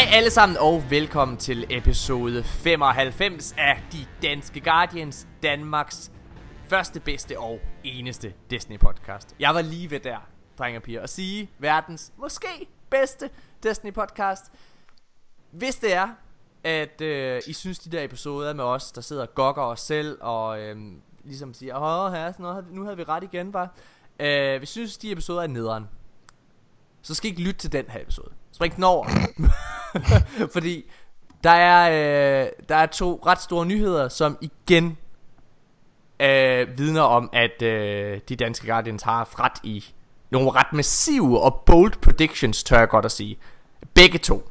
alle sammen og velkommen til episode 95 af De Danske Guardians, Danmarks første, bedste og eneste Destiny podcast. Jeg var lige ved der, drenge og piger, at sige verdens måske bedste Destiny podcast. Hvis det er, at I synes de der episoder med os, der sidder og gokker os selv og ligesom siger, nu havde vi ret igen, var. Hvis I synes de episoder er nederen, så skal I ikke lytte til den her episode. Spring den over. Fordi der er to ret store nyheder, som igen vidner om, at de danske Guardians har ret i nogle ret massive og bold predictions, tør jeg godt at sige. Begge to.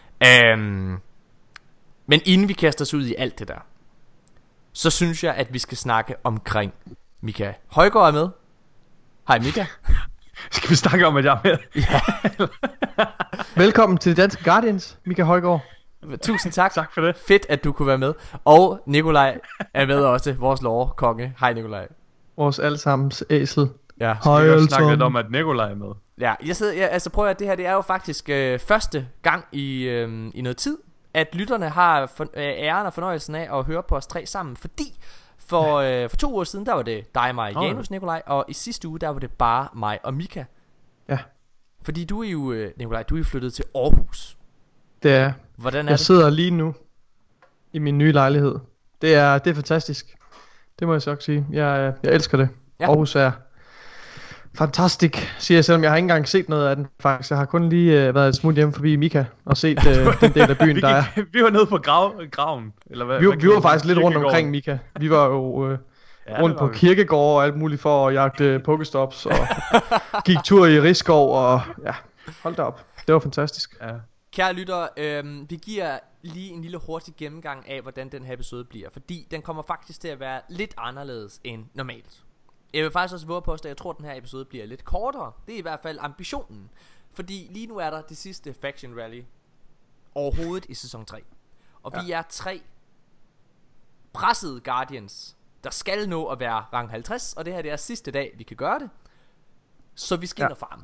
Men inden vi kaster os ud i alt det der, så synes jeg, at vi skal snakke omkring Mika Højgaard er med. Hej Mika. Skal vi snakke om, at jeg er med? Ja. Velkommen til De Danske Guardians, Mika Højgaard. Tusind tak. Tak for det. Fedt, at du kunne være med. Og Nikolaj er med også, vores lore-konge. Hej Nikolaj. Vores allesammens æsel. Ja. Skal vi også snakke lidt om, at Nikolaj er med? Ja, altså prøv at det her, det er jo faktisk første gang i noget tid, at lytterne har æren og fornøjelsen af at høre på os tre sammen. Fordi for 2 uger siden, der var det dig, mig og Janus, Nikolaj. Og i sidste uge, der var det bare mig og Mika. Ja. Fordi du er jo, Nikolaj, du er jo flyttet til Aarhus. Det er. Hvordan er jeg det? sidder lige nu i min nye lejlighed. Det er fantastisk. Det må jeg så også sige. Jeg elsker det. Ja. Aarhus er fantastisk, siger jeg, selvom jeg har ikke engang set noget af den faktisk. Jeg har kun lige været et smut hjemme forbi Mika og set den del af byen, der er. Vi var nede på graven, eller hvad? Vi var faktisk lidt rundt omkring Mika. Vi var jo rundt på kirkegård og alt muligt for at jagte pokestops og gik tur i Rigskov og ja, hold da op. Det var fantastisk. Ja. Kære lyttere, vi giver lige en lille hurtig gennemgang af, hvordan den her episode bliver. Fordi den kommer faktisk til at være lidt anderledes end normalt. Jeg vil faktisk også våge på, at jeg tror, at den her episode bliver lidt kortere. Det er i hvert fald ambitionen. Fordi lige nu er der det sidste Faction Rally overhovedet i sæson 3. Og vi er 3 pressede Guardians, der skal nå at være rang 50. Og det her det er sidste dag, vi kan gøre det. Så vi skal ind og farme.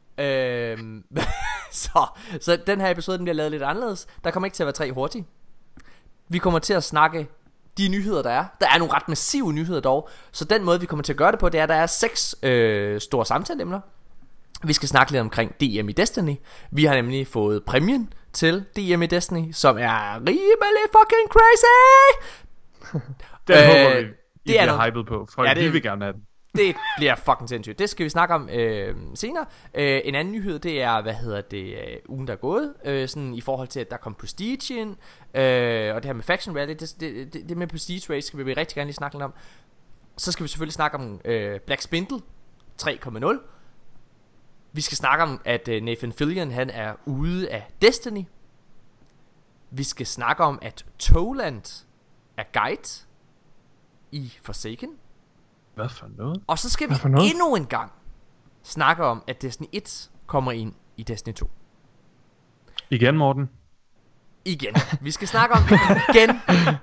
Så den her episode den bliver lavet lidt anderledes. Der kommer ikke til at være 3 hurtigt. Vi kommer til at snakke de nyheder der er. Der er nogle ret massive nyheder dog. Så den måde vi kommer til at gøre det på, det er at der er 6 store samtaleemner. Vi skal snakke lidt omkring DM i Destiny. Vi har nemlig fået præmien til DM i Destiny, som er rimelig fucking crazy. Den håber vi I det er bliver hyped på. For vi vil gerne have den. Det bliver fucking sindssygt. Det skal vi snakke om senere. En anden nyhed, det er, ugen der er gået, sådan i forhold til, at der kom Prestige ind, og det her med Faction Rally, det med Prestige Race skal vi rigtig gerne lige snakke lidt om. Så skal vi selvfølgelig snakke om Black Spindle 3.0. Vi skal snakke om, at Nathan Fillion, han er ude af Destiny. Vi skal snakke om, at Toland er guide i Forsaken. Hvad for noget? Og så skal vi endnu en gang snakke om, at Destiny 1 kommer ind i Destiny 2. Igen, Morten. Igen. Vi skal snakke om det igen.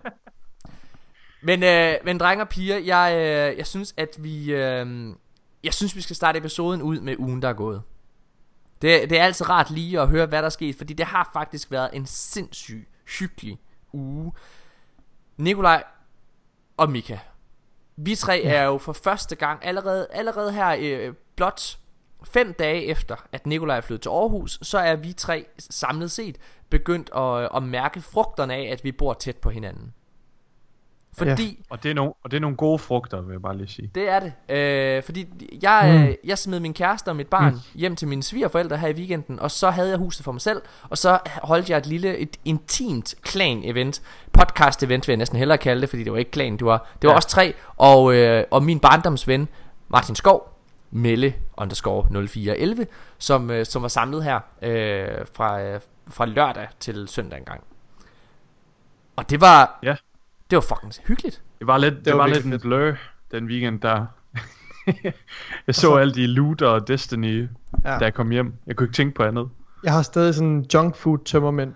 Men drenge og piger, jeg synes, at vi skal starte episoden ud med ugen, der er gået. Det er altid rart lige at høre, hvad der er sket, fordi det har faktisk været en sindssyg, hyggelig uge. Nikolaj og Mika, vi tre er jo for første gang allerede her blot 5 dage efter at Nikolaj er flyttet til Aarhus, så er vi tre samlet set begyndt at mærke frugterne af, at vi bor tæt på hinanden. Fordi og det er nogle gode frugter, vil jeg bare lige sige. det er det. Fordi jeg smed min kæreste og mit barn hjem til mine svigerforældre her i weekenden, og så havde jeg huset for mig selv, og så holdt jeg et intimt klan-event, podcast-event vil jeg næsten hellere kalde det, fordi det var ikke klan, det var os tre, og min barndomsven Martin Skov, Melle _0411, som var samlet her fra lørdag til søndag engang. Og det var fucking hyggeligt. Det var lidt en blur den weekend der. Jeg så alle de looter og Destiny, da jeg kom hjem. Jeg kunne ikke tænke på andet. Jeg har stadig sådan en junk food tømmermænd.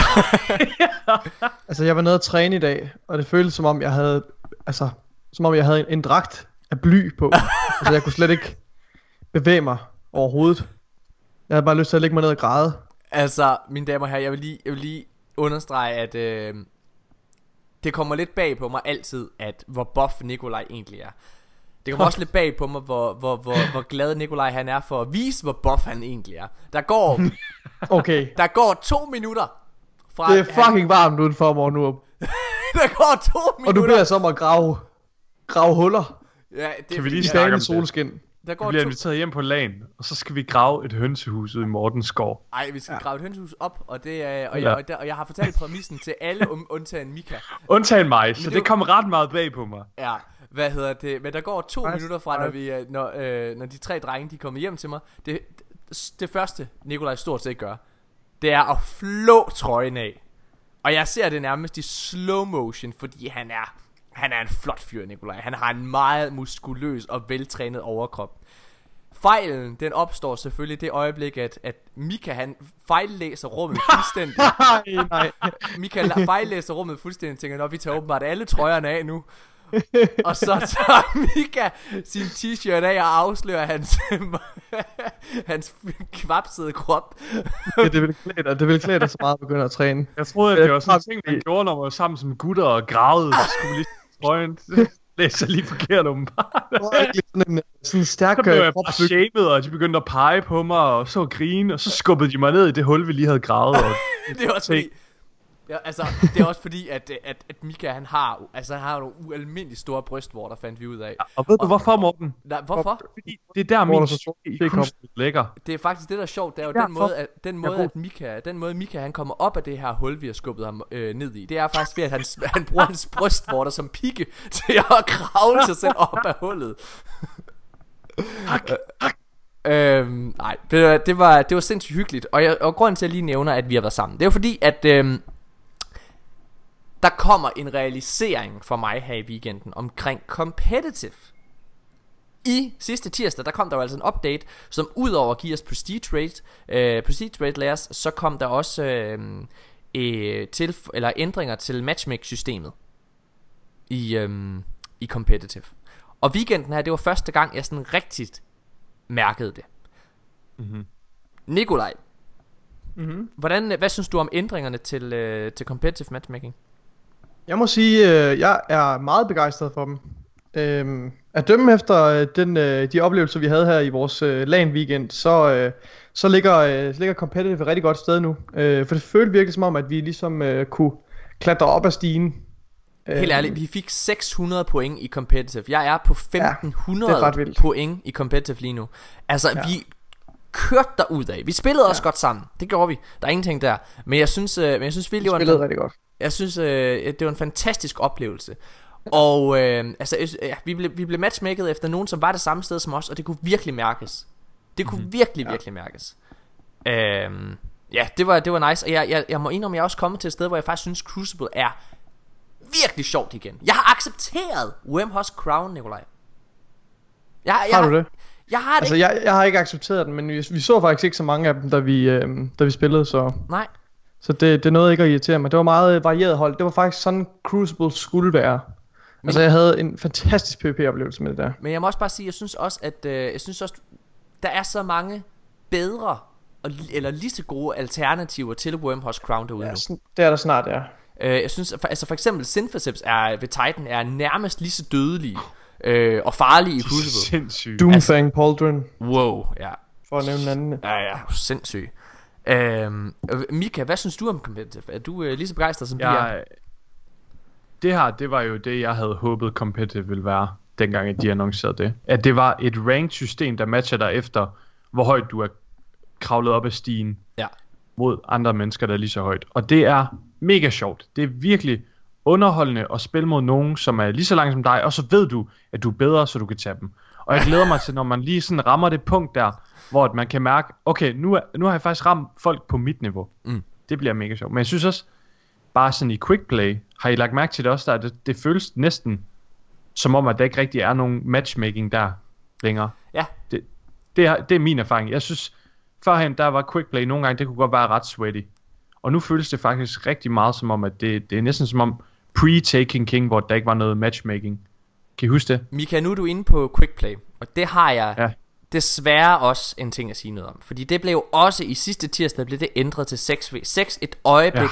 Altså jeg var nede at træne i dag, og det føltes som om jeg havde en dragt af bly på. Altså jeg kunne slet ikke bevæge mig overhovedet. Jeg havde bare lyst til at lægge mig ned og græde. Altså, mine damer og herrer, jeg vil lige understrege, at det kommer lidt bag på mig altid, at hvor buff Nikolaj egentlig er. Det kommer også lidt bag på mig, hvor glad Nikolaj han er for at vise, hvor buff han egentlig er. Der går 2 minutter fra... Det er fucking varmt udenfor mig nu. Der går 2 minutter. Og du beder så om at grave huller. Ja, det kan vi lige snakke om solskin. Vi bliver inviteret hjem på LAN, og så skal vi grave et hønsehus ud i Mortensgård. Nej, vi skal grave et hønsehus op, og jeg har fortalt præmissen til alle undtagen Mika. Undtagen mig, så det kommer ret meget bag på mig. Ja, men der går 2 minutter fra, når de 3 drenge de kommer hjem til mig. Det første Nikolaj stort set gør, det er at flå trøjen af. Og jeg ser det nærmest i slow motion, fordi han er en flot fyr, Nikolaj. Han har en meget muskuløs og veltrænet overkrop. Fejlen, den opstår selvfølgelig det øjeblik, at Mika han fejllæser rummet fuldstændig. Nej. Mika fejllæser rummet fuldstændig, tænker, vi tager åbenbart alle trøjerne af nu. Og så tager Mika sin t-shirt af og afslører hans kvapsede krop. Det vil klæde dig så meget at begynde at træne. Jeg troede, at det var sådan en ting, man gjorde, når man var sammen som gutter og gravede. Så skulle lige trøjen. Læser lige forkert åbenbart. Sådan en stærk så blev jeg bare shamed, og de begyndte at pege på mig og så grine, og så skubbede de mig ned i det hul, vi lige havde gravet. Og det er også fordi... Ja, altså, det er også fordi, at Mika, han har nogle ualmindeligt store brystvorter, fandt vi ud af. Ja, og ved du hvorfor, Morten? Nej, hvorfor? Fordi det er der min kunst ligger. Det er faktisk det, der er sjovt, det er jo den måde Mika han kommer op af det her hul, vi har skubbet ham ned i. Det er faktisk ved, at han bruger hans brystvorter som pigge til at kravle sig selv op af hullet. Nej, det var sindssygt hyggeligt. Og grunden til at jeg lige nævner, at vi har været sammen, det er jo fordi, at der kommer en realisering for mig her i weekenden omkring competitive. I sidste tirsdag, der kom der jo altså en update, som udover at give os prestige rate layers, så kom der også ændringer til matchmake systemet i competitive. Og weekenden her, det var første gang jeg sådan rigtigt mærkede det. Nikolaj, hvad synes du om ændringerne til competitive matchmaking? Jeg må sige, jeg er meget begejstret for dem. At dømme efter de oplevelser vi havde her i vores LAN weekend, så ligger competitive et rigtig godt sted nu. For det følte virkelig som om, at vi ligesom kunne klatre op ad stigen. Helt ærligt, vi fik 600 point i competitive. Jeg er på 1500 point i competitive lige nu. Altså vi kørte derudad. Vi spillede også godt sammen. Det gjorde vi. Der er ingenting der. Men jeg synes vi spillede rigtig godt. Jeg synes det var en fantastisk oplevelse. Og vi blev matchmaket efter nogen som var det samme sted som os, og det kunne virkelig mærkes. Det kunne virkelig mærkes. Det var nice. Og jeg må indrømme, jeg er også kommet til et sted, hvor jeg faktisk synes Crucible er virkelig sjovt igen. Jeg har accepteret Wemho's Crown, Nikolaj. Har du det? Jeg har det. Altså jeg har ikke accepteret den, men vi så faktisk ikke så mange af dem, da vi spillede, så. Nej. Så det nåede ikke at irritere mig. Det var meget varieret hold. Det var faktisk sådan Crucible skulle være. Altså jeg havde en fantastisk PvP-oplevelse med det der. Men jeg må også bare sige, jeg synes også, der er så mange bedre eller lige så gode alternativer til Wemho's Crown derude nu. Det er der snart, ja. Jeg synes, altså for eksempel Synthesis ved Titan er nærmest lige så dødelige og farlige i Crucible. Sindssygt. Doomfang Pauldron. Wow, ja. For at nævne en anden. Ja, sindssygt. Mika, hvad synes du om competitive? Er du lige så begejstret som Pia? Det var jo det, jeg havde håbet competitive ville være, dengang at de annoncerede det. At det var et ranked system, der matcher dig efter, hvor højt du er kravlet op ad stigen mod andre mennesker, der er lige så højt. Og det er mega sjovt. Det er virkelig underholdende at spille mod nogen, som er lige så langt som dig, og så ved du, at du er bedre, så du kan tage dem. Og jeg glæder mig til, når man lige sådan rammer det punkt der, hvor man kan mærke, okay, nu har jeg faktisk ramt folk på mit niveau. Det bliver mega sjovt. Men jeg synes også, bare sådan i quick play, har I lagt mærke til det også, der det føles næsten som om, at der ikke rigtig er nogen matchmaking der længere. Ja. Det er min erfaring. Jeg synes, førhen der var quick play nogle gange, det kunne godt være ret sweaty. Og nu føles det faktisk rigtig meget som om, at det er næsten som om pre-Taken King, hvor der ikke var noget matchmaking. Kan I huske det? Mika, nu er du inde på quick play, og det har jeg desværre også en ting at sige noget om. Fordi det blev også i sidste tirsdag blev det ændret til 6v6. Et øjeblik,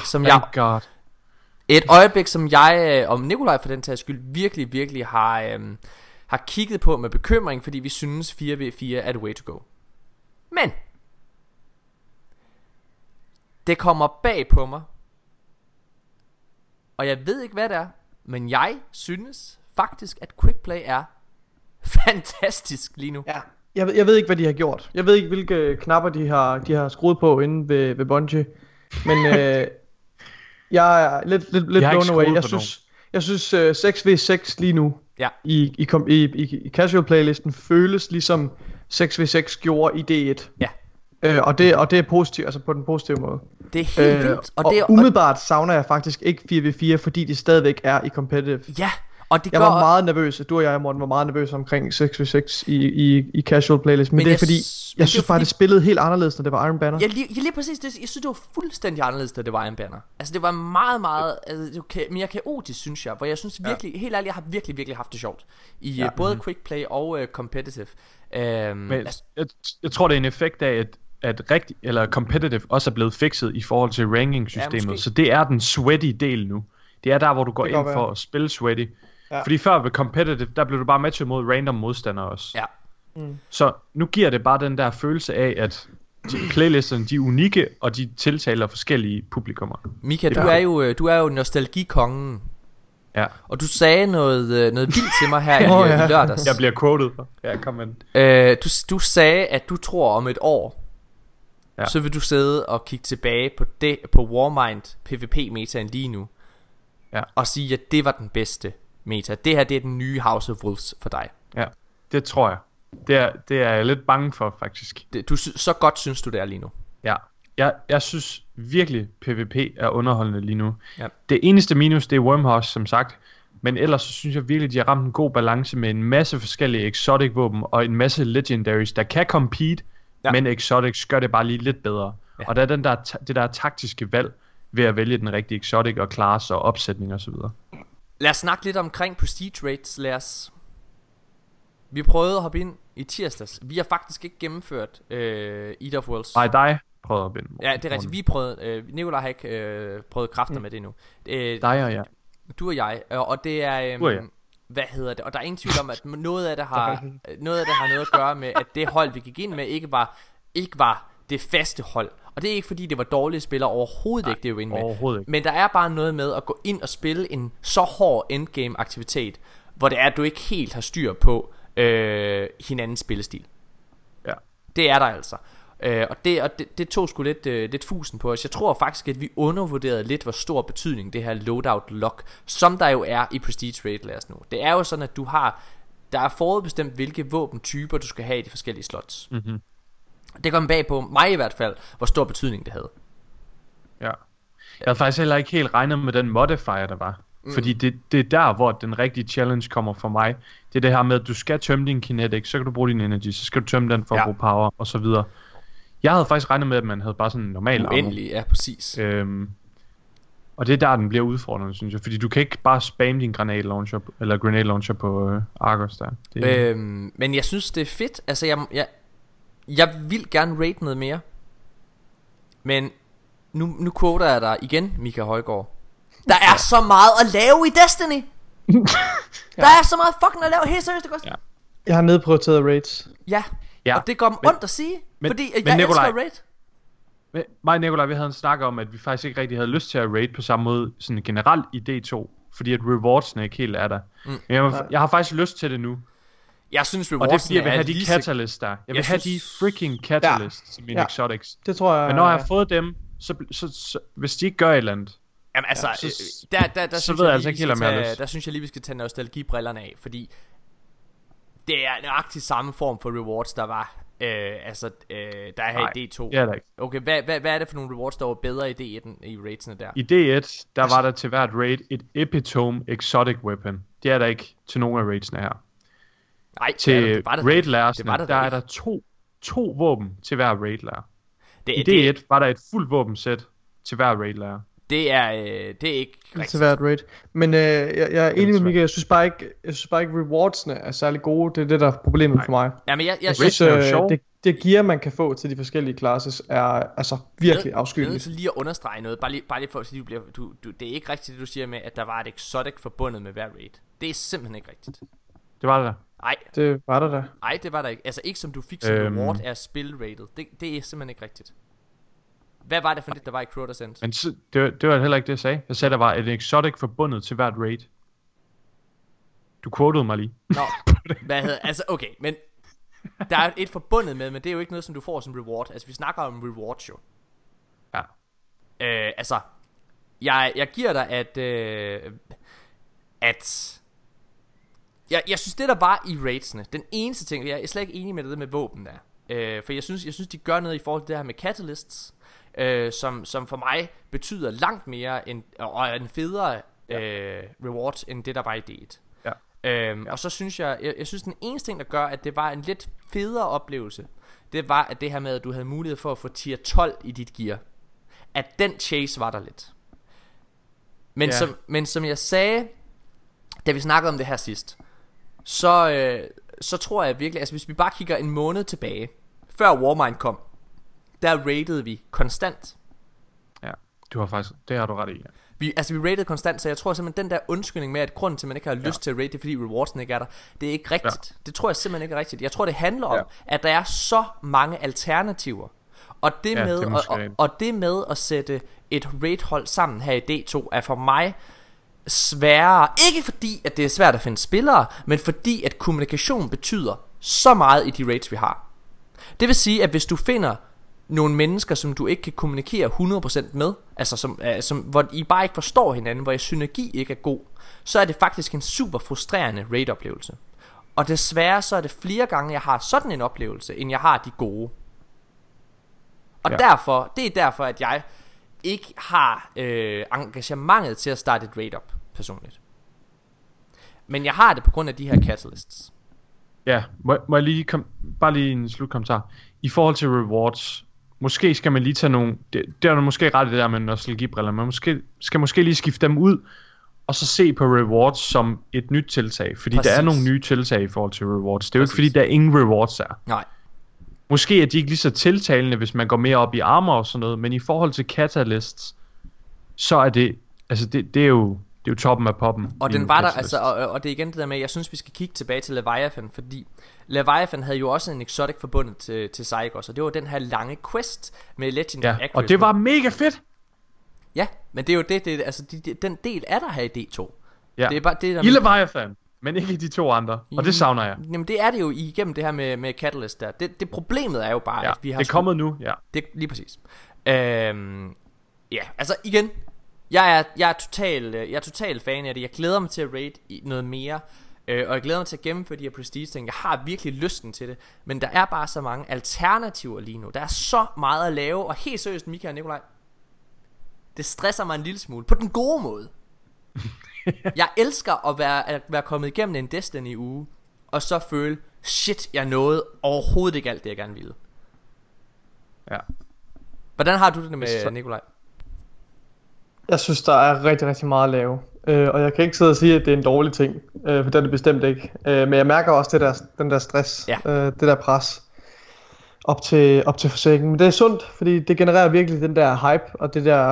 som jeg og Nikolaj for den tages skyld virkelig har kigget på med bekymring, fordi vi synes 4v4 er the way to go. Men det kommer bag på mig, og jeg ved ikke hvad det er, men jeg synes faktisk at quickplay er fantastisk lige nu. Ja. Jeg ved ikke hvad de har gjort. Jeg ved ikke hvilke knapper de har skruet på inde ved Bungie. Men jeg er lidt blown away. Jeg synes 6v6 lige nu i casual playlisten føles ligesom 6v6 gjorde i D1. Ja. Og det er positivt, altså på den positive måde. Det er helt vildt. Og umiddelbart savner jeg faktisk ikke 4v4, fordi de stadigvæk er i competitive. Ja. Og det jeg var meget nervøs, du og jeg, Morten, var meget nervøs omkring 6v6 i casual playlist. Men det er fordi, jeg synes bare, det spillede helt anderledes, når det var Iron Banner. Ja, lige præcis. Jeg synes, det var fuldstændig anderledes, da det var Iron Banner. Altså, det var meget mere kaotisk, synes jeg. Hvor jeg synes virkelig, helt ærligt, jeg har virkelig haft det sjovt. I både quickplay og competitive. Men jeg tror, det er en effekt af, at eller competitive også er blevet fikset i forhold til ranking-systemet. Ja, så det er den sweaty del nu. Det er der, hvor du går ind for at spille sweaty. Ja. Fordi før ved competitive, der blev du bare matchet mod random modstandere også. Ja. Så nu giver det bare den der følelse af, at playlisterne, de er unikke, og de tiltaler forskellige publikummer. Mika, du er jo nostalgikongen. Ja. Og du sagde noget vildt til mig her i lørdags. Jeg bliver quoted. Ja, kom med. Du sagde, at du tror om et år, så vil du sidde og kigge tilbage på Warmind PvP-metaen lige nu. Ja. Og sige, at det var den bedste meta. Det her, det er den nye House of Wolves for dig. Ja, det tror jeg. Det er jeg lidt bange for, faktisk. Så godt synes du det er lige nu. Ja. Jeg synes virkelig, PvP er underholdende lige nu. Ja. Det eneste minus, det er Wormhouse, som sagt. Men ellers så synes jeg virkelig, de har ramt en god balance med en masse forskellige exotic våben og en masse legendaries, der kan compete, men exotics gør det bare lige lidt bedre. Ja. Og der er det der taktiske valg ved at vælge den rigtige exotic og class og opsætning og så videre. Lad os snakke lidt omkring prestige rates. Vi prøvede at hoppe ind i tirsdags. Vi har faktisk ikke gennemført Eat of Worlds. Nej, dig prøvede at hoppe ind. Ja, det er rigtigt. Vi prøvede. Nikolaj har ikke prøvet kræfter med det endnu. Dig og jeg. Du og jeg. Og det er... hvad hedder det? Og der er ingen tvivl om, at noget af det har noget at gøre med, at det hold, vi gik ind med, ikke var det faste hold. Og det er ikke fordi det var dårlige spillere overhovedet ikke, det er jo inde med. Men der er bare noget med at gå ind og spille en så hård endgame aktivitet, hvor det er at du ikke helt har styr på hinandens spillestil. Ja. Det er der altså. Og det tog sgu lidt fusen på os. Jeg tror faktisk at vi undervurderede lidt hvor stor betydning det her loadout lock, som der jo er i prestige rate nu. Det er jo sådan at der er forudbestemt hvilke våbentyper du skal have i de forskellige slots. Det kom bag på mig i hvert fald, hvor stor betydning det havde. Ja. Jeg havde faktisk heller ikke helt regnet med den modifier der var. Fordi det er der hvor den rigtige challenge kommer for mig. Det er det her med at du skal tømme din kinetic, så kan du bruge din energy, så skal du tømme den for at bruge power og så videre. Jeg havde faktisk regnet med at man havde bare sådan en normal uendelig, ja præcis. Og det er der den bliver udfordrende, synes jeg. Fordi du kan ikke bare spamme din grenade launcher på Argos der. Men jeg synes det er fedt. Altså jeg vil gerne rate noget mere. Men nu quoter jeg dig igen, Mika Højgaard. Der er så meget at lave i Destiny. Der er så meget fucking at lave. Helt seriøst, det går. Jeg har nedprioriteret raids. Ja. Og det går ondt at sige. Fordi jeg elsker raid. Mig og Nikolaj, vi havde en snak om, at vi faktisk ikke rigtig havde lyst til at raid på samme måde sådan generelt i D2. Fordi at rewardsene ikke helt er der. Men jeg har faktisk lyst til det nu. Jeg synes rewardsene og det er fordi jeg vil have de catalysts der. Jeg vil have de freaking catalysts som mine exotics. Det tror jeg. Men når jeg har fået dem, så hvis de ikke gør et eller andet. Jamen altså, der synes jeg altså ikke helt der synes jeg lige vi skal tage nostalgibrillerne af, fordi det er nøjagtigt samme form for rewards der var der er her i D2. Ja, ikke. Okay, hvad er det for nogle rewards der var bedre i D1 end i raidsene der? I D1 der var der til hvert raid et epitome exotic weapon. Det er der ikke til nogen af raidsene her. Nej, til raid-lærersene der er der to våben til hver raid-lærer. I D1 var der et fuldt våbensæt til hver raid-lærer. Det er ikke rigtigt. Til hvert rate. Men jeg er enig med Michael. Jeg synes bare ikke rewardsene er særlig gode. Det er det, der er problemet for mig. Ja, men jeg synes, det gear, man kan få til de forskellige classes, er altså virkelig afskyeligt. Jeg er nødt til lige at understrege noget. Bare lige for at sige, det er ikke rigtigt, det du siger med, at der var et exotic forbundet med hver raid. Det er simpelthen ikke rigtigt. Det var det da. Nej. Det var der da. Nej, det var der ikke. Altså ikke som du fik som reward af spil-rated. Det er simpelthen ikke rigtigt. Hvad var det for det, der var i Crota Sense? Men det var heller ikke det, jeg sagde. Jeg sagde, der var et exotic forbundet til hvert raid. Du quotede mig lige. Nå, altså okay, men der er et forbundet med, men det er jo ikke noget, som du får som reward. Altså vi snakker om rewards jo. Ja. Altså, jeg giver dig, at jeg synes det der var i raidsene, den eneste ting, jeg er slet ikke enig med det med våben der. For jeg synes de gør noget i forhold til det her med catalysts, som for mig betyder langt mere og en federe reward end det der var i D1. Og så synes jeg synes den eneste ting der gør at det var en lidt federe oplevelse, det var at det her med at du havde mulighed for at få tier 12 i dit gear, at den chase var der lidt. Men som jeg sagde, da vi snakkede om det her sidst, så tror jeg virkelig, altså hvis vi bare kigger en måned tilbage, før Warmind kom, der raidede vi konstant. Ja, det har du ret i. Ja. Vi raidede konstant, så jeg tror simpelthen den der undskyldning med at grunden til at man ikke har lyst til at raide, det er fordi rewardsene ikke er der. Det er ikke rigtigt. Det tror jeg simpelthen ikke er rigtigt. Jeg tror det handler om at der er så mange alternativer. Og det med at sætte et raid hold sammen her i D2 er for mig sværere. Ikke fordi at det er svært at finde spillere, men fordi at kommunikation betyder så meget i de raids vi har. Det vil sige at hvis du finder nogle mennesker som du ikke kan kommunikere 100% med, altså som hvor I bare ikke forstår hinanden, hvor jeres synergi ikke er god, så er det faktisk en super frustrerende raid oplevelse. Og desværre så er det flere gange jeg har sådan en oplevelse end jeg har de gode. Og det er derfor at jeg ikke har engagementet til at starte et raid op personligt. Men jeg har det på grund af de her catalysts. Ja, må jeg lige bare lige en slutkommentar. I forhold til rewards, måske skal man lige tage nogle, det er der måske ret i det der med nostalgibriller, man måske lige skifte dem ud, og så se på rewards som et nyt tiltag. Fordi der er nogle nye tiltag i forhold til rewards. Det er jo ikke fordi der er ingen rewards er. Nej. Måske er de ikke lige så tiltalende, hvis man går mere op i armor og sådan noget, men i forhold til catalysts, så er det, altså det er jo toppen af poppen. Og den var der, altså, og det er igen det der med, jeg synes vi skal kigge tilbage til Leviathan, fordi Leviathan havde jo også en exotic forbundet til Saigon, og det var den her lange quest med Legend of Accuracy. Og det var mega fedt. Ja, men det er jo altså den del er der her i D2. Ja. Det er bare det der i Leviathan, men ikke i de to andre, og det savner jeg. Jamen det er det jo igennem det her med Catalyst der. Det problemet er jo bare at vi har det er kommet nu, ja. Det lige præcis. Ja, altså igen, jeg er total fan af det. Jeg glæder mig til at raid noget mere, og jeg glæder mig til at gennemføre de her prestige ting. Jeg har virkelig lysten til det, men der er bare så mange alternativer lige nu. Der er så meget at lave, og helt seriøst, Mika og Nikolaj, det stresser mig en lille smule på den gode måde. Jeg elsker at være kommet igennem en Destiny uge, og så føle, shit, jeg nåede overhovedet ikke alt det jeg gerne ville. Ja. Hvordan har du det med Nikolaj? Jeg synes der er rigtig, rigtig meget at lave, og jeg kan ikke sidde og sige at det er en dårlig ting, for det er det bestemt ikke, men jeg mærker også den der stress, det der pres op til forsikringen. Men det er sundt, fordi det genererer virkelig den der hype, og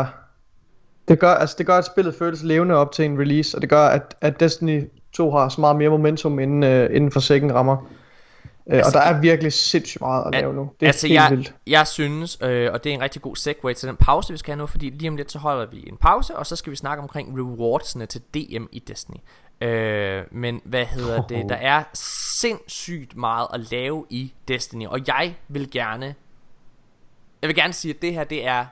det gør at spillet føles levende op til en release, og det gør at Destiny 2 har så meget mere momentum inden forsikringen rammer. Og der er virkelig sindssygt meget at lave nu. Det er helt vildt. Jeg synes, og det er en rigtig god segue til den pause vi skal have nu, fordi lige om lidt så holder vi en pause, og så skal vi snakke omkring rewardsene til DM i Destiny. Men hvad hedder det? Der er sindssygt meget at lave i Destiny, og jeg vil gerne sige at det her det er,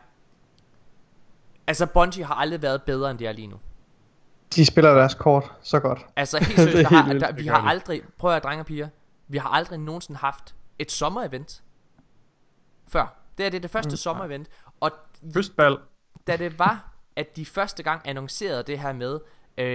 altså Bungie har aldrig været bedre end det er lige nu. De spiller deres kort så godt. Altså helt seriøst, vi har aldrig, prøv at drenge og piger, vi har aldrig nogensinde haft et sommerevent før. Det er det første sommerevent. Og da det var at de første gang annoncerede det her med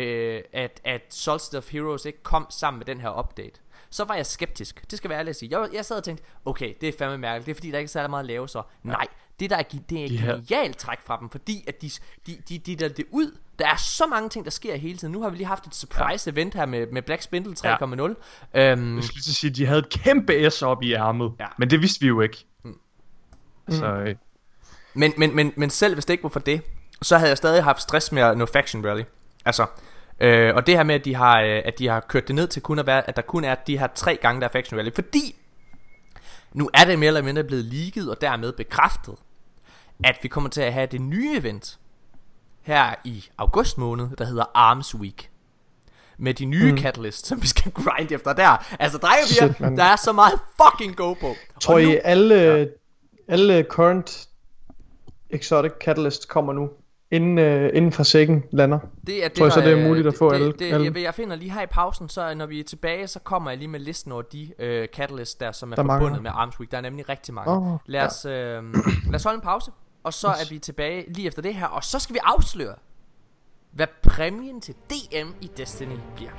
at Solstice of Heroes ikke kom sammen med den her update, så var jeg skeptisk. Det skal være ærligt at sige. Jeg sad og tænkte, okay, det er fandme mærkeligt. Det er fordi der ikke er særlig meget at lave så. Nej, Det er et genialt træk fra dem, fordi at de der det ud. Der er så mange ting, der sker hele tiden. Nu har vi lige haft et surprise event her med Black Spindle 3.0. Jeg skulle sige, de havde et kæmpe S op i ærmet, men det vidste vi jo ikke. Så, men selv hvis det ikke var for det, så havde jeg stadig haft stress med at nå Faction Rally. Altså, og det her med, at de har kørt det ned til kun at være, at der kun er de her 3 gange, der er Faction Rally. Fordi nu er det mere eller mindre blevet leaget og dermed bekræftet, at vi kommer til at have det nye event her i august måned, der hedder Arms Week. Med de nye Catalyst, som vi skal grinde efter der. Altså, drejepiger, der er så meget fucking go på. Tror I, alle current exotic Catalysts kommer nu, inden fra sækken lander? Tror I så, det er muligt at få alle? Jeg finder lige her i pausen, så når vi er tilbage, så kommer jeg lige med listen over de Catalysts der, som er forbundet med Arms Week. Der er nemlig rigtig mange. Lad os holde en pause, og så er vi tilbage lige efter det her, og så skal vi afsløre, hvad præmien til DM i Destiny bliver.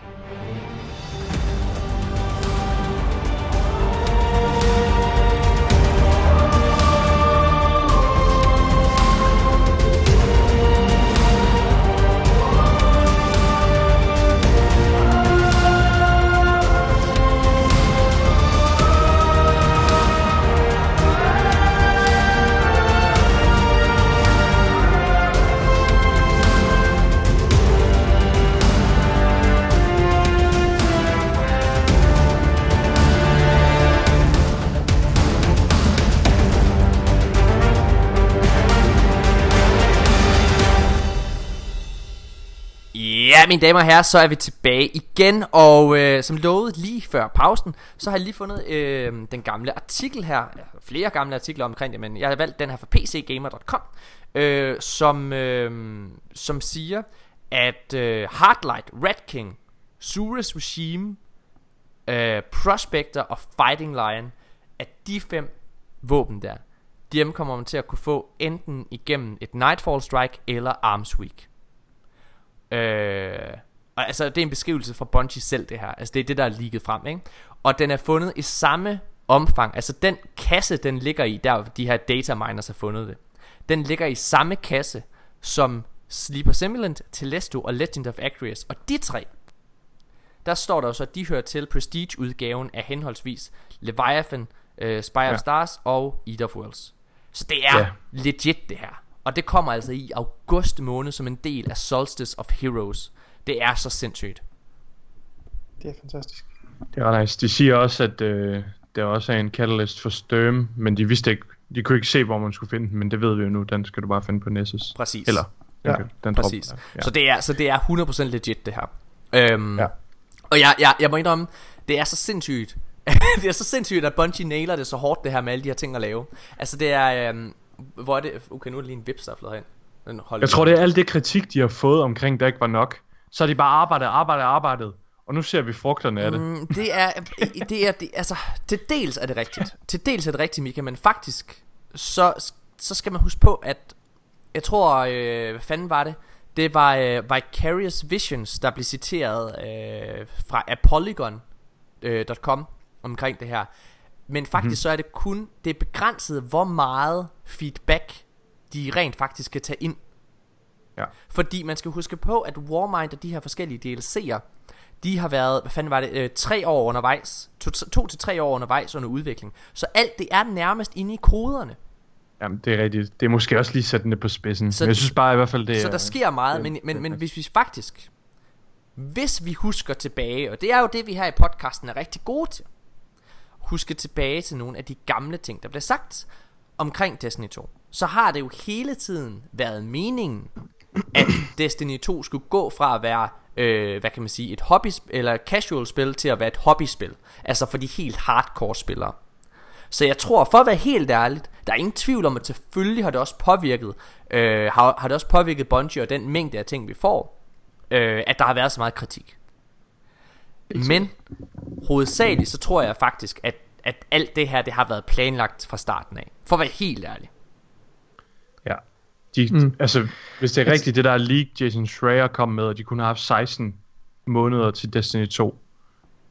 Ja, mine damer og herrer, så er vi tilbage igen. Og som lovet lige før pausen, så har jeg lige fundet den gamle artikel her. Flere gamle artikler omkring det, men jeg har valgt den her fra pcgamer.com, som siger, at Hardlight, Red King, Surus Regime, Prospector og Fighting Lion, at de 5 våben der, dem kommer man til at kunne få enten igennem et Nightfall Strike eller Arms Week. Og altså det er en beskrivelse fra Bungie selv det her. Altså det er det der er leaget frem, ikke? Og den er fundet i samme omfang. Altså den kasse den ligger i, der de her data miners har fundet det, den ligger i samme kasse som Sleeper Simulant, Telesto og Legend of Agrias. Og de 3, der står der jo så, at de hører til Prestige udgaven af henholdsvis Leviathan, Spire of Stars og Eater of Worlds. Så det er legit det her. Og det kommer altså i august måned som en del af Solstice of Heroes. Det er så sindssygt. Det er fantastisk. Det er nice. De siger også, at der også er en Catalyst for Sturm, men de vidste ikke, de kunne ikke se, hvor man skulle finde den, men det ved vi jo nu. Den skal du bare finde på Nessus. Præcis. Eller den præcis. Ja. Så det er 100% legit det her. Og jeg må indrømme, det er så sindssygt. Det er så sindssygt, at Bungie nailer det så hårdt, det her med alle de her ting at lave. Altså det er hvor er det? Okay, nu er det lige en vips, der er flået hen. Jeg tror, det er alt det kritik, de har fået omkring, der ikke var nok. Så har de bare arbejdet. Og nu ser vi frugterne af det. Altså, til dels er det rigtigt. Mika, men faktisk, så skal man huske på, at jeg tror, hvad fanden var det? Det var Vicarious Visions, der blev citeret fra Polygon.com omkring det her. Men faktisk så er det kun, det er begrænset, hvor meget feedback de rent faktisk kan tage ind. Ja. Fordi man skal huske på, at Warmind og de her forskellige DLC'er, de har været, hvad fanden var det, 3 år undervejs, 2 til 3 år undervejs under udvikling. Så alt det er nærmest inde i koderne. Jamen det er rigtigt. Det er måske også lige sættende på spidsen. Men jeg synes bare i hvert fald det. Så der sker meget, men hvis vi husker tilbage, og det er jo det vi her i podcasten er rigtig gode til, huske tilbage til nogle af de gamle ting, der blev sagt omkring Destiny 2, så har det jo hele tiden været meningen, at Destiny 2 skulle gå fra at være, hvad kan man sige, et hobby eller casual spil til at være et hobbyspil. Altså for de helt hardcore spillere. Så jeg tror, for at være helt ærligt, der er ingen tvivl om, at selvfølgelig har det også påvirket, har det også påvirket Bungie og den mængde af ting vi får, at der har været så meget kritik. Men hovedsageligt så tror jeg faktisk, at alt det her, det har været planlagt fra starten af. For at være helt ærlig. Ja. Altså, hvis det er rigtigt, det der leak Jason Schreier kom med, og de kunne have haft 16 måneder til Destiny 2.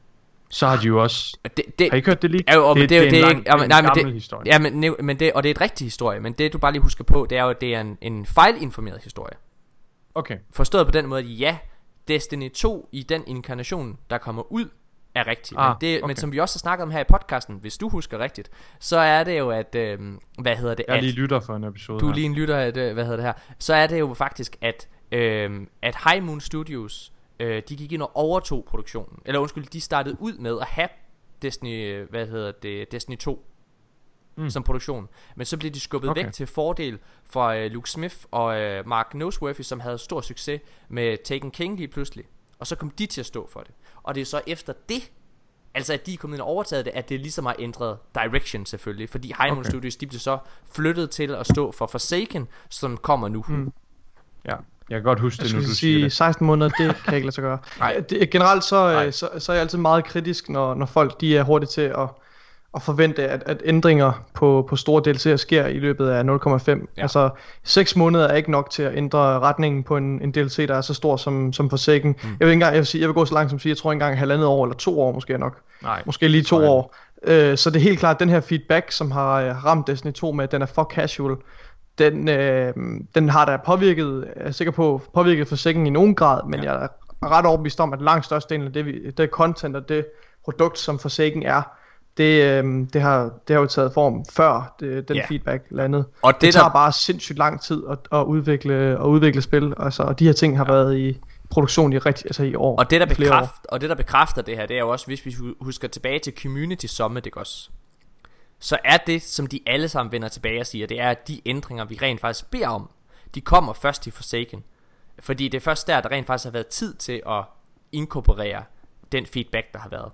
så har de jo også... Har I ikke hørt det lige? Ja, det er en gammel historie. Ja, men det, og det er et rigtigt historie. Men det du bare lige husker på, det er jo, at det er en fejlinformeret historie. Okay. Forstået på den måde, at ja, Destiny 2 i den inkarnation, der kommer ud, er rigtigt. Men som vi også har snakket om her i podcasten, hvis du husker rigtigt, så er det jo, at... hvad hedder det? Jeg lige lytter for en episode. Du er lige en lytter af det, hvad hedder det her? Så er det jo faktisk, at High Moon Studios, de gik ind og overtog produktionen. Eller undskyld, de startede ud med at have Destiny 2 som produktion. Men så blev de skubbet væk til fordel for Luke Smith og Mark Noseworthy, som havde stor succes med Taken King lige pludselig. Og så kom de til at stå for det. Og det er så efter det, altså at de er kommet ind og overtaget det, at det ligesom har ændret direction selvfølgelig. Fordi High Moon Studios, de blev så flyttet til at stå for Forsaken, som kommer nu. Ja, jeg kan godt huske det nu, du siger det. 16 måneder, det kan jeg ikke lade sig gøre. Generelt så er jeg altid meget kritisk, når folk de er hurtige til at forvente, at ændringer på store DLC'er sker i løbet af 0,5. Ja. Altså 6 måneder er ikke nok til at ændre retningen på en DLC, der er så stor som Forsaken. Jeg vil gå så langt som at sige, jeg tror ikke engang 1,5 år eller 2 år måske nok. Nej. Måske lige 2 år. Så det er helt klart den her feedback, som har ramt Destiny 2 med, at den er for casual. Den har da påvirket, jeg er sikker på, påvirket Forsaken i nogen grad, men jeg er ret overbevist om, at langt størstedelen af det content og det produkt, som Forsaken er, det har jo taget form før den feedback landede. Og det tager bare sindssygt lang tid at udvikle spil, altså, og de her ting har været i produktion i år. Og det der bekræfter det her, det er jo også, hvis vi husker tilbage til Community Summit, ikke også? Så er det, som de alle sammen vender tilbage og siger, det er, at de ændringer, vi rent faktisk beder om, de kommer først i Forsaken. Fordi det er først der rent faktisk har været tid til at inkorporere den feedback, der har været.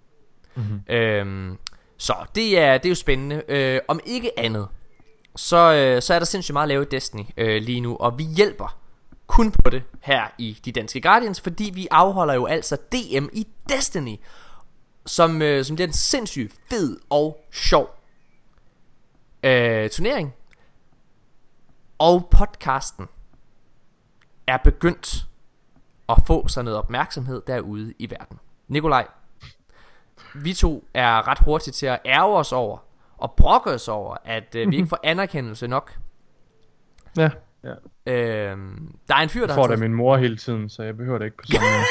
Så det er jo spændende. Om ikke andet, så er der sindssygt meget at lave i Destiny lige nu, og vi hjælper kun på det her i De Danske Guardians, fordi vi afholder jo altså DM i Destiny, som bliver en sindssygt fed og sjov turnering. Og podcasten er begyndt at få sådan noget opmærksomhed derude i verden. Nikolaj, vi to er ret hurtigt til at ærge os over og brokke os over, at vi ikke får anerkendelse nok. Ja. Der er en fyr, der får det af min mor hele tiden, så jeg behøver det ikke på samme måde.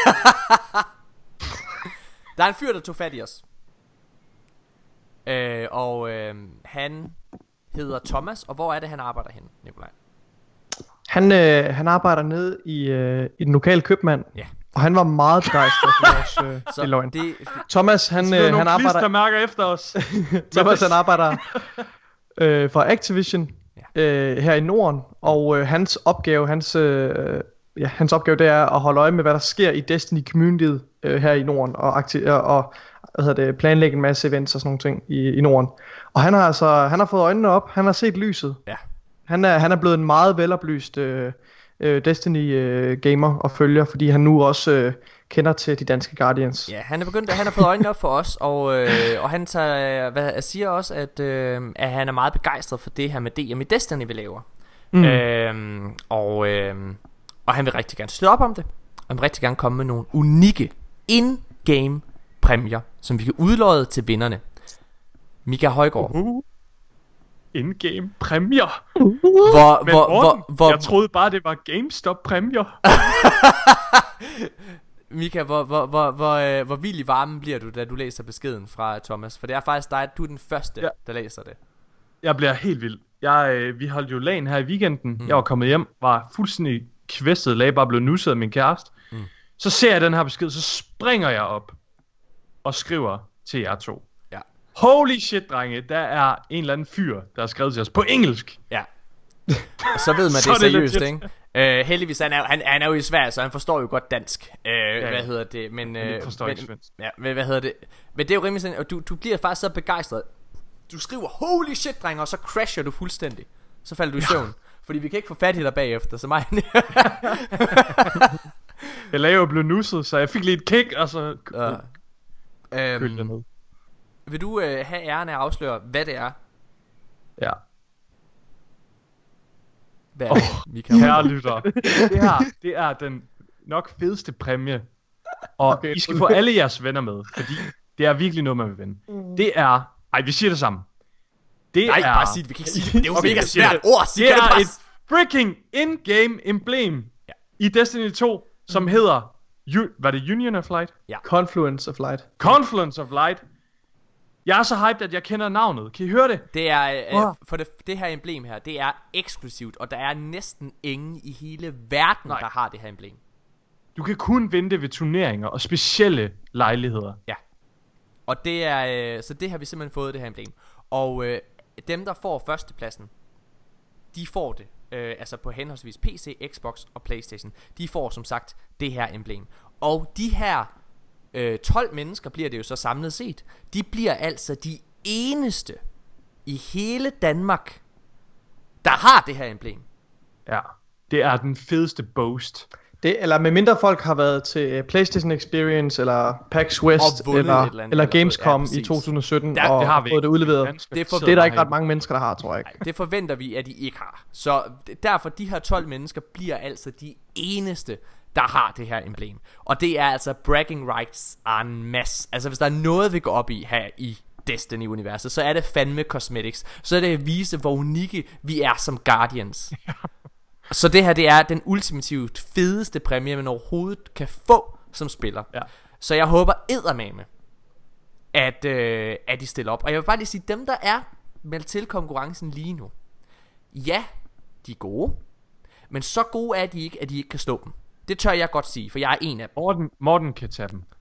Der er en fyr, der tog fat i os. Han hedder Thomas. Og hvor er det, han arbejder henne, Nikolaj? Han arbejder nede i den lokale købmand. Ja. Og han var meget begejstret for vores løgn. Thomas, han arbejder... der mærker efter os. Thomas, han arbejder for Activision her i Norden. Og hans opgave, det er at holde øje med, hvad der sker i Destiny communityet her i Norden. Og planlægge en masse events og sådan nogle ting i Norden. Og han har fået øjnene op. Han har set lyset. Ja. Han er blevet en meget veloplyst Destiny gamer og følger, fordi han nu også kender til De Danske Guardians. Ja, han har fået øjnene op for os, og han siger også, at han er meget begejstret for det her med DM i Destiny, vi laver. Og han vil rigtig gerne støtte op om det. Og han vil rigtig gerne komme med nogle unikke in-game præmier, som vi kan udlodde til vinderne. Mika Højgaard. In-game præmier. Jeg troede bare det var GameStop præmier. Mika, hvor vild i varmen bliver du, da du læser beskeden fra Thomas? For det er faktisk dig, du er den første, der læser det. Jeg bliver helt vild. Vi holdt jo LAN her i weekenden. Jeg var kommet hjem, var fuldstændig kvæstet, lagde bare blevet nusset af min kæreste. Så ser jeg den her besked, så springer jeg op og skriver til jer to. Holy shit, drenge, der er en eller anden fyr, der har skrevet til os på engelsk. Ja. Så ved man det er seriøst, ikke? Heldigvis, han er jo i Sverige, så han forstår jo godt dansk. Hvad hedder det? Men forstår ikke svensk. Ja, hvad hedder det? Men det er jo rimelig sådan, og du bliver faktisk så begejstret. Du skriver holy shit, drenge, og så crasher du fuldstændig. Så falder du i søvn. Fordi vi kan ikke få fat i dig bagefter, så mig. Jeg lavede jo blev nusset, så jeg fik lige et kick, og så kølte det ned. Vil du have æren af at afsløre, hvad det er? Ja. Hvad er det, kære lytter. Det er den nok fedeste præmie. Og I skal få alle jeres venner med, fordi Det er virkelig noget, man vil vinde. Det er... Ej, vi siger det sammen. Det Nej, er... bare sig det. Vi kan ikke sige det. Det er jo Okay, mega jeg siger svært det. ord. Det er et freaking in-game emblem i Destiny 2, som hedder... Var det Union of Light? Confluence of Light. Confluence of Light. Jeg er så hyped, at jeg kender navnet. Kan I høre det? Det er for det her emblem her, det er eksklusivt, og der er næsten ingen i hele verden, der har det her emblem. Du kan kun vinde det ved turneringer og specielle lejligheder. Ja. Og det er så det har vi simpelthen fået, det her emblem. Og dem der får førstepladsen, de får det altså på henholdsvis PC, Xbox og PlayStation. De får som sagt det her emblem. Og de her 12 mennesker bliver det jo så samlet set. De bliver altså de eneste i hele Danmark, der har det her emblem. Ja, det er den fedeste boast. Det, eller med mindre folk har været til PlayStation Experience eller PAX West eller Gamescom i 2017 og det har vi fået det udleveret. Det er der ikke ret mange mennesker, der har, tror jeg ikke. Det forventer vi, at de ikke har. Så derfor de her 12 mennesker bliver altså de eneste, der har det her emblem. Og det er altså bragging rights en masse. Altså hvis der er noget vi går op i her i Destiny-universet, så er det fandme cosmetics. Så er det at vise hvor unikke vi er som Guardians. Så det her, det er den ultimativt fedeste præmie man overhovedet kan få som spiller. Så jeg håber eddermame at de stiller op. Og jeg vil bare lige sige, dem der er meldt til konkurrencen lige nu, ja, de er gode, men så gode er de ikke, at de ikke kan slå dem. Det tør jeg godt sige, for jeg er en af dem. Morten kan tage dem.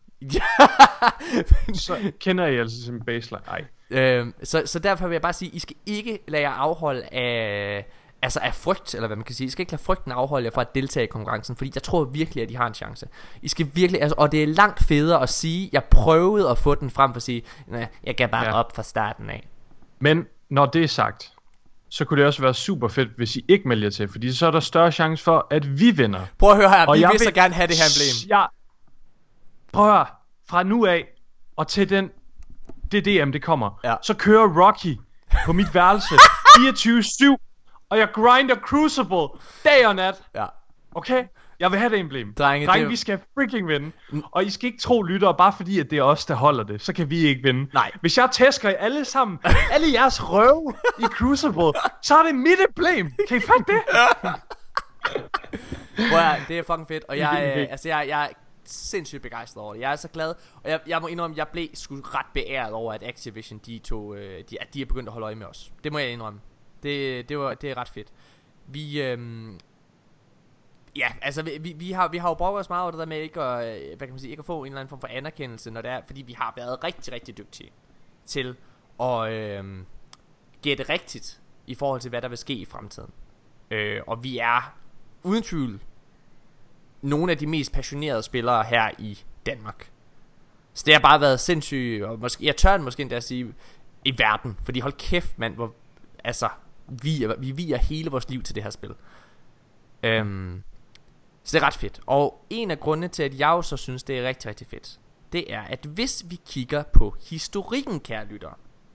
Så kender I altså som baseline. Så derfor vil jeg bare sige, I skal ikke lade jer afholde af frygt, eller hvad man kan sige. I skal ikke lade frygten afholde jer fra at deltage i konkurrencen, fordi jeg tror virkelig, at I har en chance. I skal virkelig, og det er langt federe at sige, jeg prøvede at få den frem for at sige, nej, jeg gav bare op fra starten af. Men når det er sagt, så kunne det også være super fedt, hvis I ikke melder til, fordi så er der større chance for, at vi vinder. Prøv at høre her, vi vil så gerne have det her emblem. Prøv at høre, fra nu af, og til det DM, det kommer, så kører Rocky på mit værelse 24/7, og jeg grinder Crucible dag og nat. Okay? Jeg vil have det emblem. Drenge, vi skal freaking vinde. Og I skal ikke tro lyttere, bare fordi at det er os, der holder det, så kan vi ikke vinde. Nej. Hvis jeg tæsker jer alle sammen, alle jeres røv i Crucible, så er det mit emblem. Kan I fatte det? Det er fucking fedt. Og jeg er sindssygt begejstret over det. Jeg er så glad. Og jeg må indrømme, jeg blev sgu ret beæret over, at Activision de er begyndt at holde øje med os. Det må jeg indrømme. Det er ret fedt. Vi har jo brugt os meget over det der med ikke at få en eller anden form for anerkendelse, når det er, fordi vi har været rigtig, rigtig dygtige til at gætte rigtigt i forhold til hvad der vil ske i fremtiden. Og vi er uden tvivl nogle af de mest passionerede spillere her i Danmark. Så det har bare været sindssygt, og jeg tør måske endda at sige i verden, fordi hold kæft mand, hvor vi viger hele vores liv til det her spil. Så det er ret fedt. Og en af grundene til at jeg også synes det er rigtig, rigtig fedt, det er at hvis vi kigger på historikken, kære lyttere,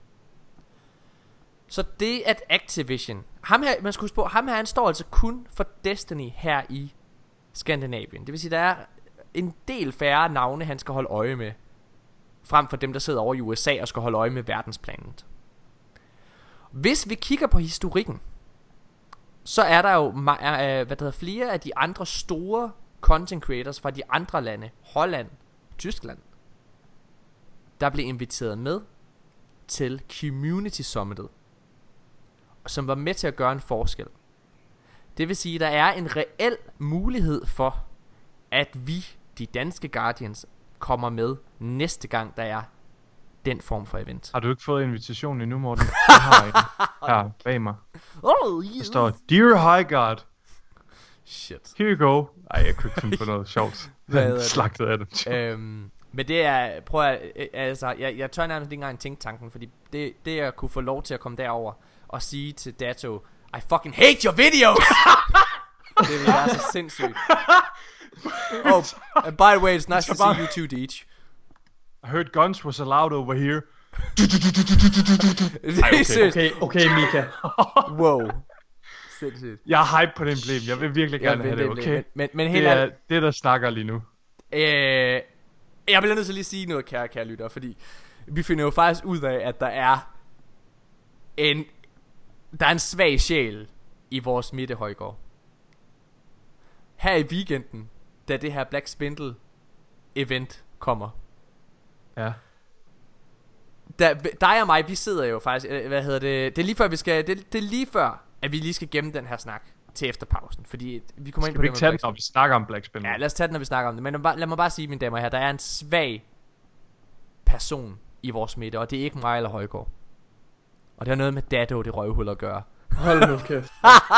så det at Activision, ham her, man skal huske på, ham her han står altså kun for Destiny her i Skandinavien. Det vil sige der er en del færre navne han skal holde øje med, frem for dem der sidder over i USA og skal holde øje med verdensplanet. Hvis vi kigger på historikken, så er der jo flere af de andre store content creators fra de andre lande, Holland, Tyskland, der blev inviteret med til Community Summitet, som var med til at gøre en forskel. Det vil sige, at der er en reel mulighed for, at vi, de danske Guardians, kommer med næste gang, der er den form for event. Har du ikke fået invitationen endnu, Morten? Jeg har en her bag mig. Der står, Dear High God. Shit. Here you go. Ej, jeg kunne ikke finde på noget sjovt. Slagtet af dem. Men det er, jeg tør nærmest ikke engang tænke tanken, fordi det at kunne få lov til at komme derover og sige til Datto, I fucking hate your videos. Det vil være så sindssygt. Oh, and by the way, it's nice to see you too, Deej. I heard guns was allowed over here. Okay, Mika. Wow. Sindssygt. Jeg er hype på den emblem. Jeg vil virkelig gerne have det, okay? Men helt det der snakker lige nu. Jeg bliver nødt til lige at sige noget, kære lytter, fordi vi finder jo faktisk ud af, at der er en svag sjæl i vores midte Højgaard. Her i weekenden, da det her Black Spindle event kommer. Ja. Dig og mig, vi sidder jo faktisk, det er lige før vi skal, det er lige før, at vi lige skal gemme den her snak til efterpausen, fordi vi kommer ind på det. Skal vi ikke tage den, når vi snakker om Black Spindle? Ja, lad os tage den, når vi snakker om det. Men lad mig bare sige, mine damer og herrer, der er en svag person i vores midte, og det er ikke mig eller Højgaard. Og det har noget med Dado, det røvhul at gøre. Hold nu kæft.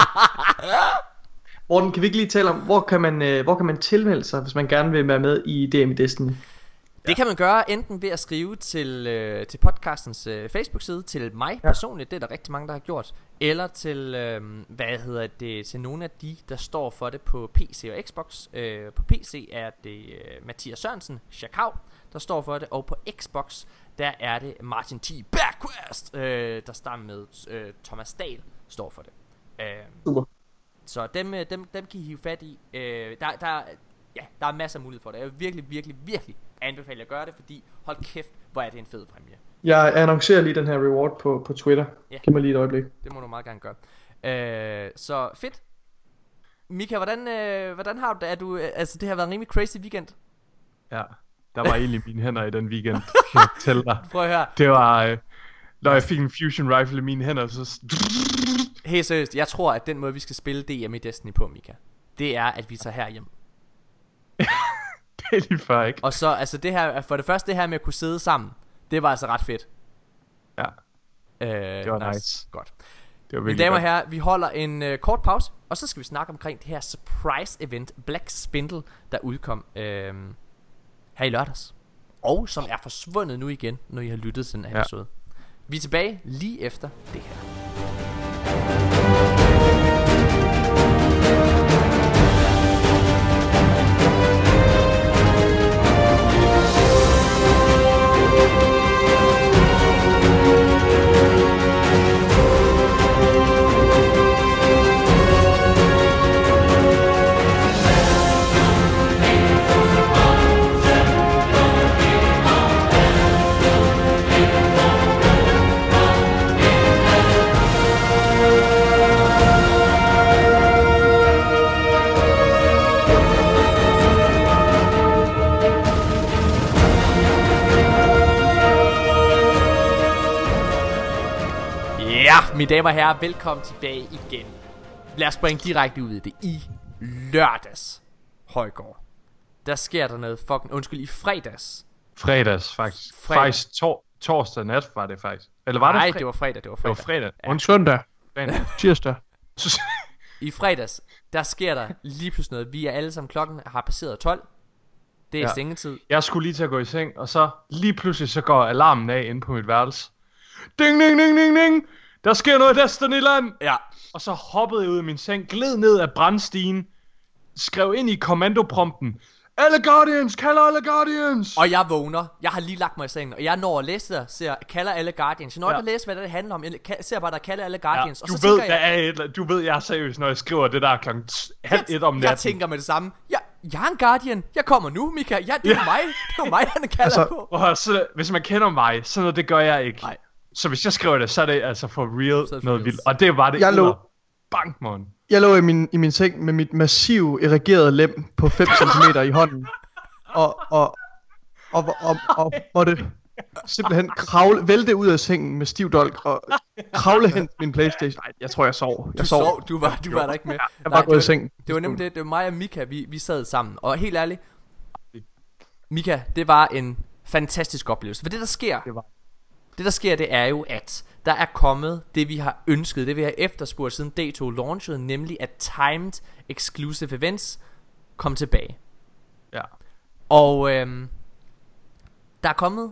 Morten, kan vi ikke lige tale om, hvor kan man tilmelde sig, hvis man gerne vil være med i DM i Destiny? Det kan man gøre enten ved at skrive til podcastens Facebook-side, til mig personligt, det er der rigtig mange, der har gjort, eller til, til nogle af de, der står for det på PC og Xbox. På PC er det Mathias Sørensen, Chakau, der står for det, og på Xbox, der er det Martin T. Backquest, der stammer med Thomas Dahl, står for det. Super. Så dem kan I hive fat i. Der er masser af mulighed for det. Jeg vil virkelig anbefale at gøre det, fordi hold kæft, hvor er det en fed præmie. Jeg annoncerer lige den her reward på Twitter. Ja. Giv mig lige et øjeblik. Det må du meget gerne gøre. Så fedt. Mika, hvordan har du det? Altså det har været en rimelig crazy weekend. Ja, der var egentlig mine hænder i den weekend. Kan jeg fortælle dig. Prøv at høre. Det var, når jeg fik en fusion rifle i mine hænder, så... Helt seriøst, jeg tror, at den måde, vi skal spille DM i Destiny på, Mika, det er, at vi tager herhjem. Det er lige før, ikke? Og så, altså det her, for det første, det her med at kunne sidde sammen, det var altså ret fedt. Ja, det var nice. Godt. Det var Mine damer og herrer, vi holder en kort pause, og så skal vi snakke omkring det her surprise event, Black Spindle, der udkom her i lørdags. Og som er forsvundet nu igen, når I har lyttet til den her episode. Vi er tilbage lige efter det her. Mine damer og herrer, velkommen tilbage igen. Lad os springe direkte ud i det. I lørdags, Højgaard, der sker der noget i fredags. Fredags, faktisk. Faktisk torsdag nat var det faktisk. Eller var det Nej, det var fredag. Det var fredag. Ja. Søndag. Tirsdag. I fredags, der sker der lige pludselig noget. Vi er alle sammen, klokken har passeret 12. Det er sengetid. Jeg skulle lige til at gå i seng, og så lige pludselig så går alarmen af inde på mit værelse. Ding, ding, ding, ding, ding. Der sker noget i Destinyland. Ja. Og så hoppede jeg ud af min seng, gled ned af brandstigen, skrev ind i kommandoprompten: alle Guardians, kalder alle Guardians. Og jeg vågner, jeg har lige lagt mig i sengen, og jeg når at læse der, ser kalder alle Guardians. Jeg når ikke at læse, hvad det handler om. Jeg ser bare, der kalder alle Guardians. Og så du ved, jeg er seriøs, når jeg skriver det der klokken 1:30 om natten. Jeg tænker med det samme. Jeg er en Guardian. Jeg kommer nu, Mika. Ja, det er mig. Det er mig, han kalder altså, på. Og så, hvis man kender mig, så noget, det gør jeg ikke. Nej. Så hvis jeg skriver det, så er det altså for real noget vildt. Og det var det. Jeg lå i min seng med mit massive erigerede lem på 5 cm i hånden. Og måtte simpelthen vælte ud af sengen med stiv dolk og kravle hen min PlayStation. Nej, jeg tror jeg sov. Du var der ikke med. Jeg var gået i seng. Det var nemlig det. Det var mig og Mika, vi sad sammen. Og helt ærligt, Mika, det var en fantastisk oplevelse. For det der sker, det er jo, at der er kommet det, vi har ønsket, det vi har efterspurgt siden D2 launchede, nemlig at timed exclusive events kom tilbage. Ja. Og der er kommet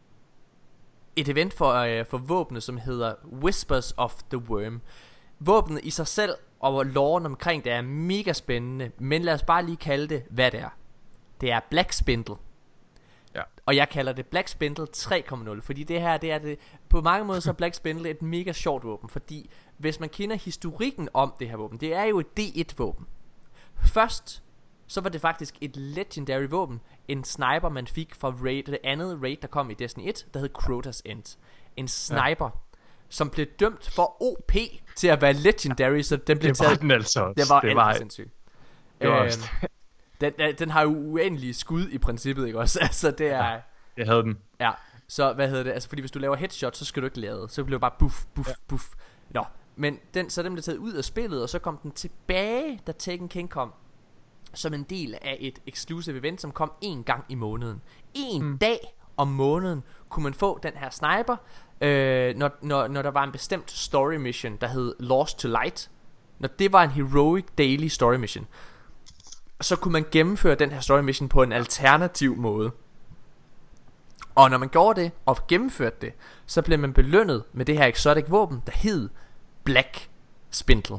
et event for våbnet, som hedder Whispers of the Worm. Våbnet i sig selv og loren omkring det er mega spændende, men lad os bare lige kalde det, hvad det er. Det er Black Spindle. Ja. Og jeg kalder det Black Spindle 3.0, fordi det her, det er det, på mange måder så er Black Spindle et mega sjovt våben, fordi hvis man kender historikken om det her våben, det er jo et D1 våben. Først så var det faktisk et legendary våben. En sniper man fik fra det andet raid der kom i Destiny 1, der hed Crota's End. En sniper som blev dømt for OP til at være legendary, så den blev taget. Den altså. Det var alt for sindssygt. Den har jo uendelige skud i princippet, ikke også? Altså det er. Ja, jeg havde den. Ja. Så hvad hedder det? Altså fordi hvis du laver headshot, så skal du ikke lade. Så bliver det bare buff. Nå, men den blev taget ud af spillet, og så kom den tilbage, da Taken King kom, som en del af et exclusive event, som kom en gang i måneden. En dag om måneden kunne man få den her sniper, når der var en bestemt story mission, der hed Lost to Light. Når det var en heroic daily story mission, så kunne man gennemføre den her story mission på en alternativ måde. Og når man gjorde det og gennemførte det, så blev man belønnet med det her exotic våben, der hed Black Spindle.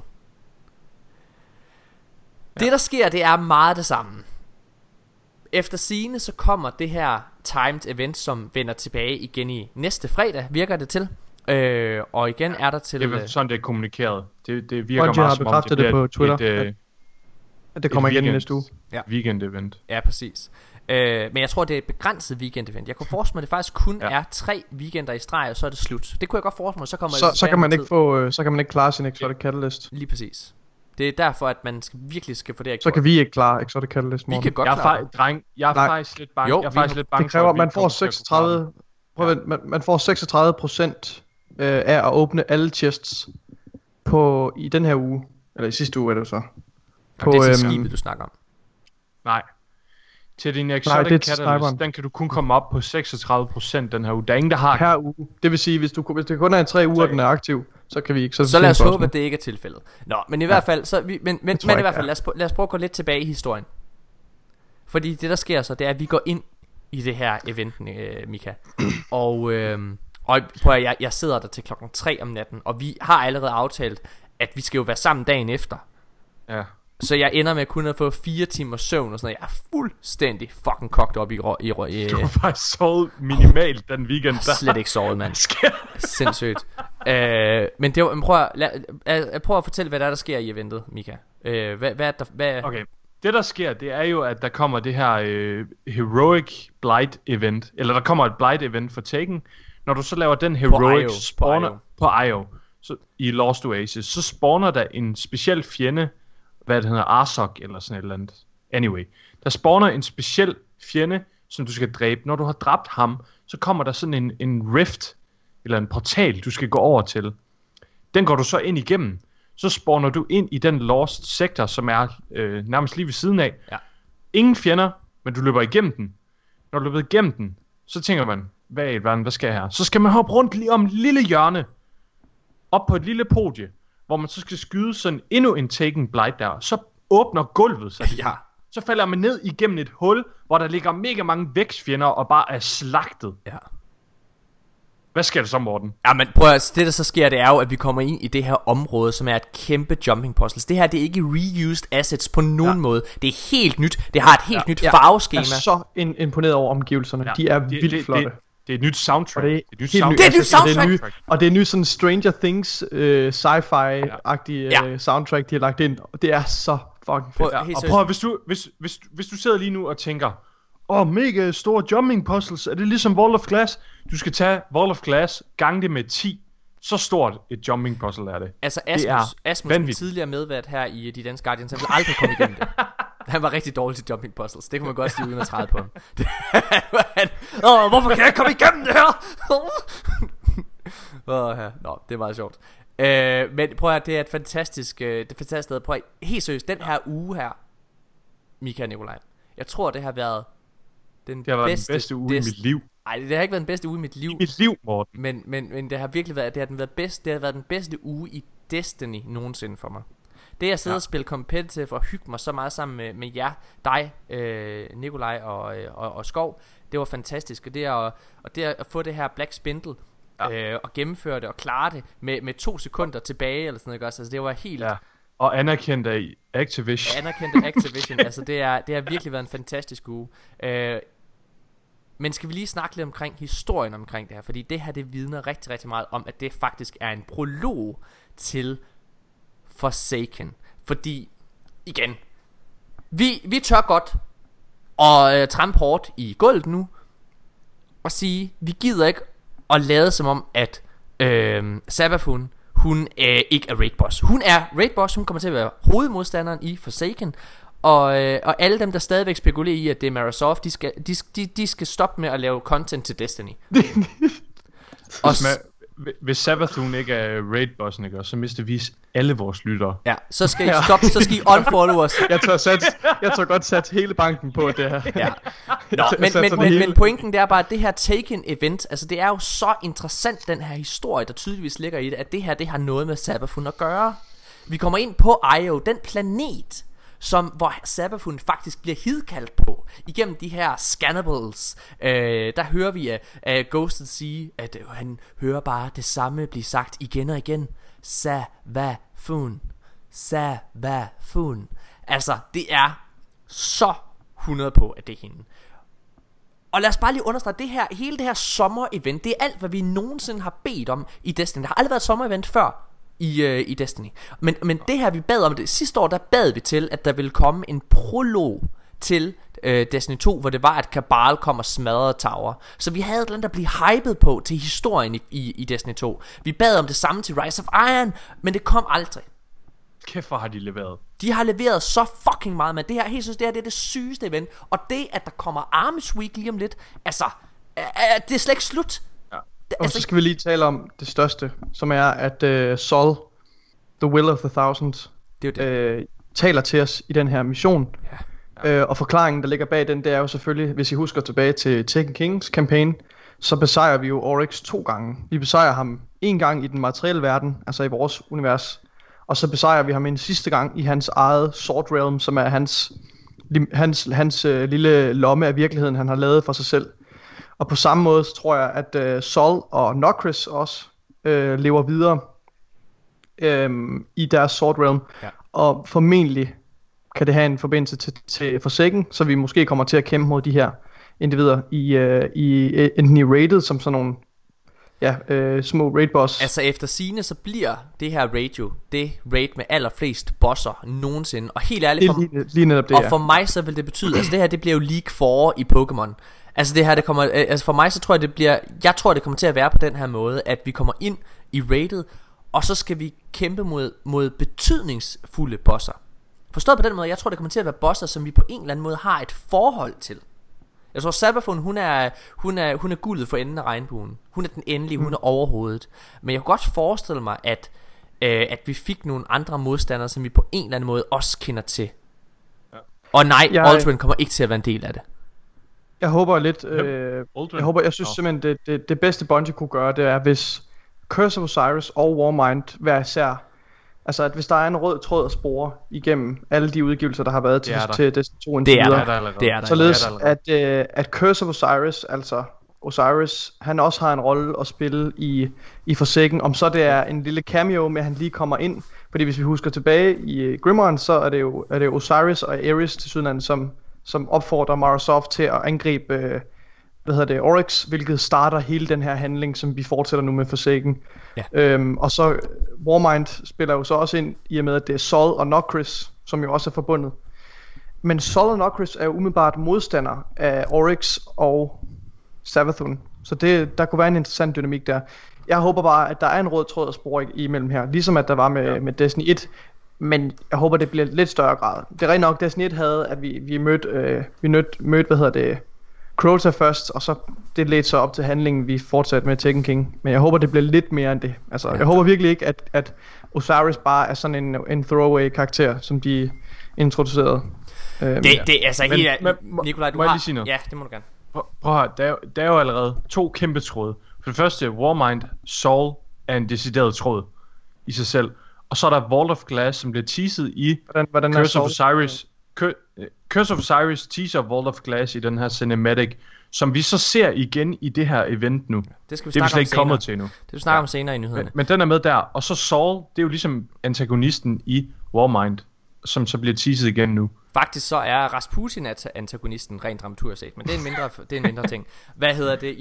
Det der sker, det er meget det samme. Efter sigende så kommer det her timed event, som vender tilbage igen i næste fredag, virker det til. Og igen er der til. Det er sådan det er kommunikeret. Det virker Bungie meget som om det på Twitter, at det kommer igen i næste uge. Weekend event. Ja, præcis. Men jeg tror det er et begrænset weekend event. Jeg kunne forestille mig at det faktisk kun er 3 weekender i streg, og så er det slut. Det kunne jeg godt forestille mig. Så kommer så kan man ikke få, så kan man ikke klare sin Exotic Catalyst. Lige præcis. Det er derfor at man virkelig skal få det. Så kan vi ikke klare Exotic Catalyst. Vi kan godt klare. Jeg er faktisk lidt bange. Jeg er faktisk lidt bange. Det kræver at man får 36. Man får 36% af at åbne alle chests i den her uge, eller i sidste uge er det så. På det er skibet du snakker om. Nej. Til din Exotic Catalyst, den kan du kun komme op på 36% den her uge. Der er ingen der har per uge. Det vil sige hvis det kun er 3 uger den er aktiv, så kan vi ikke. Så lad os håbe at det ikke er tilfældet. Nå, men i hvert fald så men i hvert fald lad os prøve at gå lidt tilbage i historien. Fordi det der sker så, det er at vi går ind i det her event, Mika. Og prøv at jeg sidder der til 3 om natten, og vi har allerede aftalt at vi skal jo være sammen dagen efter. Ja. Så jeg ender med kun at få 4 timer søvn og sådan noget. Jeg er fuldstændig fucking kogt op i Du har faktisk sovet minimalt den weekend der. Slet ikke sovet, mand. Sindssygt. Men det var, prøv at fortælle hvad der sker i eventet, Mika. Okay. Det der sker, det er jo at der kommer det her Heroic Blight event. Eller der kommer et Blight event for Taken. Når du så laver den Heroic spawner på IO så, i Lost Oasis, så spawner der en speciel fjende, hvad det hedder, Arsok eller sådan et eller andet. Anyway, der spawner en speciel fjende, som du skal dræbe. Når du har dræbt ham, så kommer der sådan en rift, eller en portal, du skal gå over til. Den går du så ind igennem. Så spawner du ind i den Lost sektor, som er nærmest lige ved siden af. Ja. Ingen fjender, men du løber igennem den. Når du løber igennem den, så tænker man, hvad skal jeg her? Så skal man hoppe rundt lige om et lille hjørne, op på et lille podie, hvor man så skal skyde sådan endnu en Taken Blight der. Så åbner gulvet sig. Ja. Så falder man ned igennem et hul, hvor der ligger mega mange vækstfjender og bare er slagtet. Ja. Hvad sker der så, Morten? Ja, men prøv at det der så sker, det er jo at vi kommer ind i det her område, som er et kæmpe jumping puzzles. Det her, det er ikke reused assets på nogen måde. Det er helt nyt. Det har et helt nyt farveskema. Jeg er så imponeret over omgivelserne. Ja. De er vildt flotte. Det er et nyt soundtrack. Det er et nyt soundtrack. Og det er nyt sådan Stranger Things sci-fi-agtige soundtrack, de har lagt ind. Og det er så fucking fedt. Og prøv, hvis du sidder lige nu og tænker, mega store jumping puzzles, er det ligesom Wall of Glass? Du skal tage Wall of Glass, gange det med 10. Så stort et jumping puzzle er det. Altså Asmus tidligere medvært her i De Danske Guardians, han ville aldrig komme igennem det. Han var rigtig dårlig til jumping puzzles. Det kunne man godt sige uden at træde på ham. Hvorfor kan jeg ikke komme igennem det her? Nå, det er meget sjovt. Men prøv at det er et fantastisk sted. Prøv at, helt seriøst, den her uge her, Mika og Nikolaj, jeg tror det har været den bedste uge i mit liv. Nej, det har ikke været den bedste uge i mit liv. I mit liv, Morten. Men det har virkelig været, det har været den bedste uge i Destiny nogensinde for mig. Det at sidde og spille competitive og hygge mig så meget sammen med jer, dig, Nikolaj og Skov, det var fantastisk. Og det at få det her Black Spindle og gennemføre det og klare det med 2 sekunder tilbage eller sådan noget også. Altså det var helt og anerkendt af Activision. Altså det har virkelig været en fantastisk uge. Men skal vi lige snakke lidt omkring historien omkring det her, fordi det her det vidner rigtig rigtig meget om at det faktisk er en prolog til Forsaken. Fordi igen, Vi tør godt og trampe hårdt i gulvet nu og sige, vi gider ikke at lade som om at Savathun, hun ikke er raid boss. Hun er raid boss. Hun kommer til at være hovedmodstanderen i Forsaken. Og alle dem der stadigvæk spekulerer i at det er Mara Sov, de skal stoppe med at lave content til Destiny. Og hvis Savathun ikke er raid-bossen, ikke, så mister vi alle vores lyttere. Ja, så skal I stoppe, så skal I unfollow os. Jeg tør godt sætte hele banken på det her. Ja. Nå, men pointen det er bare, at det her Taken event, altså det er jo så interessant, den her historie, der tydeligvis ligger i det, at det her, det har noget med Savathun at gøre. Vi kommer ind på Io, den planet, hvor Savathun faktisk bliver hidkaldt på igennem de her scannables. Der hører vi Ghosted sige, at han hører bare det samme blive sagt igen og igen. Savathun. Savathun. Altså det er så 100 på at det er hende. Og lad os bare lige understrege det her, hele det her sommer-event, det er alt hvad vi nogensinde har bedt om i Destiny. Der har aldrig været et sommer-event før i Destiny. Men det her vi bad om det sidste år, der bad vi til at der ville komme en prolog til Destiny 2, hvor det var at Cabal kom og smadrede Tower. Så vi havde et eller andet at blive hyped på til historien i Destiny 2. Vi bad om det samme til Rise of Iron, men det kom aldrig. Kæft, hvor har de leveret. De har leveret så fucking meget. Men det her, helt synes, det er det sygeste event. Og det at der kommer Armies Week lige om lidt, altså det er slet ikke slut. Og så skal vi lige tale om det største, som er at Sol, the Will of the Thousands, taler til os i den her mission. Og forklaringen der ligger bag den, det er jo selvfølgelig, hvis I husker tilbage til Taken Kings campaign, så besejrer vi jo Oryx 2 gange. Vi besejrer ham en gang i den materielle verden, altså i vores univers, og så besejrer vi ham en sidste gang i hans eget Sword Realm, som er hans lille lomme af virkeligheden, han har lavet for sig selv. Og på samme måde så tror jeg at Sol og Nokris også lever videre i deres Sword Realm. Og formentlig kan det have en forbindelse til Forsaken, så vi måske kommer til at kæmpe mod de her individer i enten i raided som sådan nogle små raid boss. Altså efter sigende så bliver det her raid jo det raid med allerflest bosser nogensinde. Og helt ærligt lige netop det, og for mig så vil det betyde, altså det her det bliver jo League 4 i Pokémon. Altså det her det kommer, altså for mig så tror jeg jeg tror det kommer til at være på den her måde, at vi kommer ind i raided, og så skal vi kæmpe mod betydningsfulde bosser. Forstået på den måde, jeg tror det kommer til at være bosser, som vi på en eller anden måde har et forhold til. Jeg tror Savathun, hun er guldet for enden af regnbuen. Hun er den endelige, hun er overhovedet. Men jeg kunne godt forestille mig at vi fik nogle andre modstandere, som vi på en eller anden måde også kender til. Og nej, Aldrin kommer ikke til at være en del af det. Jeg håber lidt jeg synes simpelthen det bedste Bungie kunne gøre, det er hvis Curse of Osiris og Warmind hver især, altså at hvis der er en rød tråd at spore igennem alle de udgivelser der har været til Destiny 2 indtil videre, således at Curse of Osiris, altså Osiris, han også har en rolle at spille i Forsaken, om så det er en lille cameo med at han lige kommer ind, fordi hvis vi husker tilbage i Grimoire, så er det Osiris og Ares til syden som opfordrer Mara Sov til at angribe Oryx, hvilket starter hele den her handling, som vi fortsætter nu med Forsaken. Og så Warmind spiller jo så også ind i og med at det er Sol og Nokris, som jo også er forbundet. Men Sol og Nokris er jo umiddelbart modstander af Oryx og Savathun, så der kunne være en interessant dynamik der. Jeg håber bare at der er en rød tråd at spore imellem her, ligesom at der var med Destiny 1. Men jeg håber det bliver lidt større grad. Det er rent nok Destiny 1 havde at vi mødte Crota først, og så det ledte sig op til handlingen vi fortsatte med Taken King. Men jeg håber det bliver lidt mere end det. Altså jeg håber virkelig ikke at Osiris bare er sådan en throwaway karakter som de introducerede. Det altså helt Nikolaj, du må har lige sige noget? Ja, det må du gerne. Prøv at høre, der er jo allerede 2 kæmpe tråde. For det første, Warmind Sol er en decideret tråd i sig selv. Og så er der Vault of Glass, som bliver teaset i hvordan Curse of Osiris. Curse of Osiris teaser Vault of Glass i den her cinematic, som vi så ser igen i det her event nu. Det skal vi det er vi slet ikke kommet til nu. Det vil vi snakke om senere i nyhederne. Men den er med der. Og så Sol, det er jo ligesom antagonisten i Warmind, som så bliver teaset igen nu. Faktisk så er Rasputin antagonisten rent dramaturgisk set, men det er en mindre ting. Hvad hedder det?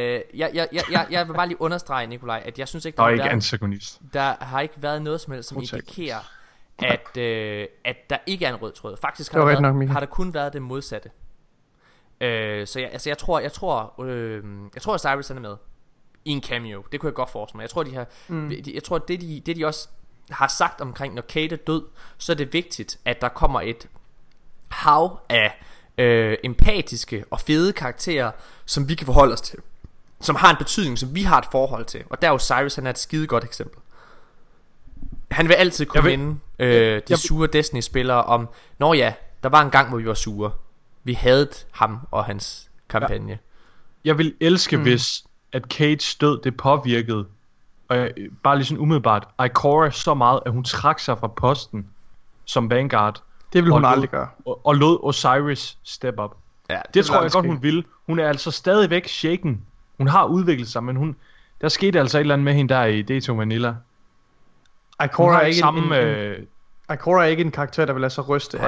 Jeg vil bare lige understrege, Nikolaj, at jeg synes ikke der ikke antagonist. Der har ikke været noget som helst som indikerer at der ikke er en rød tråd. Faktisk har der kun været det modsatte. Jeg tror at Cyrus er med i en cameo. Det kunne jeg godt forestille mig. Jeg tror det de også har sagt omkring, når Kate er død, så er det vigtigt, at der kommer et hav af empatiske og fede karakterer, som vi kan forholde os til, som har en betydning, som vi har et forhold til. Og der er jo Cyrus, han er et skide godt eksempel. Han vil altid kunne minde de sure Destiny-spillere om, nå ja, der var en gang, hvor vi var sure. Vi hadede ham og hans kampagne. Jeg vil elske, hvis at Kates død, det påvirkede, og bare lige sådan umiddelbart, Ikora så meget, at hun trak sig fra posten som Vanguard. Det vil hun aldrig gøre. Og lod Osiris step up. Ja, det tror jeg godt, hun vil. Hun er altså stadigvæk shaken. Hun har udviklet sig, men der skete altså et eller andet med hende der i D2 Vanilla. Ikora er ikke en karakter, der vil lade sig ryste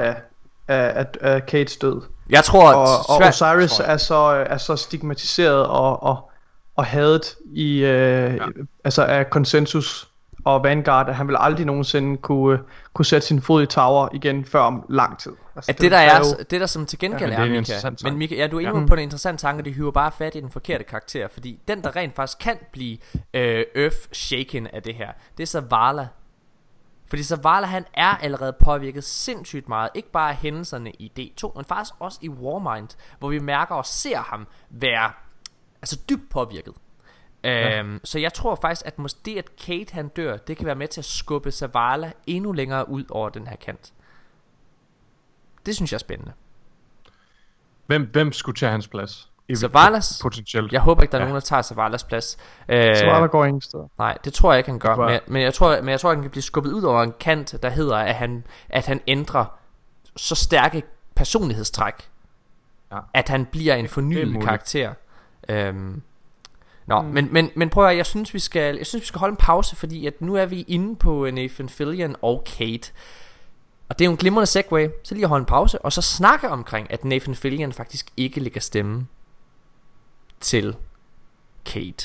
af Kates død. Jeg tror, og Osiris er så stigmatiseret og hadet i altså af Consensus og Vanguard, at han vil aldrig nogensinde kunne sætte sin fod i tower igen før om lang tid. Altså, det der som til gengæld er Mika. Men Mika, ja, du er inde på en interessant tanke. Det hiver bare fat i den forkerte karakter, fordi den der rent faktisk kan blive earth shaken af det her, det er Zavala. Fordi Zavala, han er allerede påvirket sindssygt meget, ikke bare af hændelserne i D2, men faktisk også i Warmind, hvor vi mærker og ser ham være dybt påvirket. Så jeg tror faktisk, at måske at Kate han dør, det kan være med til at skubbe Zavala endnu længere ud over den her kant. Det synes jeg er spændende. Hvem skulle tage hans plads? Zavalas? Potentielt. Jeg håber ikke der er nogen der tager Zavalas plads. Zavala går ingen steder. Nej, det tror jeg ikke han gør. Men jeg tror han kan blive skubbet ud over en kant, der hedder at han ændrer så stærke personlighedstræk, at han bliver en fornyet karakter. Men prøv at jeg synes vi skal holde en pause, fordi at nu er vi inde på Nathan Fillion og Kate. Og det er jo en glimrende segue. Så lige at holde en pause og så snakke omkring at Nathan Fillion faktisk ikke lægger stemme til Kate.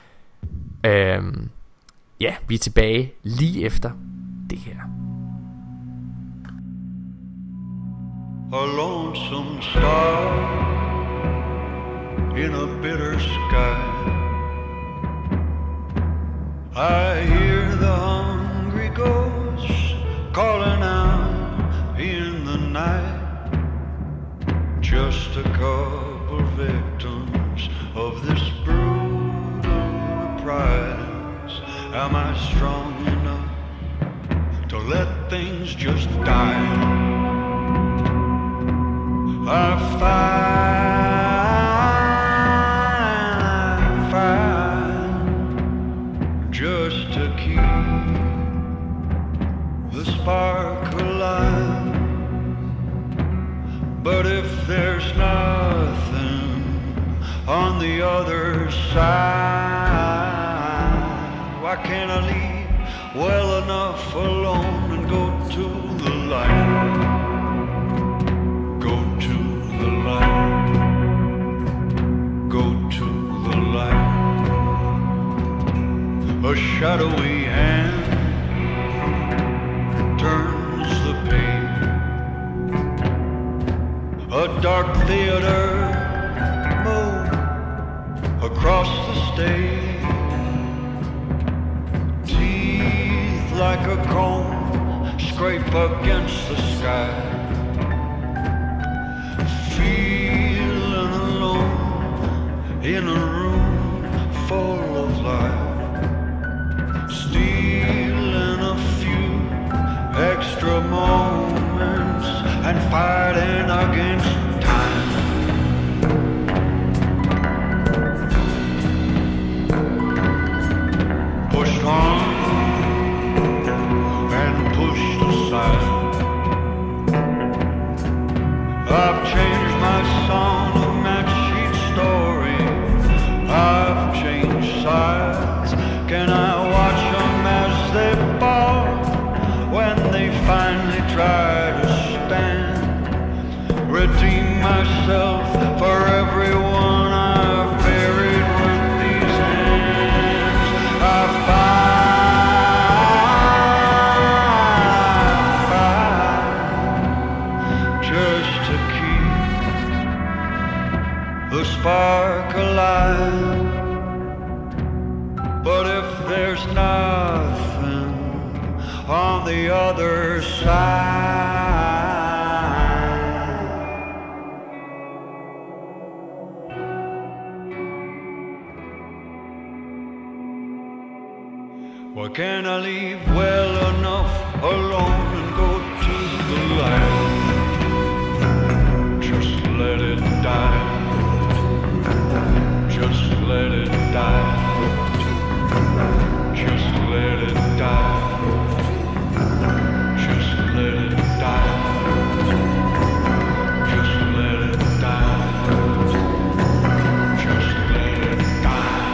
Ja, vi er tilbage lige efter det her. A lonesome star in a bitter sky. I hear the hungry ghosts calling out in the night. Just a couple victims of this brutal reprise. Am I strong enough to let things just die? I find just to keep the spark alive. But if there's nothing on the other side, why can't I leave well enough alone and go to the light? Go to the light. Go to the light. A shadowy hand turns the page. A dark theater moves across the stage. Teeth like a comb scrape against the sky. Feeling alone in a room full of life. Stealing a few extra moments and fighting against time. Pushed on and pushed aside. I've changed my song to match each story. I've changed sides. Can I watch them as they fall when they finally try to stand? Redeem myself for everyone I've buried with these hands. I find the spark alive. But if there's nothing on the other side, why can't I leave well enough alone and go to the light? Just let it die. Just let it die. Just let it die. Just let it die. Just let it die. Just let it die.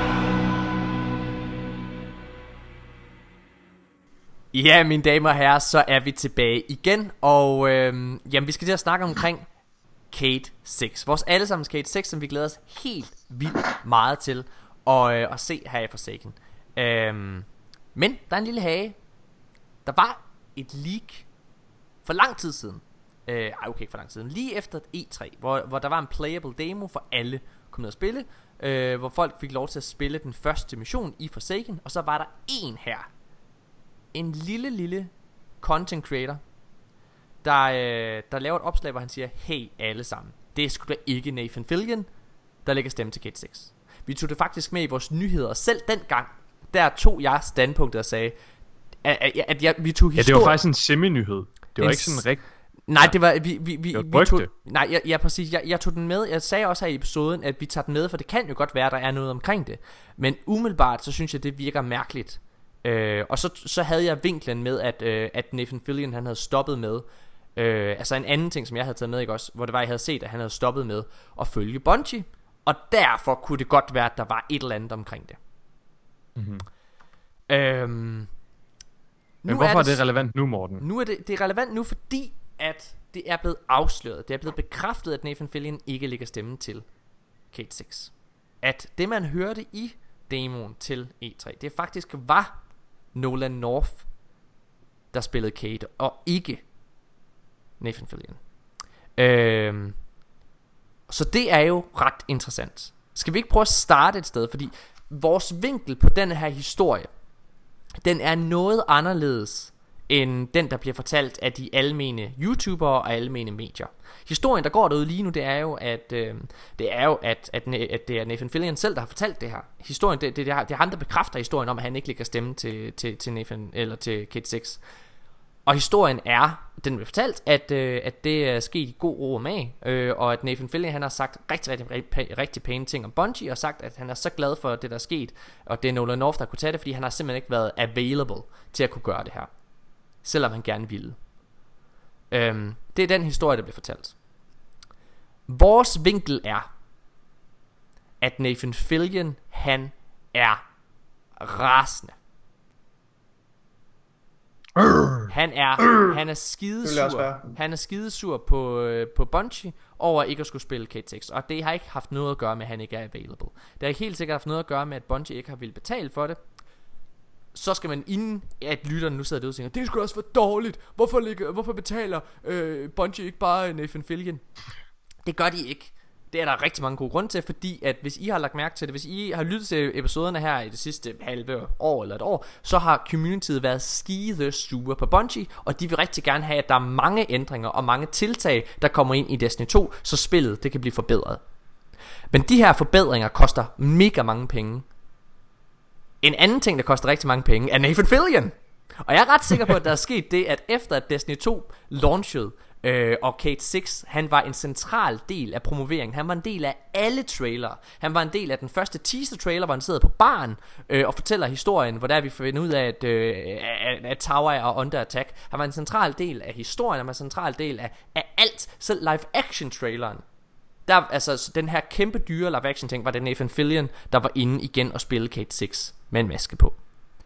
Ja, mine damer og herrer, så er vi tilbage igen. Og jamen, vi skal til at snakke omkring Kate 6. Vores allesammens Kate 6, som vi glæder os helt vildt meget til at se her i Forsaken. Men der er en lille hage. Der var et leak for lang tid siden. Okay, ikke for lang tid siden. Lige efter E3, hvor der var en playable demo for alle kom ned at spille, hvor folk fik lov til at spille den første mission i Forsaken. Og så var der en her, en lille content creator, der laver et opslag, hvor han siger: hey alle sammen, det er sgu da ikke Nathan Fillion, der lægger stemme til Kate 6. Vi tog det faktisk med i vores nyheder. Selv dengang, der tog jeg standpunktet og sagde, at vi tog historie. Ja, det var faktisk en semi-nyhed. Det var ikke sådan rigtig. Nej, det var vi tog. Nej, ja, præcis. Jeg tog den med. Jeg sagde også her i episoden, at vi tager den med, for det kan jo godt være, der er noget omkring det. Men umiddelbart så synes jeg, det virker mærkeligt. Og så havde jeg vinklen med, at Nathan Fillion, han havde stoppet med, altså en anden ting, som jeg havde taget med, ikke også, hvor det var, jeg havde set, at han havde stoppet med at følge Bungie. Og derfor kunne det godt være, at der var et eller andet omkring det. Mm-hmm. Men hvorfor er det relevant nu, Morten? Nu er det er relevant nu, fordi at det er blevet afsløret, det er blevet bekræftet, at Nathan Fillion ikke lægger stemme til Kate 6. At det man hørte i demoen til E3, det faktisk var Nolan North, der spillede Kate, og ikke Nathan Fillion. Så det er jo ret interessant. Skal vi ikke prøve at starte et sted? Fordi vores vinkel på den her historie, den er noget anderledes end den, der bliver fortalt af de almene YouTubere og almene medier. Historien, der går derude lige nu, det er jo, at det er Nathan Fillion selv, der har fortalt det her. Historien, det er ham, der bekræfter historien om, at han ikke lægger stemme til Nathan eller til Kate 6. Og historien er, den bliver fortalt, at det er sket i god ro og mag, og at Nathan Fillion, han har sagt rigtig pæne ting om Bungie, og sagt, at han er så glad for det, der er sket, og det er Nolan North, der kunne tage det, fordi han har simpelthen ikke været available til at kunne gøre det her, selvom han gerne ville. Det er den historie, der bliver fortalt. Vores vinkel er, at Nathan Fillion, han er rasende. Han er skidesur. Han er skidesur på Bungie over ikke at skulle spille Kate 6. Og det har ikke haft noget at gøre med, at han ikke er available. Det har helt sikkert haft noget at gøre med, at Bungie ikke har ville betale for det. Så skal man, inden at lytterne nu sidder derude og tænker, det skulle også være dårligt, hvorfor betaler Bungie ikke bare Nathan Fillion? Det gør de ikke. Det er der rigtig mange gode grunde til, fordi at hvis I har lagt mærke til det, hvis I har lyttet til episoderne her i det sidste halve år eller et år, så har communityet været skidesure på Bungie, og de vil rigtig gerne have, at der er mange ændringer og mange tiltag, der kommer ind i Destiny 2, så spillet det kan blive forbedret. Men de her forbedringer koster mega mange penge. En anden ting, der koster rigtig mange penge, er Nathan Fillion. Og jeg er ret sikker på, at der er sket det, at efter at Destiny 2 launchede, og Kate 6, han var en central del af promoveringen. Han var en del af alle trailere. Han var en del af den første teaser trailer, hvor han sidder på baren og fortæller historien, hvor der vi finder ud af, at Tower er under attack. Han var en central del af historien. Han var en central del af alt. Selv live action traileren, der, altså den her kæmpe dyre live action ting, var det Nathan Fillion, der var inde igen og spille Kate 6 med en maske på.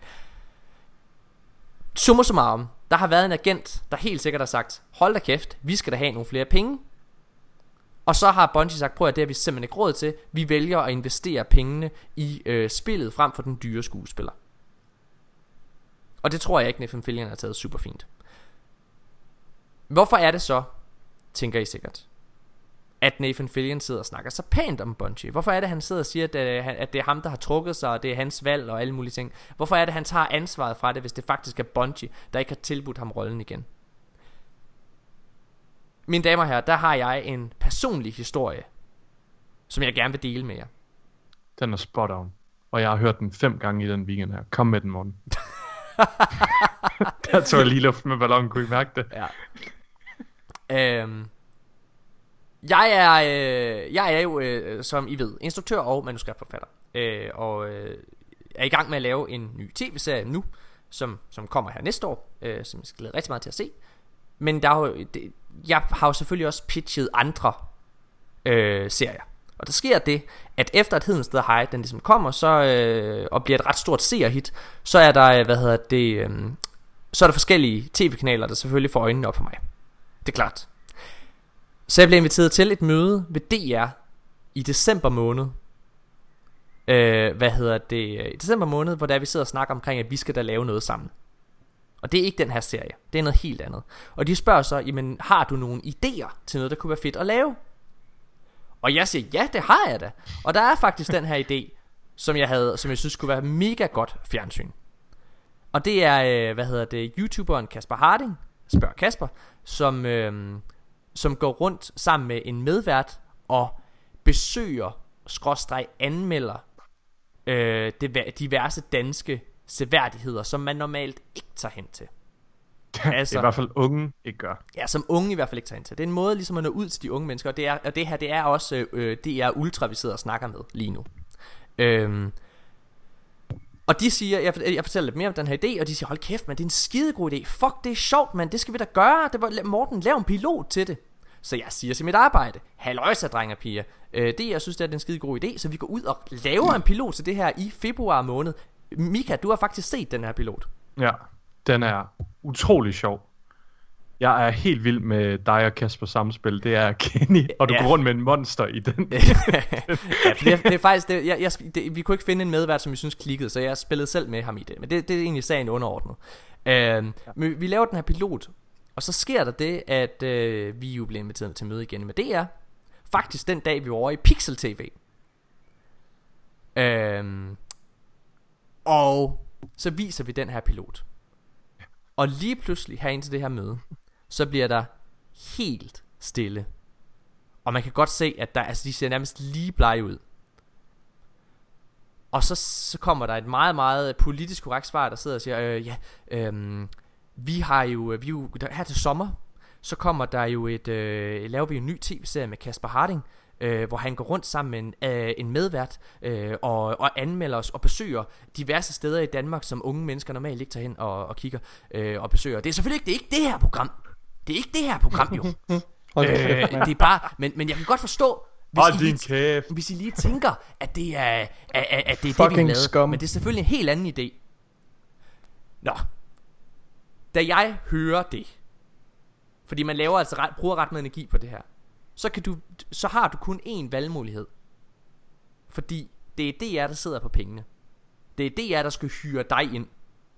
Summa summarum, der har været en agent, der helt sikkert har sagt, hold da kæft, vi skal da have nogle flere penge. Og så har Bungie sagt, prøv at det har vi simpelthen ikke råd til. Vi vælger at investere pengene i spillet frem for den dyre skuespiller. Og det tror jeg ikke, Nathan Fillion har taget super fint. Hvorfor er det så, tænker I sikkert? at Nathan Fillion sidder og snakker så pænt om Bungie? Hvorfor er det, han sidder og siger, at det er ham, der har trukket sig, og det er hans valg og alle mulige ting? Hvorfor er det, han tager ansvaret fra det, hvis det faktisk er Bungie, der ikke har tilbudt ham rollen igen? Mine damer og herrer, der har jeg en personlig historie, som jeg gerne vil dele med jer. Den er spot on. Og jeg har hørt den 5 gange i den weekend her. Kom med den, morgen. Der tog jeg lige luft med ballonen, kunne I mærke det? Ja. Jeg er jo, som I ved, instruktør og manuskriptforfatter. Og er i gang med at lave en ny tv-serie nu, som kommer her næste år, som jeg skal glæde rigtig meget til at se. Men jeg har jo selvfølgelig også pitchet andre serier. Og der sker det, at efter at Hedens Sted High, den ligesom kommer, så, og bliver et ret stort seerhit, så er der, så er der forskellige tv-kanaler, der selvfølgelig får øjnene op for mig. Det er klart. Så jeg blev inviteret til et møde ved DR i december måned. I december måned, hvor der vi sidder og snakker omkring, at vi skal da lave noget sammen. Og det er ikke den her serie, det er noget helt andet. Og de spørger så, jamen har du nogle idéer til noget, der kunne være fedt at lave? Og jeg siger, ja, det har jeg da. Og der er faktisk den her idé, som jeg synes kunne være mega godt fjernsyn. Og det er, YouTuberen Kasper Harding, spørger Kasper, som går rundt sammen med en medvært og besøger, anmelder diverse danske seværdigheder, som man normalt ikke tager hen til. Altså, det er i hvert fald unge ikke gør. Ja, som unge i hvert fald ikke tager hen til. Det er en måde ligesom at nå ud til de unge mennesker. Og det her, det er også det er ultra, vi sidder og snakker med lige nu. Og de siger, jeg fortæller lidt mere om den her idé, og de siger, hold kæft, man, det er en skidegod idé. Fuck, det er sjovt, man, det skal vi da gøre. Morten, lav en pilot til det. Så jeg siger til mit arbejde, halløjsa, drenge og piger, jeg synes, det er en skidegod idé, så vi går ud og laver en pilot til det her i februar måned. Mika, du har faktisk set den her pilot. Ja, den er utrolig sjov. Jeg er helt vild med dig og Kasper samspil. Det er Kenny, og du går rundt med en monster i den. Ja, det er faktisk vi kunne ikke finde en medvært, som vi synes klikkede, så jeg spillede selv med ham i det. Men det er egentlig sagen underordnet. Men vi laver den her pilot, og så sker der det, at vi jo bliver inviteret til møde igen med DR. Faktisk den dag vi var over i Pixel TV. Og så viser vi den her pilot. Og lige pludselig herinde til det her møde, så bliver der helt stille. Og man kan godt se, at de ser nærmest lige blege ud. Og så kommer der et meget, meget politisk korrekt svar, der sidder og siger, vi har jo her til sommer, så kommer der jo laver vi en ny tv-serie med Kasper Harding, hvor han går rundt sammen med en medvært og anmelder os og besøger diverse steder i Danmark, som unge mennesker normalt ikke tager hen og kigger og besøger. Det er selvfølgelig ikke det her program. Det er ikke det her program, jo. Det er bare, men jeg kan godt forstå, hvis I lige tænker, at det er det, vi har lavet. Scum. Men det er selvfølgelig en helt anden idé. Nå. Da jeg hører det, fordi man laver altså bruger ret meget energi på det her, så har du kun én valgmulighed. Fordi det er DR, der sidder på pengene. Det er DR, der skal hyre dig ind.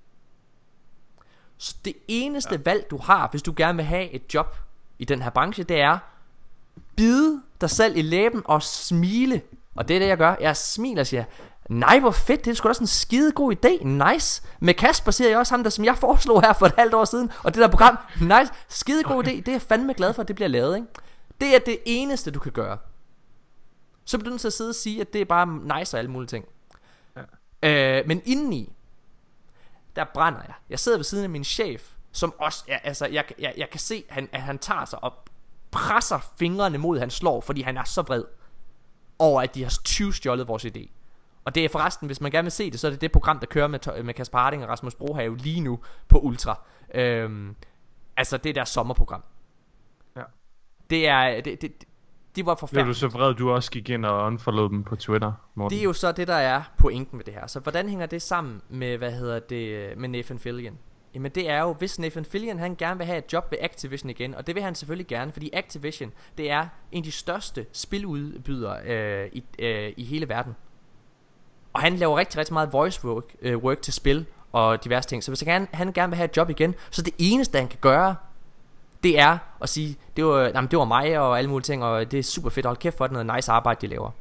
Så det eneste valg du har, hvis du gerne vil have et job i den her branche, det er bide dig selv i læben og smile. Og det er det jeg gør. Jeg smiler og siger, nej hvor fedt, det er sgu da sådan en skide god idé. Nice. Med Kasper siger jeg også ham der, som jeg foreslog her for et halvt år siden. Og det der program, nice, skide god idé. Det er jeg fandme glad for, at det bliver lavet, ikke? Det er det eneste du kan gøre. Så bliver du nødt til at sidde og sige, at det er bare nice og alle mulige ting. Ja. Men indeni, der brænder jeg. Jeg sidder ved siden af min chef, som også, jeg kan se, at han tager sig og presser fingrene mod, han slår, fordi han er så vred over, at de har tyvstjålet vores idé. Og det er forresten, hvis man gerne vil se det, så er det program, der kører med Kasper Harding og Rasmus Brohave lige nu på Ultra. Altså det der sommerprogram. Ja. Det er det var forfærdeligt. Det er du så vred, du også gik ind og unfollowede dem på Twitter, Morten. Det er jo så det, der er pointen med det her. Så hvordan hænger det sammen med, med Nathan Fillion? Jamen det er jo, hvis Nathan Fillion han gerne vil have et job ved Activision igen, og det vil han selvfølgelig gerne, fordi Activision, det er en af de største spiludbydere i hele verden. Og han laver rigtig, rigtig meget voice work til spil og diverse ting. Så hvis han gerne vil have et job igen, så det eneste han kan gøre, det er at sige, det var mig og alle mulige ting, og det er super fedt, hold kæft for, det noget nice arbejde, de laver.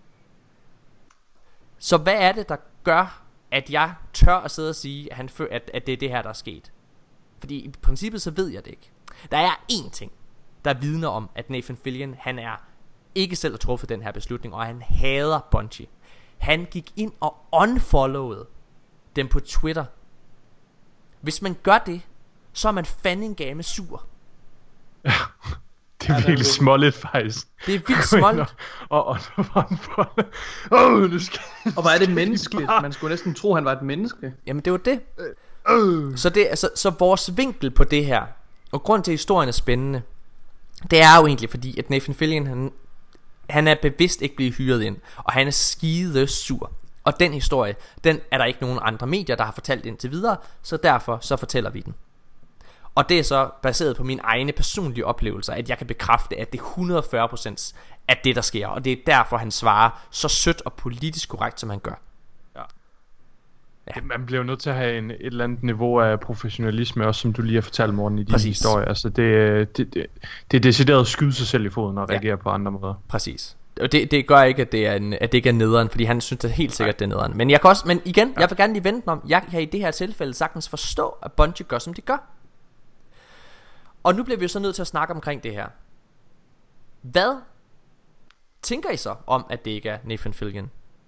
Så hvad er det, der gør, at jeg tør at sidde og sige, at det er det her, der er sket? Fordi i princippet, så ved jeg det ikke. Der er én ting, der vidner om, at Nathan Fillion, han er ikke selv har truffet den her beslutning, og han hader Bungie. Han gik ind og unfollowede dem på Twitter. Hvis man gør det, så er man fandme sur. Ja, det er virkelig småligt faktisk. Det er vildt småligt. Og hvor er det menneskeligt? Man skulle næsten tro, han var et menneske. Jamen det var det. Så vores vinkel på det her, og grund til at historien er spændende, det er jo egentlig fordi, at Nathan Fillion, han er bevidst ikke blevet hyret ind, og han er skide sur. Og den historie, den er der ikke nogen andre medier, der har fortalt indtil videre, så derfor så fortæller vi den. Og det er så baseret på mine egne personlige oplevelser, at jeg kan bekræfte, at det er 140% af det, der sker. Og det er derfor, han svarer så sødt og politisk korrekt, som han gør. Ja. Man bliver jo nødt til at have et eller andet niveau af professionalisme, også som du lige har fortalt, Morten, i din historie. Altså det er decideret at skyde sig selv i foden og reagere på andre måder. Præcis. Og det gør ikke, at det ikke er nederen, fordi han synes det helt sikkert, det er nederen. Men jeg kan også, jeg vil gerne lige vente om, jeg kan i det her tilfælde sagtens forstå, at Bungie gør, som de gør. Og nu bliver vi jo så nødt til at snakke omkring det her. Hvad tænker I så om, at det ikke er Nathan Fillion?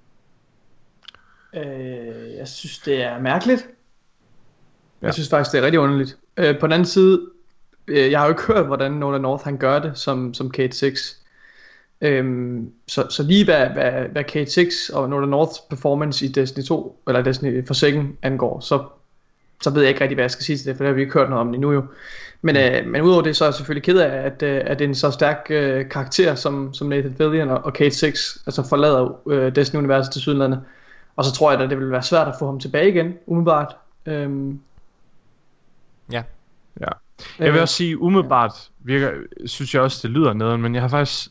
Jeg synes det er mærkeligt. Jeg synes faktisk det er rigtig underligt. På den anden side, jeg har jo ikke hørt hvordan Nolan North han gør det som Kate 6. Så lige hvad Kate 6 og Nolan Norths performance i Destiny 2 eller Destiny Forsaken angår, så ved jeg ikke rigtig hvad jeg skal sige til det, for det har vi ikke hørt noget om det endnu jo. Men udover det, så er jeg selvfølgelig ked af at det er en så stærk karakter som Nathan Fillion og Kate 6 altså forlader Destiny universet til sydlandet. Og så tror jeg at det vil være svært at få ham tilbage igen umiddelbart. Ja. Jeg vil også sige umiddelbart synes jeg også det lyder nederen, men jeg har faktisk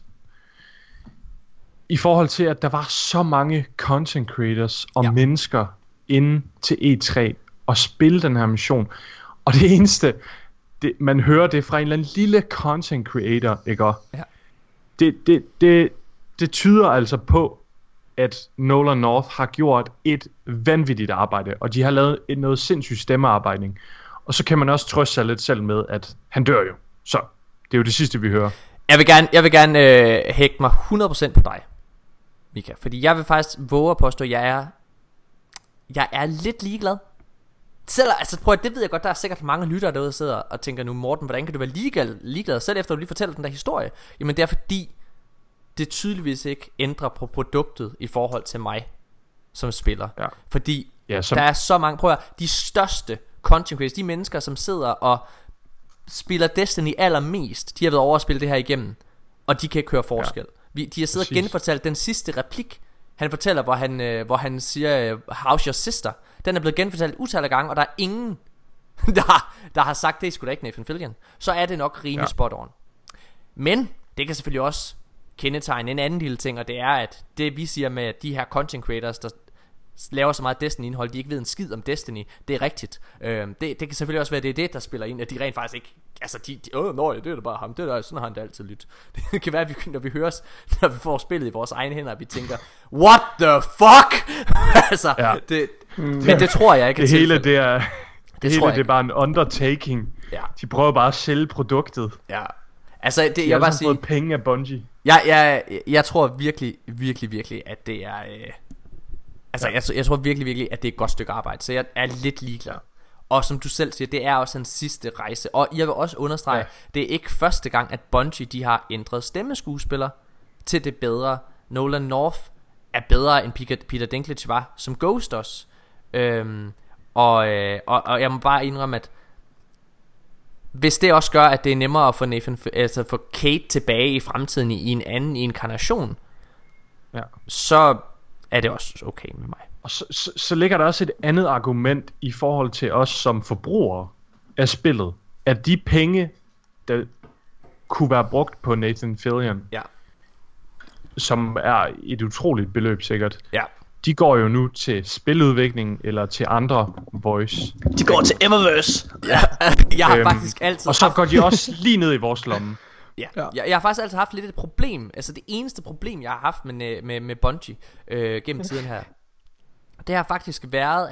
i forhold til at der var så mange content creators og mennesker inde til E3 og spille den her mission, og det eneste man hører det fra en eller anden lille content creator, ikke? Ja. Det tyder altså på at Nolan North har gjort et vanvittigt arbejde, og de har lavet noget sindssygt stemmearbejdning. Og så kan man også trøste sig lidt selv med, at han dør jo. Så det er jo det sidste, vi hører. Jeg vil gerne hægte mig 100% på dig, Mika. Fordi jeg vil faktisk våge at påstå, at jeg er lidt ligeglad. Selv, altså prøv at, det ved jeg godt, der er sikkert mange lyttere derude, der sidder og tænker nu, Morten, hvordan kan du være ligeglad, selv efter du lige fortæller den der historie? Jamen det er fordi, det tydeligvis ikke ændrer på produktet i forhold til mig som spiller. Ja. Fordi der er så mange, prøv at høre, de største content creators, de mennesker som sidder og spiller Destiny allermest, de har været over at spille det her igennem, og de kan ikke høre forskel. De har siddet og genfortalt den sidste replik, han fortæller, hvor han siger how's your sister. Den er blevet genfortalt utallige gange, og der er ingen der har sagt det er sgu da ikke Nathan Fillion. Så er det nok rimelig spot on. Men det kan selvfølgelig også kendetegne en anden lille ting, og det er at det vi siger med at de her content creators der laver så meget Destiny indhold, de ikke ved en skid om Destiny, det er rigtigt. Det kan selvfølgelig også være det der spiller ind, at de rent faktisk ikke, altså det er da bare ham, det der sådan har han det altid lyt. Det kan være at vi, når vi får spillet i vores egne hænder, at vi tænker what the fuck. Altså men det tror jeg ikke. Det hele det er det er bare en undertaking. Ja. De prøver bare at sælge produktet. Ja. Altså det jeg bare sige fået penge af Bungie. Jeg tror virkelig at det er jeg tror virkelig at det er et godt stykke arbejde. Så jeg er lidt ligeglad. Og som du selv siger, det er også en sidste rejse. Og jeg vil også understrege, det er ikke første gang at Bungie de har ændret stemmeskuespiller til det bedre. Nolan North er bedre end Peter Dinklage var som Ghost også. Og jeg må bare indrømme at hvis det også gør at det er nemmere at få få Kate tilbage i fremtiden i en anden inkarnation, så er det også okay med mig. Og så ligger der også et andet argument i forhold til os som forbrugere af spillet, at de penge der kunne være brugt på Nathan Fillion, som er et utroligt beløb sikkert, de går jo nu til spiludvikling eller til andre voice. De går til Eververse. Ja, jeg har faktisk altid Og så går de også lige ned i vores lomme. Ja. Jeg har faktisk altid haft lidt et problem. Altså det eneste problem jeg har haft med Bungie gennem tiden her, det har faktisk været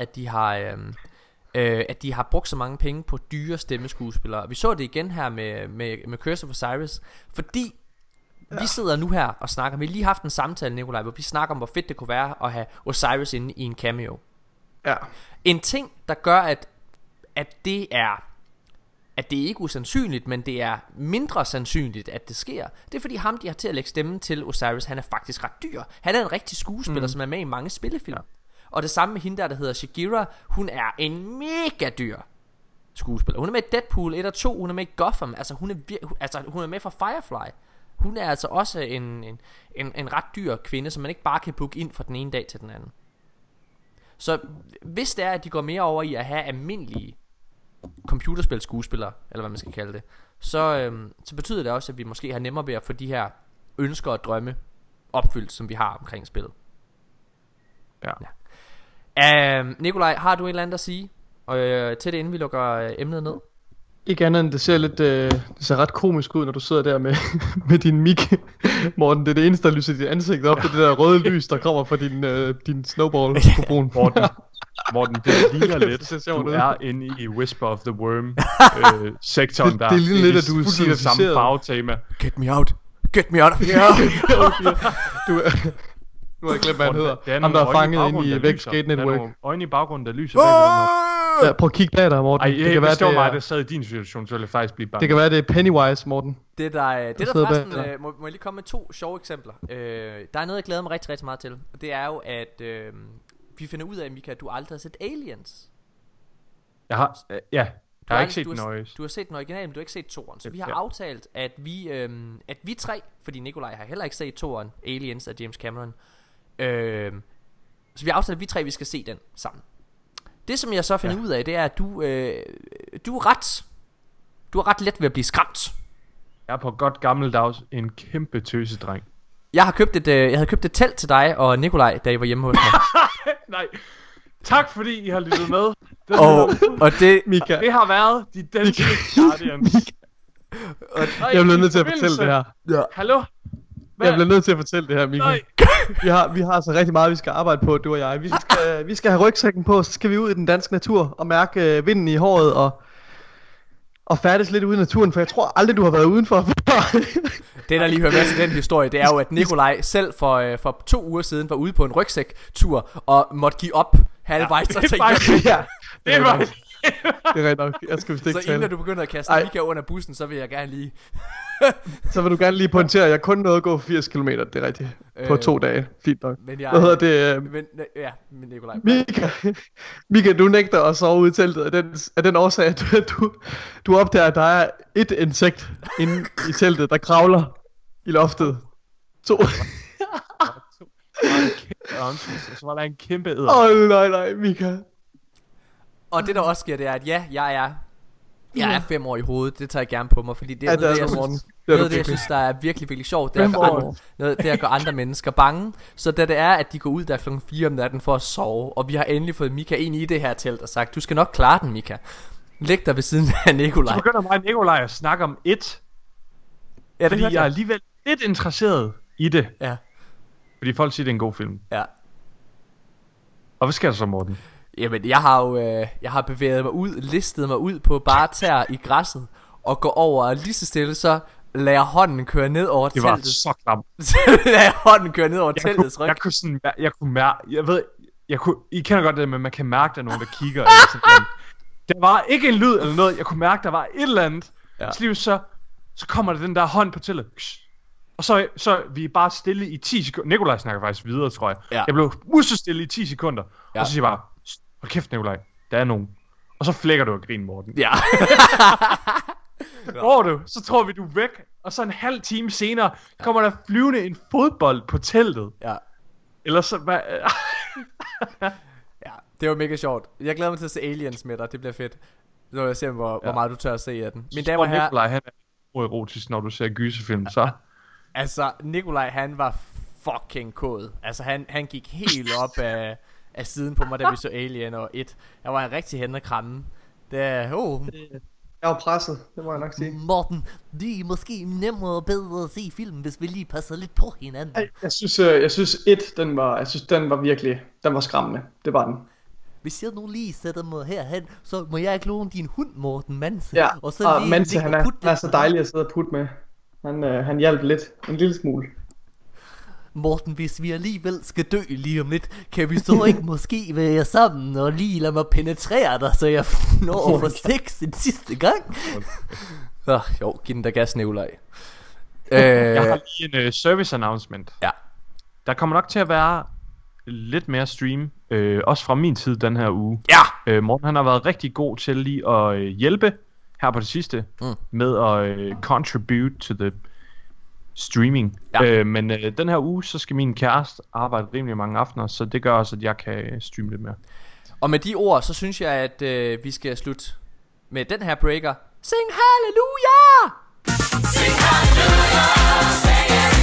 at de har brugt så mange penge på dyre stemmeskuespillere. Vi så det igen her med Curse of Osiris, fordi vi sidder nu her og snakker. Vi har lige haft en samtale, Nikolaj, hvor vi snakker om hvor fedt det kunne være at have Osiris inde i en cameo. Ja. En ting der gør at det er ikke usandsynligt, men det er mindre sandsynligt at det sker. Det er fordi ham de har til at lægge stemmen til Osiris, han er faktisk ret dyr. Han er en rigtig skuespiller, som er med i mange spillefilm. Ja. Og det samme med hende der hedder Shakira. Hun er en mega dyr skuespiller. Hun er med i Deadpool 1 og 2. Hun er med i Gotham. Altså hun er med fra Firefly. Hun er altså også en ret dyr kvinde, som man ikke bare kan booke ind fra den ene dag til den anden. Så hvis det er at de går mere over i at have almindelige computerspilskuespillere, eller hvad man skal kalde det, så betyder det også at vi måske har nemmere ved at få de her ønsker og drømme opfyldt, som vi har omkring spillet. Ja. Nikolaj, har du et eller andet at sige til det, inden vi lukker emnet ned? Ikke andet end det ser lidt det ser ret komisk ud, når du sidder der med din mic, Morten. Det er det eneste der lyser dit ansigt op. Det er det der røde lys der kommer fra din snowball mikrofon. Morten, det ligner lidt du er inde i Whisper of the Worm sektoren der. Det ligner lidt at du siger samme farvetema. Get me out of here. Nu har jeg glemt hvad han hedder. Ham der er fanget inde i Vex-Gate Network. Der er nogle øjne i baggrunden der lyser bagved. Ja, prøv at kigge bag dig, Morten. Ej, det kan være, det var mig, der sad i din situation, så ville jeg faktisk blive bange. Det kan være, det er Pennywise, Morten. Det der forresten, må jeg lige komme med 2 sjove eksempler. Der er noget, jeg glæder mig rigtig, rigtig meget til. Og det er jo, at vi finder ud af, Mika, at du aldrig har set Aliens. Jeg har ikke set Noise. Du har set den originale, men du har ikke set toeren. Så vi har aftalt, at vi 3, fordi Nikolaj har heller ikke set toeren, Aliens af James Cameron. Så vi har aftalt, at vi 3 vi skal se den sammen. Det som jeg så finder ud af, det er at du er ret let ved at blive skræmt. Jeg er på godt gammeldags en kæmpe tøsedreng. Jeg havde købt et telt til dig og Nikolaj, da I var hjemme hos mig. Nej. Tak fordi I har lyttet med. Og det Mika, det har været de danske Guardians. Jeg bliver nødt til at fortælle det her. Ja. Hallo? Jeg bliver nødt til at fortælle det her, Mika. Vi har så rigtig meget vi skal arbejde på, du og jeg. Vi skal have rygsækken på, så skal vi ud i den danske natur og mærke vinden i håret og færdes lidt ude i naturen, for jeg tror aldrig du har været udenfor. Det der lige hører med til den historie, det er jo at Nikolaj selv for 2 uger siden var ude på en rygsæktur og måtte give op halvvejs. Det var det er rigtig nok. Jeg skal vist ikke så inden du begynder at kaste Mika under bussen, så vil jeg gerne lige så vil du gerne lige pointere, at jeg kun nåede at gå 80 km, det er rigtigt. På 2 dage. Fint nok. Men hvad hedder det? Men Nikolaj. Mika, du nægter at sove ude i teltet af den årsag, at du opdager, at der er et insekt inde i teltet, der kravler i loftet. 2. Og så var der en kæmpe æder. Nej, Mika. Og det der også sker, det er, at jeg er 5 år i hovedet. Det tager jeg gerne på mig, fordi det er noget, jeg synes, der er virkelig, virkelig sjovt. Det er at gøre andre mennesker bange. Så da det er, at de går ud der kl. 4 om natten for at sove, og vi har endelig fået Mika ind i det her telt og sagt, du skal nok klare den, Mika. Læg dig ved siden af Nikolaj. Så begynder mig og Nikolaj at snakke om et. Ja, fordi jeg er alligevel lidt interesseret i det. Ja. Fordi folk siger, det er en god film. Ja. Og hvad sker der så, Morten? Jamen, jeg har bevæget mig ud, listet mig ud på bare tær i græsset og går over og lige så stille, så lader jeg hånden køre ned over teltet. Det var så klamt. Lader jeg hånden køre ned over teltets ryg. Jeg kunne mærke, I kender godt det, men man kan mærke, der er nogen, der kigger eller sådan noget. Der var ikke en lyd eller noget, jeg kunne mærke, der var et eller andet. Ja. Så kommer der den der hånd på teltet. Og så vi er bare stille i 10 sekunder. Nikolaj snakker faktisk videre, tror jeg. Ja. Jeg blev musestille i 10 sekunder. Ja. Og så siger jeg bare, hold kæft, Nikolaj, der er nogen. Og så flækker du og griner, Morten. Ja. Går du, så tror vi, du er væk. Og så en halv time senere kommer der flyvende en fodbold på teltet. Ja. Eller så ja, det var mega sjovt. Jeg glæder mig til at se Aliens med dig. Det bliver fedt. Så vil jeg se, hvor meget du tør at se af den. Mine damer og herrer, Nikolaj, han er erotisk, når du ser gyserfilm, så. Altså, Nikolaj, han var fucking kod. Altså han gik helt op af siden på mig, da vi så Alien og 1. Jeg var en rigtig hen at kramme. Jeg var presset, det må jeg nok sige. Morten, det er måske nemmere og bedre at se filmen, hvis vi lige passer lidt på hinanden. Jeg synes den var virkelig, den var skræmmende. Det var den. Hvis jeg nu lige sætter mig herhen, så må jeg ikke låne din hund, Morten Manse. Ja, og så lige Manse, han er så dejlig at sidde og putte med. Han hjalp lidt, en lille smule. Morten, hvis vi alligevel skal dø lige om lidt, kan vi så ikke måske være sammen og lige lade mig penetrere dig, så jeg når for sex en sidste gang? Jo, giv den der gas, Nikolaj. Jeg har lige en service announcement. Ja. Der kommer nok til at være lidt mere stream, også fra min side den her uge. Ja. Morten, han har været rigtig god til lige at hjælpe her på det sidste med at contribute to the streaming. Ja. Men den her uge, så skal min kæreste arbejde rimelig mange aftener, så det gør også, at jeg kan streame lidt mere. Og med de ord, så synes jeg, at vi skal slutte med den her breaker. Sing halleluja! Sing halleluja! Sing it!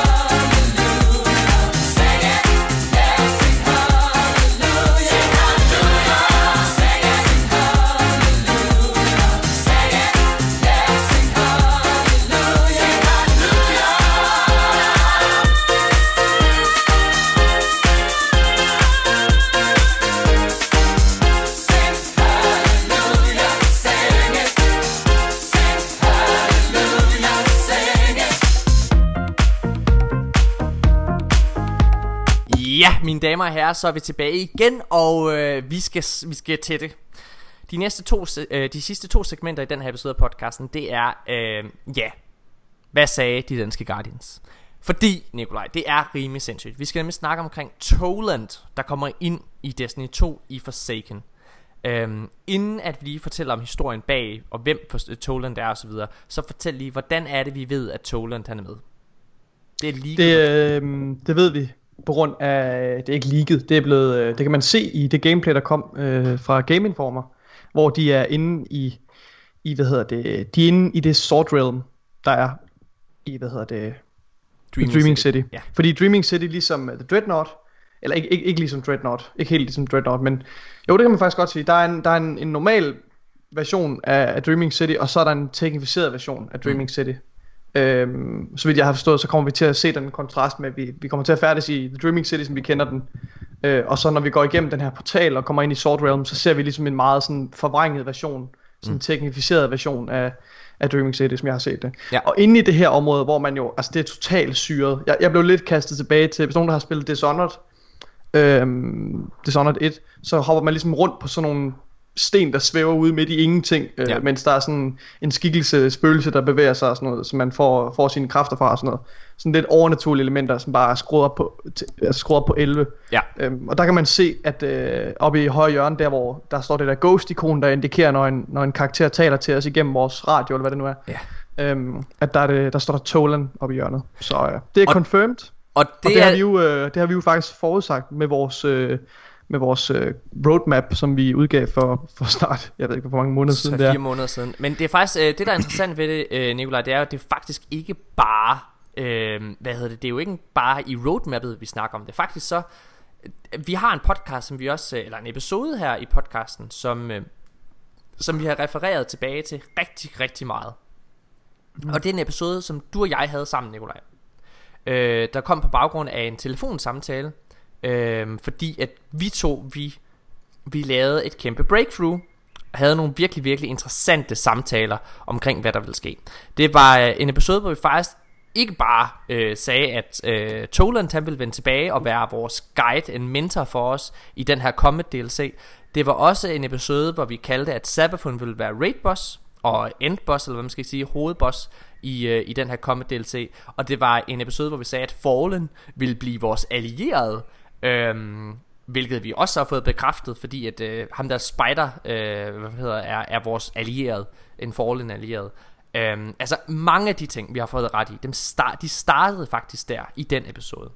Ja, mine damer og herrer, så er vi tilbage igen, og vi skal til det. De sidste to segmenter i den her episode af podcasten, det er, hvad sagde de danske Guardians? Fordi, Nikolaj, det er rimelig sindssygt. Vi skal nemlig snakke omkring Toland, der kommer ind i Destiny 2 i Forsaken. Inden at vi lige fortæller om historien bag, og hvem Toland er og så videre, så fortæl lige, hvordan er det, vi ved, at Toland han er med? Det er leaget. Det ved vi. På grund af, det er ikke leaget, det er blevet, det kan man se i det gameplay, der kom fra Game Informer, hvor de er inde i de er inde i det Sword Realm, der er i, Dreaming City. Ja. Fordi Dreaming City, ligesom The Dreadnought, eller ikke ligesom Dreadnought, ikke helt ligesom Dreadnought, men jo, det kan man faktisk godt sige, der er en normal version af Dreaming City, og så er der en teknificeret version af Dreaming City. Så vidt jeg har forstået, så kommer vi til at se den kontrast med, at vi kommer til at færdes i The Dreaming City, som vi kender den, og så når vi går igennem den her portal og kommer ind i Sword Realm, så ser vi ligesom en meget sådan forvrænget version, sådan en teknificeret version af Dreaming City, som jeg har set det. Ja. Og inde i det her område, hvor man jo, altså det er totalt syret. Jeg blev lidt kastet tilbage til, hvis nogen der har spillet Dishonored 1, så hopper man ligesom rundt på sådan nogle sten, der svæver ude midt i ingenting, mens der er sådan en skikkelse, spøgelse, der bevæger sig og sådan noget, så man får sine kræfter fra og sådan noget. Sådan lidt overnaturlige elementer, som bare er skruet op på 11. Ja. Og der kan man se, at oppe i højre hjørne, der hvor der står det der ghost-ikon, der indikerer, når en karakter taler til os igennem vores radio, eller hvad det nu er. Ja. At der står der Toland oppe i hjørnet. Så det er confirmed. Og det har vi jo faktisk forudsagt med vores roadmap, som vi udgav for snart, jeg ved ikke hvor mange måneder siden det er. 4 måneder siden. Men det er faktisk, det der er interessant ved det, Nikolaj, det er jo, at det er faktisk ikke bare, det er jo ikke bare i roadmappet, vi snakker om. Det er faktisk så, vi har en podcast, som vi også, eller en episode her i podcasten, som vi har refereret tilbage til rigtig, rigtig meget. Og det er en episode, som du og jeg havde sammen, Nikolaj. Der kom på baggrund af en telefonsamtale, fordi at vi lavede et kæmpe breakthrough og havde nogle virkelig, virkelig interessante samtaler omkring hvad der ville ske. Det var en episode, hvor vi faktisk ikke bare sagde at Toland han ville vende tilbage og være vores guide, en mentor for os i den her Comet DLC. Det var også en episode, hvor vi kaldte at Savathun ville være raid boss og endboss, eller hvad man skal sige, hovedboss i den her Comet DLC. Og det var en episode, hvor vi sagde at Fallen ville blive vores allierede, hvilket vi også har fået bekræftet, fordi at ham der Spider er vores allierede, en Fallen allieret. Altså mange af de ting vi har fået ret i, de startede faktisk der i den episode.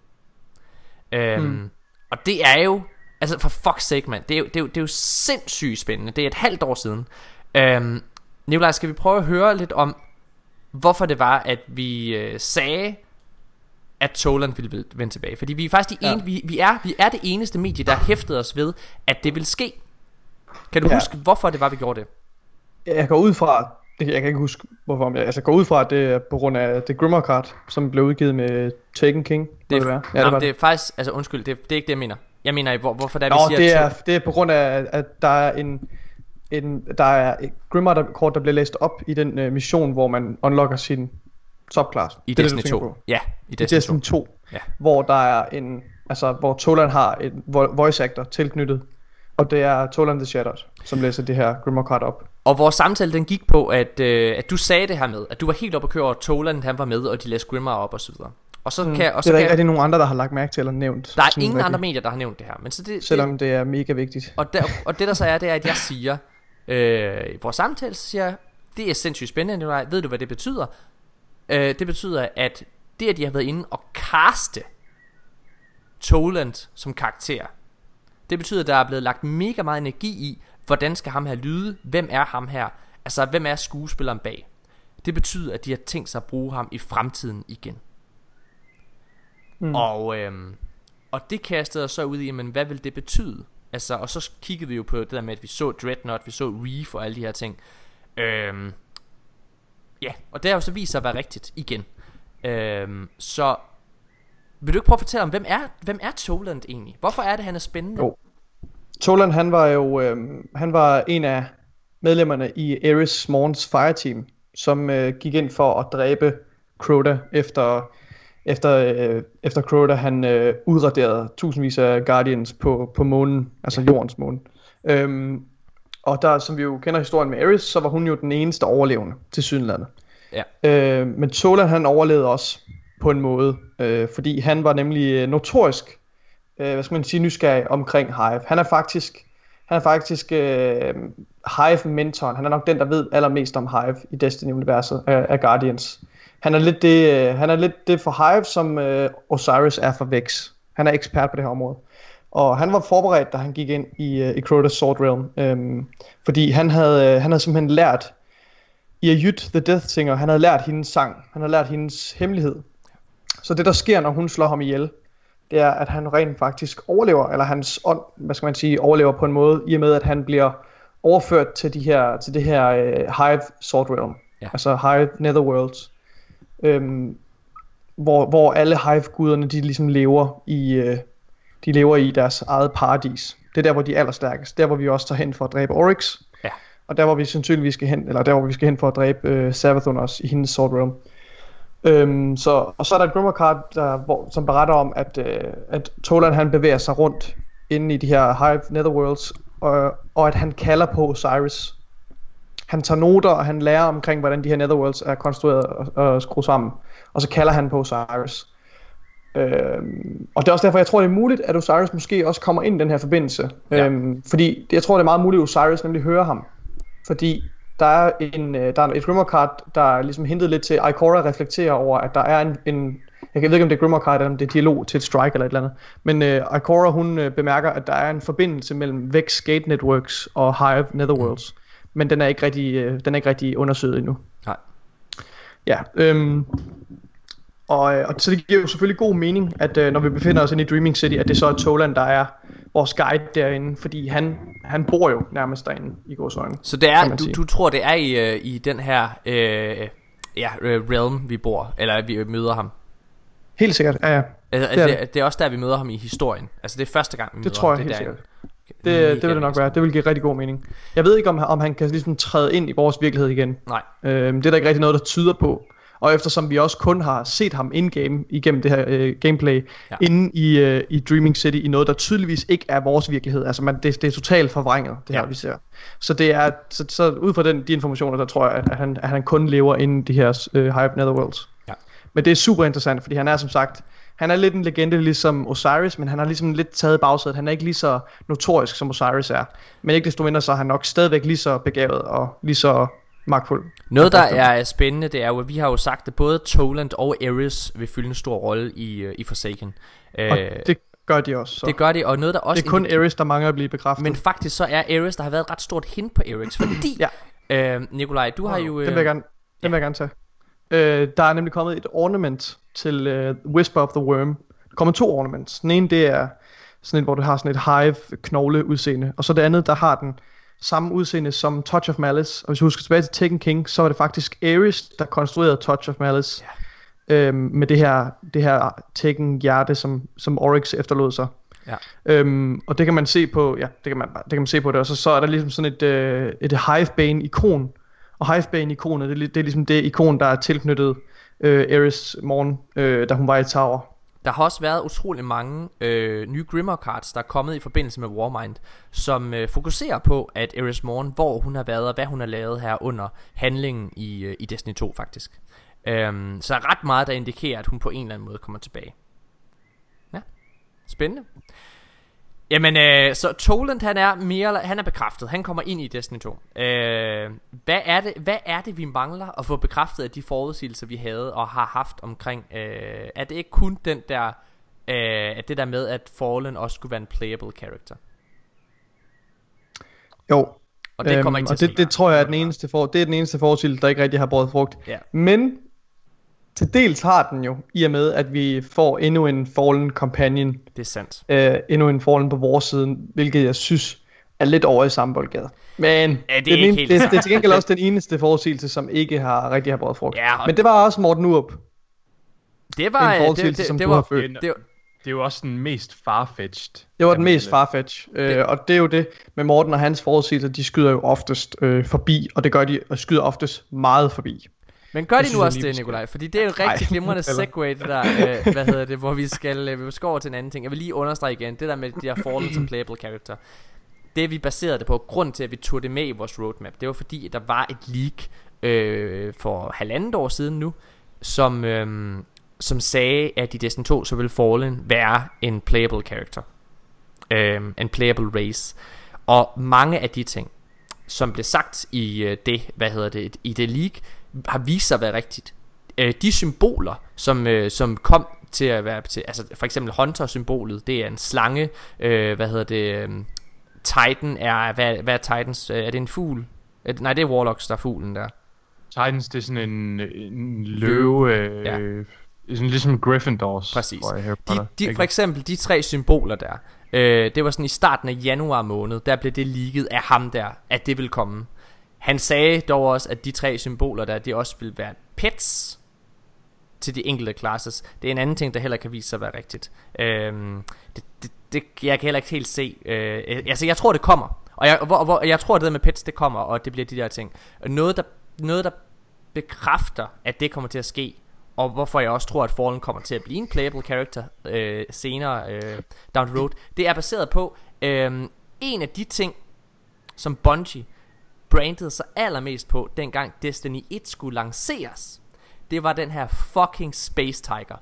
Og det er jo, altså for fuck's sake man, det er jo sindssygt spændende. Det er et halvt år siden. Nikolaj, skal vi prøve at høre lidt om hvorfor det var at vi sagde at Toland ville vende tilbage. Fordi vi er faktisk vi er det eneste medie, der hæftede os ved, at det ville ske. Kan du huske, hvorfor det var, vi gjorde det? Jeg går ud fra, jeg kan ikke huske hvorfor, men jeg går ud fra, at det er på grund af det Grimmer Card, som blev udgivet med Taken King. Det er faktisk, altså undskyld, det er ikke det, jeg mener. Jeg mener, hvorfor der vi siger... det er på grund af, at der er der er et Grimmer kort, der bliver læst op i den mission, hvor man unlocker sin subclass. I Destiny 2. Ja, i Destiny 2. Ja. Hvor der er hvor Toland har en voice actor tilknyttet. Og det er Toland the Shattered, som læser det her Grimmer Card op. Og vores samtale, den gik på, at du sagde det her med, at du var helt oppe at køre, og Toland han var med, og de læste Grimmer op og så videre. Og så det er ikke rigtig nogen andre, der har lagt mærke til eller nævnt. Der er ingen andre medier, der har nævnt det her. Men så selvom det er mega vigtigt. Og det der så er, det er, at jeg siger, i vores samtale, så siger jeg, det er sindssygt spændende. Ved du, hvad det betyder? Det betyder, at det, at de har været inde og caste Toland som karakter, det betyder, at der er blevet lagt mega meget energi i, hvordan skal ham her lyde, hvem er ham her, altså hvem er skuespilleren bag. Det betyder, at de har tænkt sig at bruge ham i fremtiden igen. Og det kastede os så ud i, men hvad vil det betyde? Altså, og så kiggede vi jo på det der med, at vi så Dreadnought, vi så Reef og alle de her ting. Ja, og det har jo så vist sig at være rigtigt igen. Så vil du ikke prøve at fortælle om, hvem er Toland egentlig? Hvorfor er det, han er spændende? Jo. Toland, han var jo han var en af medlemmerne i Ares Morns Fireteam, som gik ind for at dræbe Crota efter Crota han udraderede tusindvis af Guardians på månen, altså jordens måne. Og der, som vi jo kender historien med Ares, så var hun jo den eneste overlevende til Sydlandet. Ja. Men Toland, han overlevede også på en måde, fordi han var nemlig notorisk, hvad skal man sige, nysgerrig omkring Hive. Han er faktisk Hive-mentoren. Han er nok den, der ved allermest om Hive i Destiny-universet af Guardians. Han er lidt det for Hive, som Osiris er for Vex. Han er ekspert på det her område. Og han var forberedt, da han gik ind i Crota's Sword Realm. Fordi han havde simpelthen lært Iayut the Death Singer, han havde lært hendes sang. Han havde lært hendes hemmelighed. Så det der sker, når hun slår ham ihjel, det er, at han rent faktisk overlever, eller hans ånd, hvad skal man sige, overlever på en måde, i og med, at han bliver overført til det her Hive Sword Realm. Ja. Altså Hive Netherworlds. Hvor alle Hive-guderne, de ligesom lever i deres eget paradis. Det er der, hvor de er allerstærkest. Der, hvor vi også tager hen for at dræbe Oryx. Ja. Og der, hvor vi sandsynligvis skal hen, eller der, hvor vi skal hen for at dræbe Savathun også i hendes Sword Realm. Og så er der et Grimmer Card, som beretter om, at Toland, han bevæger sig rundt inde i de her Hive Netherworlds, og at han kalder på Osiris. Han tager noter, og han lærer omkring, hvordan de her Netherworlds er konstrueret og skruet sammen. Og så kalder han på Osiris. Og det er også derfor, jeg tror, det er muligt, at Osiris måske også kommer ind i den her forbindelse. Ja. Fordi jeg tror, det er meget muligt, at Osiris nemlig hører ham. Fordi der er et Grimmer Card, der ligesom hintet lidt til, Ikora reflekterer over, at der er en jeg ved ikke, om det er Grimmer Card, eller om det er dialog til et strike eller et eller andet. Men Ikora, hun bemærker, at der er en forbindelse mellem Vex Gate Networks og Hive Netherworlds. Men den er ikke rigtig undersøget endnu. Nej. Ja, og så det giver jo selvfølgelig god mening, at når vi befinder os inde i Dreaming City, at det så er Toland, der er vores guide derinde, fordi han bor jo nærmest derinde i gåseøjne. Så det er, du tror, det er i den her realm, vi bor, eller vi møder ham? Helt sikkert, ja. Det er også der, vi møder ham i historien. Altså det er første gang, vi møder ham. Det tror jeg helt sikkert. Det vil det nok være. Det vil give rigtig god mening. Jeg ved ikke, om han kan ligesom træde ind i vores virkelighed igen. Nej. Det er der ikke rigtig noget, der tyder på. Og eftersom vi også kun har set ham in-game igennem det her gameplay inde i Dreaming City i noget, der tydeligvis ikke er vores virkelighed. Altså det er totalt forvrænget, det her vi ser. Så det er så ud fra de informationer, der tror jeg, at han kun lever inde i de her Hive Netherworlds. Ja. Men det er super interessant, fordi han er som sagt, han er lidt en legende ligesom Osiris, men han har ligesom lidt taget bagsædet. Han er ikke lige så notorisk som Osiris er. Men ikke desto mindre, så er han nok stadigvæk lige så begavet og lige så magtfuld. Noget der er spændende, det er jo, at vi har jo sagt, at både Toland og Ares vil fylde en stor rolle i Forsaken. Og det gør de også. Så. Det gør de, og noget der også... Det er kun Ares, der mangler at blive bekræftet. Men faktisk så er Ares, der har været et ret stort hint på Ares, fordi... Nikolaj, du har jo... Den vil jeg gerne tage. Der er nemlig kommet et ornament til Whisper of the Worm. Der kommer 2 ornaments. Den ene, det er sådan et, hvor du har sådan et hive-knogle udseende. Og så det andet, der har den samme udseende som Touch of Malice. Og hvis du husker tilbage til Tekken King, så var det faktisk Ares, der konstruerede Touch of Malice. Med det her Tekken hjerte, som Oryx efterlod sig. Ja. Og det kan man se på, det kan man se på det. Og så er der ligesom sådan et Hivebane-ikon. Og Hivebane-ikonet, det er ligesom det ikon, der er tilknyttet Ares Morn, da hun var i Tower. Der har også været utrolig mange nye Grimoire cards, der er kommet i forbindelse med Warmind, som fokuserer på, at Ares Morn, hvor hun har været og hvad hun har lavet her under handlingen i Destiny 2 faktisk. Så er ret meget, der indikerer, at hun på en eller anden måde kommer tilbage. Ja, spændende. Jamen, så Toland, han er bekræftet. Han kommer ind i Destiny 2. Hvad er det, vi mangler at få bekræftet af de forudsigelser, vi havde og har haft omkring? Er det ikke kun den der, at det der med, at Fallen også skulle være en playable character? Jo. Og det kommer ikke til at ske. Det tror jeg er den eneste forudsigelse, der ikke rigtig har båret frugt. Ja. Men til dels har den jo, i og med at vi får endnu en Fallen companion. Det er sandt. Endnu en Fallen på vores side, hvilket jeg synes er lidt over i samme boldgade. Men ja, det er til gengæld også den eneste forudsigelse, som ikke har rigtig har båret frugt. Ja, men det var også Morten Urup. Det var en forudsigelse, som du har følt. Det er jo også den mest farfetched. Det var den mest farfetched. Og det er jo det med Morten og hans forudsigelser, de skyder jo oftest forbi, og det gør de, og skyder oftest meget forbi. Men gør de nu også det, Nikolaj? Fordi det er jo rigtig glimrende segway, det der, hvor vi skal over til en anden ting. Jeg vil lige understrege igen, det der med de her Fallen som playable character. Det vi baserede det på, grund til at vi tog det med i vores roadmap, det var fordi, der var et leak for 1,5 år siden nu, som sagde, at i Destiny 2, så ville Fallen være en playable character. En playable race. Og mange af de ting, som blev sagt i i det leak, har vist sig at være rigtigt. De symboler, som kom til at være til, altså for eksempel Hunter-symbolet, det er en slange. Titan er, hvad er Titans? Er det en fugl? Nej, det er Warlocks, der er fuglen der. Titans, det er sådan en løve, sådan ligesom Gryffindors. Præcis. For eksempel de 3 symboler der. Det var sådan i starten af januar måned, der blev det leaget af ham der, at det ville komme. Han sagde dog også, at de 3 symboler der, de også vil være pets til de enkelte classes. Det er en anden ting, der heller kan vise sig at være rigtigt. Jeg kan heller ikke helt se. Altså jeg tror det kommer. Og jeg tror det der med pets det kommer, og det bliver de der ting. Noget der bekræfter, at det kommer til at ske. Og hvorfor jeg også tror, at Fallen kommer til at blive en playable character senere down the road. Det er baseret på en af de ting, som Bungie brandede sig allermest på, dengang Destiny 1 skulle lanceres. Det var den her fucking Space Tiger.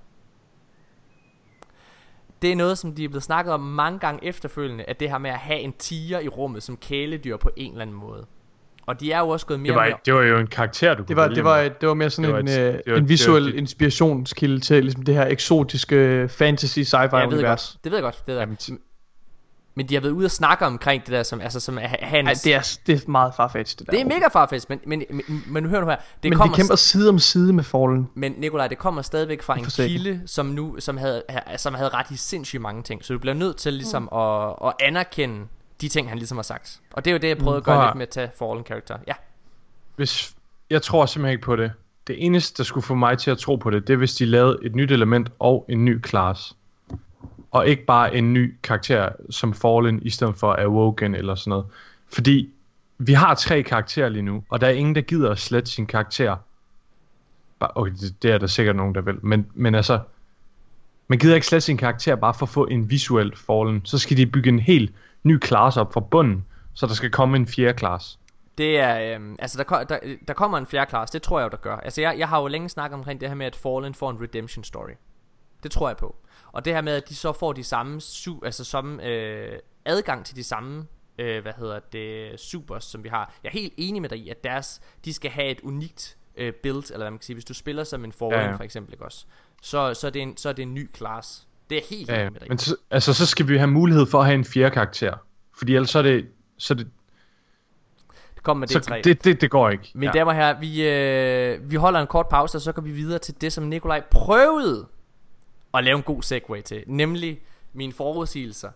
Det er noget, som de er blevet snakket om mange gange efterfølgende, at det her med at have en tiger i rummet som kæledyr på en eller anden måde. Og de er jo også gået mere det var jo en karakter, du kunne det var mere sådan en visuel inspirationskilde til ligesom det her eksotiske fantasy sci-fi univers. Det ved jeg godt. Men de har været ude og snakke omkring det der som hans. Det er meget farfetched det der. Det er mega farfetched, men hør nu her. Men de kæmper side om side med Fallen. Men Nikolaj, det kommer stadigvæk fra en kilde, som havde ret i sindssygt mange ting. Så du bliver nødt til ligesom at anerkende de ting, han ligesom har sagt. Og det er jo det, jeg prøvede at gøre lidt med at tage Fallen karakter. Ja. Jeg tror simpelthen ikke på det. Det eneste, der skulle få mig til at tro på det, det er, hvis de lavede et nyt element og en ny class. Og ikke bare en ny karakter som Fallen, i stedet for Awoken eller sådan noget. Fordi vi har 3 karakterer lige nu, og der er ingen, der gider at slette sin karakter. Okay, det er der sikkert nogen, der vil. Men altså, man gider ikke slette sin karakter bare for at få en visuel Fallen. Så skal de bygge en helt ny class op fra bunden, så der skal komme en 4. class. Det er, der kommer en 4. class, det tror jeg jo, der gør. Altså, jeg har jo længe snakket omkring det her med, at Fallen får en redemption story. Det tror jeg på. Og det her med, at de så får de samme adgang til de samme supers, som vi har. Jeg er helt enig med dig i, at de skal have et unikt build, eller hvad man kan sige. Hvis du spiller som en Fallen for eksempel, ikke også? Så er det en ny class. Det er helt enig med dig i. Men så skal vi have mulighed for at have en 4. karakter. Fordi ellers så er det Kom med det Så træ. det går ikke. Mine damer og herrer, vi holder en kort pause, og så går vi videre til det, som Nikolaj prøvede at lave en god segue til, nemlig mine forudsigelser.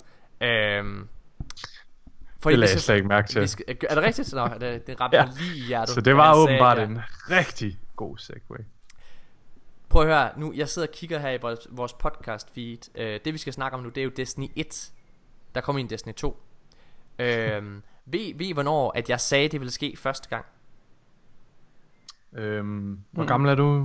Det lagde jeg slet ikke mærke til. Er det rigtigt? Nå, det ramte mig lige i hjertet. Så det var åbenbart en rigtig god segue. Prøv at høre, nu jeg sidder og kigger her i vores podcast feed. Det vi skal snakke om nu, det er jo Destiny 1. Der kommer en Destiny 2. Ved I hvornår at jeg sagde det ville ske første gang? Hvor gammel er du?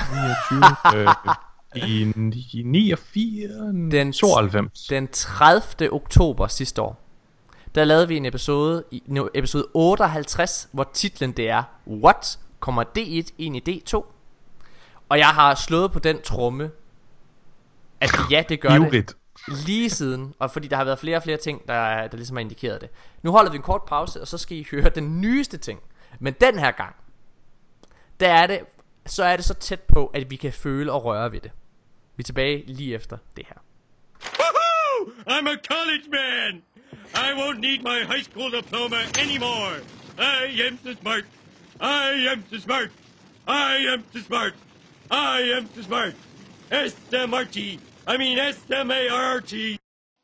29. I 89. 92. Den 30. oktober sidste år, der lavede vi en episode, episode 58, hvor titlen det er What? Kommer D1 ind i D2? Og jeg har slået på den tromme, at ja, det gør det lige siden. Og fordi der har været flere og flere ting, der ligesom har indikeret det. Nu holder vi en kort pause, og så skal I høre den nyeste ting. Men den her gang, så er det så tæt på, at vi kan føle og røre ved det. Vi er tilbage lige efter det her. Woohoo! I'm a college man! I won't need my high school diploma anymore! I am so smart! I am so smart! I am so smart! I am so smart! S-M-R-T! I mean S-M-A-R-T!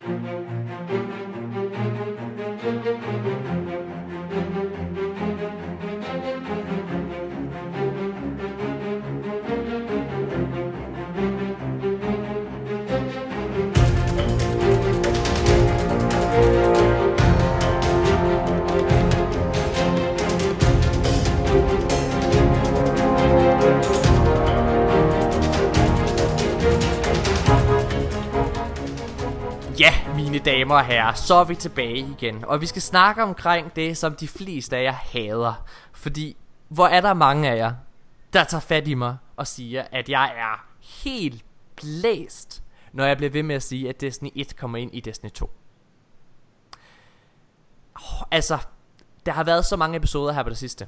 Ja, mine damer og herrer, så er vi tilbage igen. Og vi skal snakke omkring det, som de fleste af jer hader. Fordi, hvor er der mange af jer, der tager fat i mig og siger, at jeg er helt blæst, når jeg bliver ved med at sige, at Destiny 1 kommer ind i Destiny 2. Altså, der har været så mange episoder her på det sidste.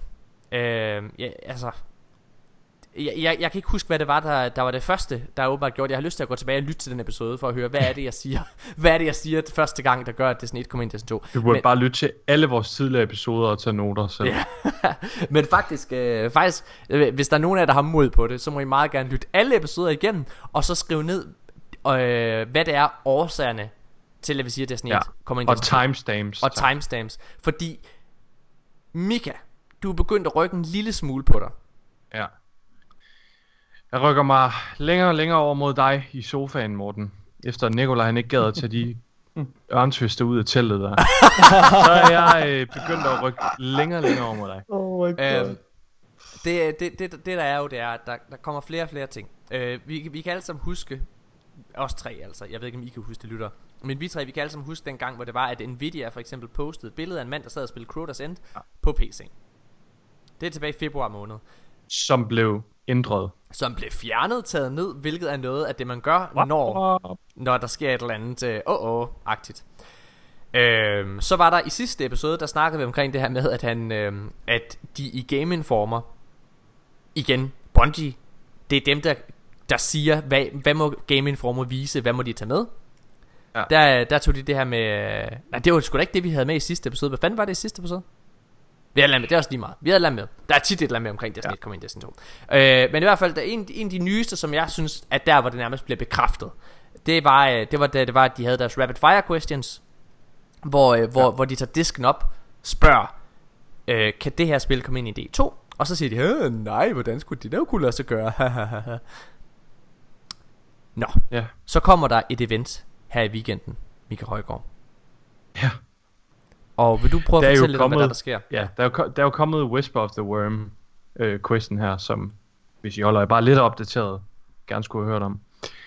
Jeg kan ikke huske, hvad det var, der var det første, der åbenbart gjorde. Jeg har lyst til at gå tilbage og lytte til den episode, for at høre, hvad er det, jeg siger. Hvad er det, jeg siger første gang, der gør, at Destiny 1 kommer ind i Destiny 2. Du burde bare lytte til alle vores tidligere episoder og tage noter selv. Ja. Men faktisk, hvis der er nogen af jer, der har mod på det, så må I meget gerne lytte alle episoder igennem, og så skrive ned, hvad det er årsagerne til, at vi siger, at Destiny 1 kommer ind i Destiny 2. Timestamps. Og timestamps. Fordi, Mika, du er begyndt at rykke en lille smule på dig. Ja. Jeg rykker mig længere og længere over mod dig i sofaen, Morten. Efter Nikolaj han ikke gad at tage de ørntvister ud af teltet der. Så er jeg begyndt at rykke længere og længere over mod dig. Oh my god. Det der er jo, det er, at der kommer flere og flere ting. Vi kan alle sammen huske, os tre altså, jeg ved ikke om I kan huske det, lytter, men vi tre, vi kan alle sammen huske den gang, hvor det var, at Nvidia for eksempel postede et billede af en mand, der sad og spillede Crota's End på PC. Det er tilbage i februar måned. Som blev ændret. Som blev fjernet, taget ned, hvilket er noget af det, man gør, når der sker et eller andet agtigt. Så var der i sidste episode, der snakkede vi omkring det her med, at de i Game Informer, igen, Bungie, det er dem, der siger, hvad må Game Informer vise, hvad må de tage med. Ja. Der tog de det her med, nej, det var sgu da ikke det, vi havde med i sidste episode. Hvad fanden var det i sidste episode? Vi havde med, det er også lige meget. Vi havde med. Der er tit et eller andet med omkring Destiny 1 kommer ind i Destiny 2. Men i hvert fald, der er en af de nyeste, som jeg synes, at der hvor det nærmest bliver bekræftet. Det var, at de havde deres rapid fire questions, hvor de tager disken op, spørger, kan det her spil komme ind i D2? Og så siger de, nej, hvordan skulle de da kunne lade sig gøre? Nå, så kommer der et event her i weekenden, Mika Højgaard. Ja. Og vil du prøve at fortælle lidt om, hvad der sker? Ja, der er jo kommet Whisper of the Worm questen her, som, hvis I holder jer bare lidt opdateret, gerne skulle have hørt om.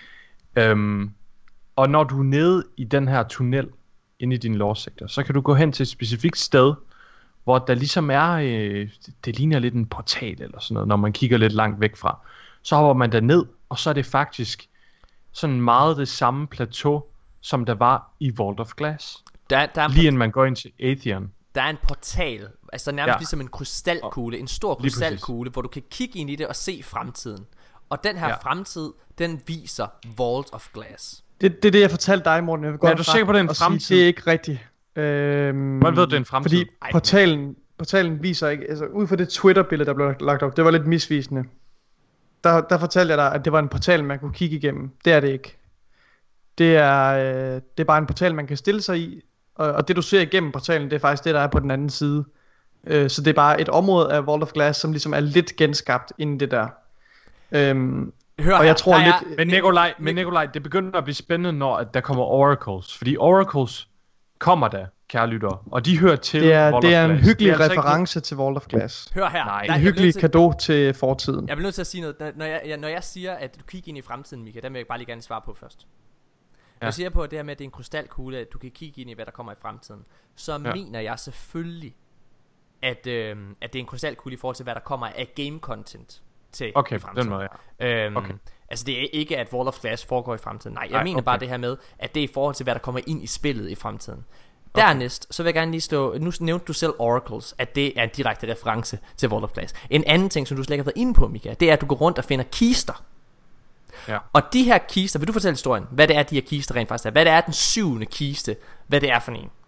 Og når du er nede i den her tunnel, inde i din lore-sektor, så kan du gå hen til et specifikt sted, hvor der ligesom er, det ligner lidt en portal eller sådan noget, når man kigger lidt langt væk fra. Så hopper man der ned, og så er det faktisk sådan meget det samme plateau, som der var i Vault of Glass. Lige inden man går ind til Atheon. Der er en portal, altså nærmest ligesom en krystalkugle, en stor krystalkugle, hvor du kan kigge ind i det og se fremtiden. Og den her fremtid, den viser Vault of Glass. Det er det, jeg fortalte dig, Morten. Jeg vil godt er du sikker på, den fremtid? Sige, det er ikke rigtigt. Hvordan ved du, det er en fremtid? Fordi portalen, portalen viser ikke, altså ud fra det Twitter-billede, der blev lagt op, det var lidt misvisende. Der fortalte jeg dig, at det var en portal, man kunne kigge igennem. Det er det ikke. Det er bare en portal, man kan stille sig i, og det du ser igennem portalen, det er faktisk det, der er på den anden side. Så det er bare et område af Vault of Glass, som ligesom er lidt genskabt inden det der. Hør og jeg tror lidt... Men Nikolaj, det begynder at blive spændende, når der kommer oracles. Fordi oracles kommer der, kære lyttere, og de hører til Det Vault of er en Glass. hyggelig Det er altså reference til Vault of Glass. Hør her. Nej, En hyggelig cadeau til fortiden. Jeg bliver nødt til at sige noget. Når jeg siger, at du kigger ind i fremtiden, Mika, der vil jeg bare lige gerne svare på først. Jeg siger på det her med, at det er en krystalkugle, at du kan kigge ind i, hvad der kommer i fremtiden. Så mener jeg selvfølgelig, at det er en krystalkugle i forhold til, hvad der kommer af game content til i fremtiden. Den måde, ja. Altså det er ikke, at Vault of Glass foregår i fremtiden. Nej, jeg mener bare det her med, at det er i forhold til, hvad der kommer ind i spillet i fremtiden. Dernæst, så vil jeg gerne lige stå. Nu nævnte du selv Oracles, at det er en direkte reference til Vault of Glass. En anden ting, som du slet ikke har været inde på, Mika, det er, at du går rundt og finder kister. Ja. Og de her kister, vil du fortælle historien? Hvad det er, de her kister rent faktisk er? Hvad det er den 7. kiste? Hvad det er for en?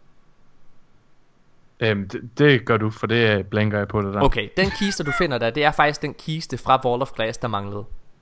Det gør du, for det blinker jeg på det der. Okay, den kiste du finder der, det er faktisk den kiste fra Vault of Glass, der manglede.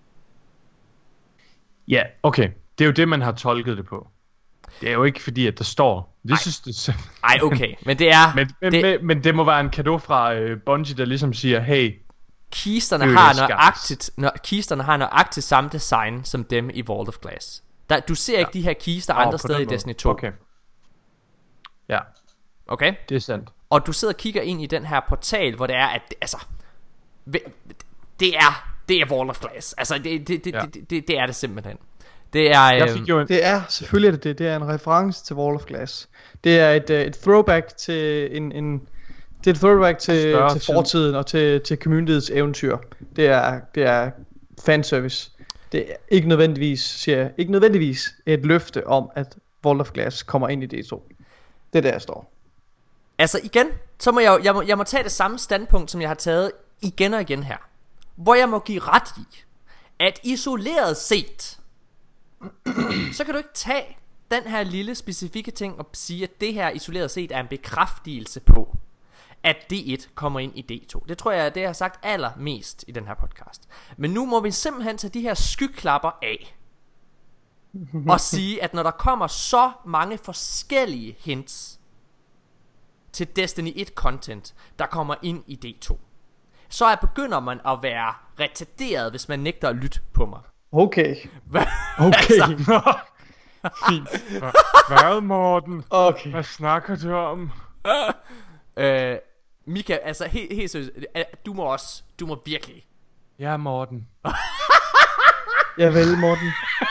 Ja, okay. Det er jo det, man har tolket det på. Det er jo ikke fordi, at der står. Ej, okay, men det er... Men det må være en cadeau fra Bungie, der ligesom siger, hey... Kisterne har nøjagtigt samme design som dem i Vault of Glass. Du ser ikke de her kister andre steder i Destiny 2. Okay. Ja. Okay? Det er sandt. Og du sidder og kigger ind i den her portal, hvor det er, at det er Vault of Glass. Altså, det er det simpelthen. Det er selvfølgelig det er en reference til Vault of Glass. Det er et throwback til det er et throwback til fortiden og til communityets eventyr. Det er fanservice. Det er ikke nødvendigvis et løfte om, at Vault of Glass kommer ind i D2. Det er der jeg står. Altså igen, så må jeg må tage det samme standpunkt, som jeg har taget igen og igen her, hvor jeg må give ret i, at isoleret set, så kan du ikke tage den her lille specifikke ting og sige, at det her isoleret set er en bekræftelse på, at D1 kommer ind i D2. Det tror jeg er det, jeg har sagt allermest i den her podcast. Men nu må vi simpelthen tage de her skyklapper af og sige, at når der kommer så mange forskellige hints til Destiny 1 content, der kommer ind i D2, så begynder man at være retarderet, hvis man nægter at lytte på mig. Okay. Altså. Fint. Hvad, Morten? Okay. Hvad snakker du om? Mika, altså helt seriøst, du må virkelig. Ja, Morten. Ja vel, Morten.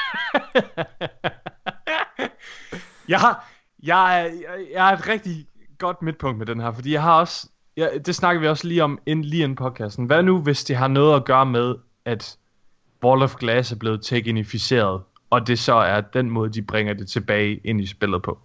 Jeg er et rigtig godt midtpunkt med den her, fordi jeg har også, det snakker vi også lige om lige inden podcasten. Hvad nu, hvis det har noget at gøre med, at Vault of Glass er blevet teknificeret, og det så er den måde, de bringer det tilbage ind i spillet på?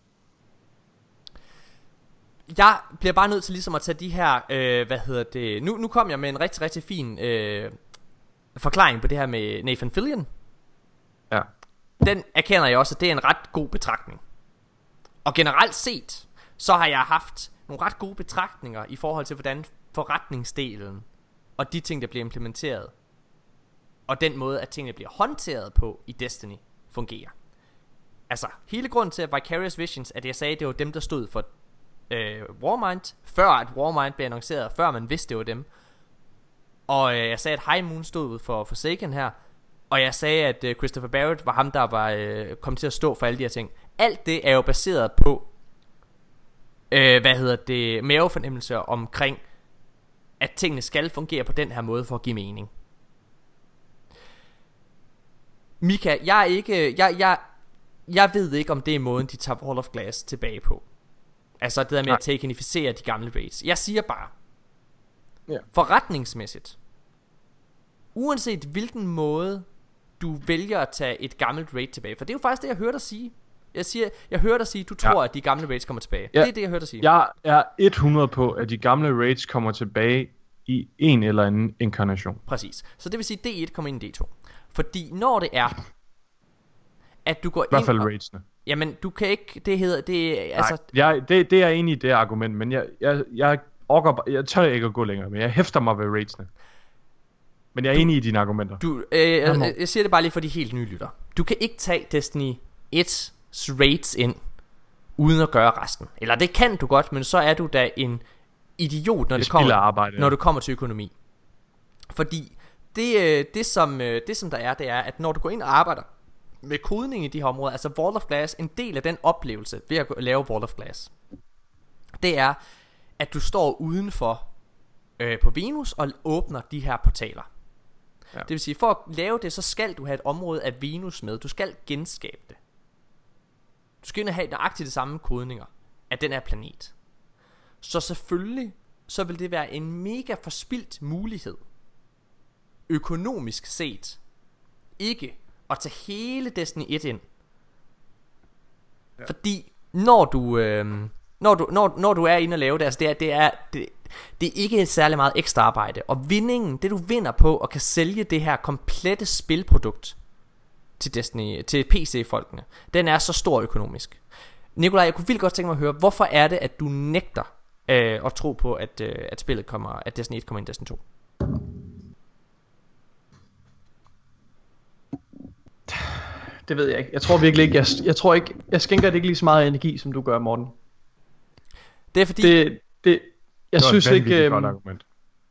Jeg bliver bare nødt til ligesom at tage de her, Nu kom jeg med en rigtig, rigtig fin forklaring på det her med Nathan Fillion. Ja. Den erkender jeg også, at det er en ret god betragtning. Og generelt set, så har jeg haft nogle ret gode betragtninger i forhold til, hvordan forretningsdelen og de ting, der bliver implementeret, og den måde, at tingene bliver håndteret på i Destiny, fungerer. Altså, hele grunden til, at Vicarious Visions, at jeg sagde, det var dem, der stod for Warmind, før at Warmind blev annonceret, før man vidste, det var dem. Og jeg sagde, at High Moon stod for Forsaken her. Og jeg sagde, at Christopher Barrett var ham, der var kom til at stå for alle de her ting. Alt det er jo baseret på mavefornemmelser omkring, at tingene skal fungere på den her måde for at give mening. Mika, jeg ved ikke, om det er måden, de tager Vault of Glass tilbage på. Altså det der med at teknificere de gamle raids. Jeg siger bare, forretningsmæssigt, uanset hvilken måde du vælger at tage et gammelt raid tilbage, for det er jo faktisk det, jeg hører dig sige. Jeg hører dig sige, du tror, at de gamle raids kommer tilbage. Det er det, jeg hører dig sige. Jeg er 100 på, at de gamle raids kommer tilbage i en eller anden inkarnation. Præcis. Så det vil sige, at D1 kommer ind i D2. Fordi når det er, at du går ind... I hvert fald raidsene. Jamen, du kan ikke... Det hedder... Det, altså... Nej, det er enig i det argument, men jeg jeg tør ikke at gå længere, men jeg hæfter mig ved raidsene. Men jeg er enig i dine argumenter. Jeg siger det bare lige for de helt nye lytter. Du kan ikke tage Destiny 1's raids ind uden at gøre resten. Eller det kan du godt, men så er du da en idiot, når det kommer til økonomi. Fordi det som der er, det er, at når du går ind og arbejder med kodning i de her områder, altså Vault of Glass, en del af den oplevelse ved at lave Vault of Glass, det er, at du står udenfor på Venus og åbner de her portaler. Ja. Det vil sige, for at lave det, så skal du have et område af Venus med. Du skal genskabe det. Du skal ind og have nøjagtigt de samme kodninger af den her planet. Så selvfølgelig, så vil det være en mega forspildt mulighed, økonomisk set, ikke at tage hele Destiny 1 ind. Ja. Fordi når du er inde og lave det, altså det er ikke særlig meget ekstra arbejde. Og vindingen, det du vinder på at kan sælge det her komplette spilprodukt til Destiny, til PC-folkene, den er så stor økonomisk. Nikolaj, jeg kunne vildt godt tænke mig at høre, hvorfor er det, at du nægter at tro på, at spillet kommer, at Destiny 1 kommer ind i Destiny 2? Det ved jeg ikke. Jeg tror virkelig ikke. Jeg skænker det ikke lige så meget energi, som du gør, Morten. Det er fordi jeg synes ikke. Godt argument.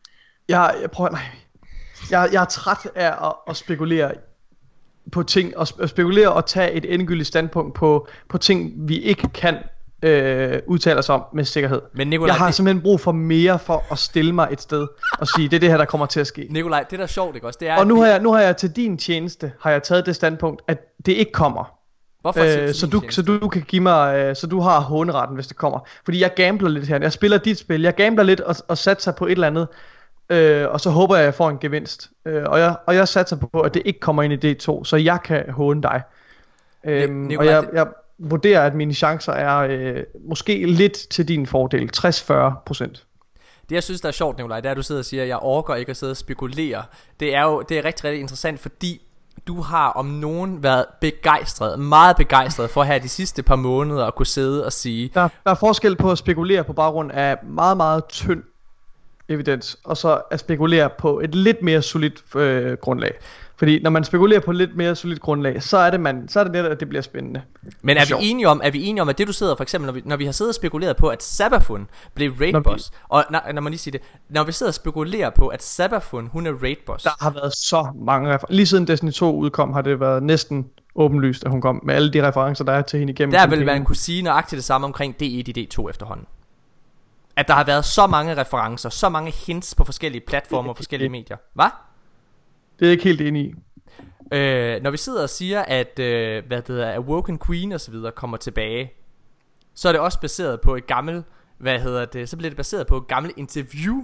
Jeg er træt af at spekulere på ting og spekulere og tage et endegyldigt standpunkt på ting vi ikke kan udtale os om med sikkerhed. Men Nikolaj, jeg har simpelthen brug for mere for at stille mig et sted og sige, det er det her der kommer til at ske. Nikolaj, det der er sjovt, ikke også? Det er, og nu har jeg til din tjeneste taget det standpunkt, at det ikke kommer. Hvorfor så du kan give mig, så du har håneretten, hvis det kommer. Fordi jeg gambler lidt her. Jeg spiller dit spil. Jeg gambler lidt og satser på et eller andet. Og så håber jeg, at jeg får en gevinst. Og jeg satser på, at det ikke kommer ind i D2, så jeg kan håne dig. Og jeg vurderer, at mine chancer er måske lidt til din fordel. 60-40%. Det jeg synes der er sjovt, Nikolaj, det er at du sidder og siger, at jeg orker ikke at sidde og spekulere. Det er rigtig, rigtig interessant, fordi du har om nogen været meget begejstret for her de sidste par måneder at kunne sidde og sige, der er forskel på at spekulere på baggrund af meget, meget tynd evidens, og så at spekulere på et lidt mere solidt grundlag. Fordi når man spekulerer på et lidt mere solidt grundlag, så er det net, at det bliver spændende. Men er vi enige om, at det du sidder for eksempel, når vi har siddet og spekuleret på, at Sabafun blev raid boss, og når man lige siger det, når vi sidder og spekulerer på, at Sabafun, hun er raid boss. Der har været så mange lige siden Destiny 2 udkom, har det været næsten åbenlyst, at hun kom med alle de referencer, der er til hende igennem. Der vil man kunne sige nøjagtigt det samme omkring D1 i D2 efterhånden. At der har været så mange referencer, så mange hints på forskellige platformer og forskellige medier. Hvad? Det er jeg ikke helt enig i. Når vi sidder og siger, at Awoken Queen og så videre kommer tilbage, så er det også baseret på et gammelt, så bliver det baseret på et gammelt interview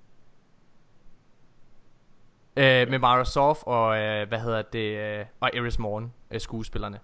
med Mara Sov og og Eris Morn, skuespillerne.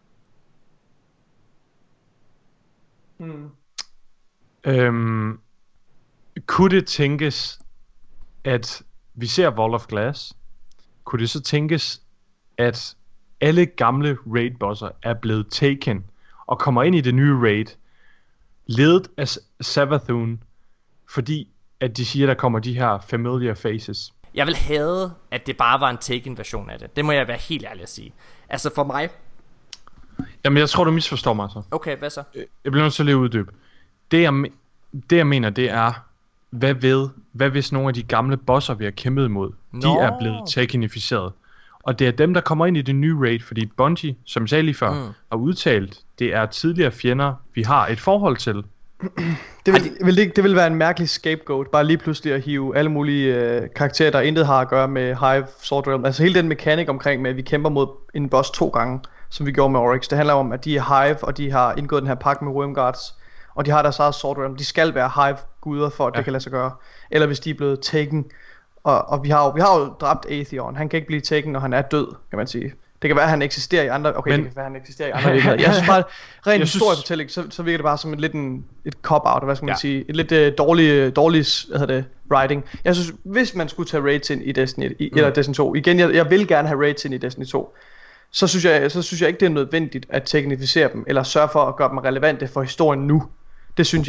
Kunne det tænkes, at vi ser Vault of Glass? Kunne det så tænkes, at alle gamle raid-bosser er blevet taken og kommer ind i det nye raid, ledet af Savathun, fordi at de siger, der kommer de her familiar faces? Jeg vil have, at det bare var en taken version af det. Det må jeg være helt ærlig at sige. Altså for mig. Jamen jeg tror du misforstår mig så. Okay, hvad så? Jeg bliver nødt til at lige uddybe. Det jeg mener, det er, hvad hvis nogle af de gamle bosser vi har kæmpet imod, de er blevet takenificeret. Og det er dem, der kommer ind i det nye raid, fordi Bungie, som jeg sagde lige før, har udtalt, det er tidligere fjender, vi har et forhold til. Det vil være en mærkelig scapegoat, bare lige pludselig at hive alle mulige karakterer, der intet har at gøre med Hive, Sword Realm. Altså hele den mekanik omkring med, at vi kæmper mod en boss 2 gange, som vi gjorde med Oryx. Det handler om, at de er Hive, og de har indgået den her pagt med Wormguards, og de har deres eget Sword Realm. De skal være Hive-guder, for at det kan lade sig gøre. Eller hvis de er blevet taken. Og vi har jo dræbt Atheon. Han kan ikke blive taken, når han er død, kan man sige. Det kan være, at han eksisterer i andre. Okay, det kan være, at han eksisterer i andre virkeligheder. Jeg synes bare, rent historiefortælling, så virker det bare som et cop-out, hvad skal man sige, et lidt dårlig writing. Jeg synes, hvis man skulle tage raids ind i Destiny eller Destiny 2, igen, jeg vil gerne have raids ind i Destiny 2, så synes jeg ikke, det er nødvendigt at teknificere dem, eller sørge for at gøre dem relevante for historien nu. Det synes jeg ikke.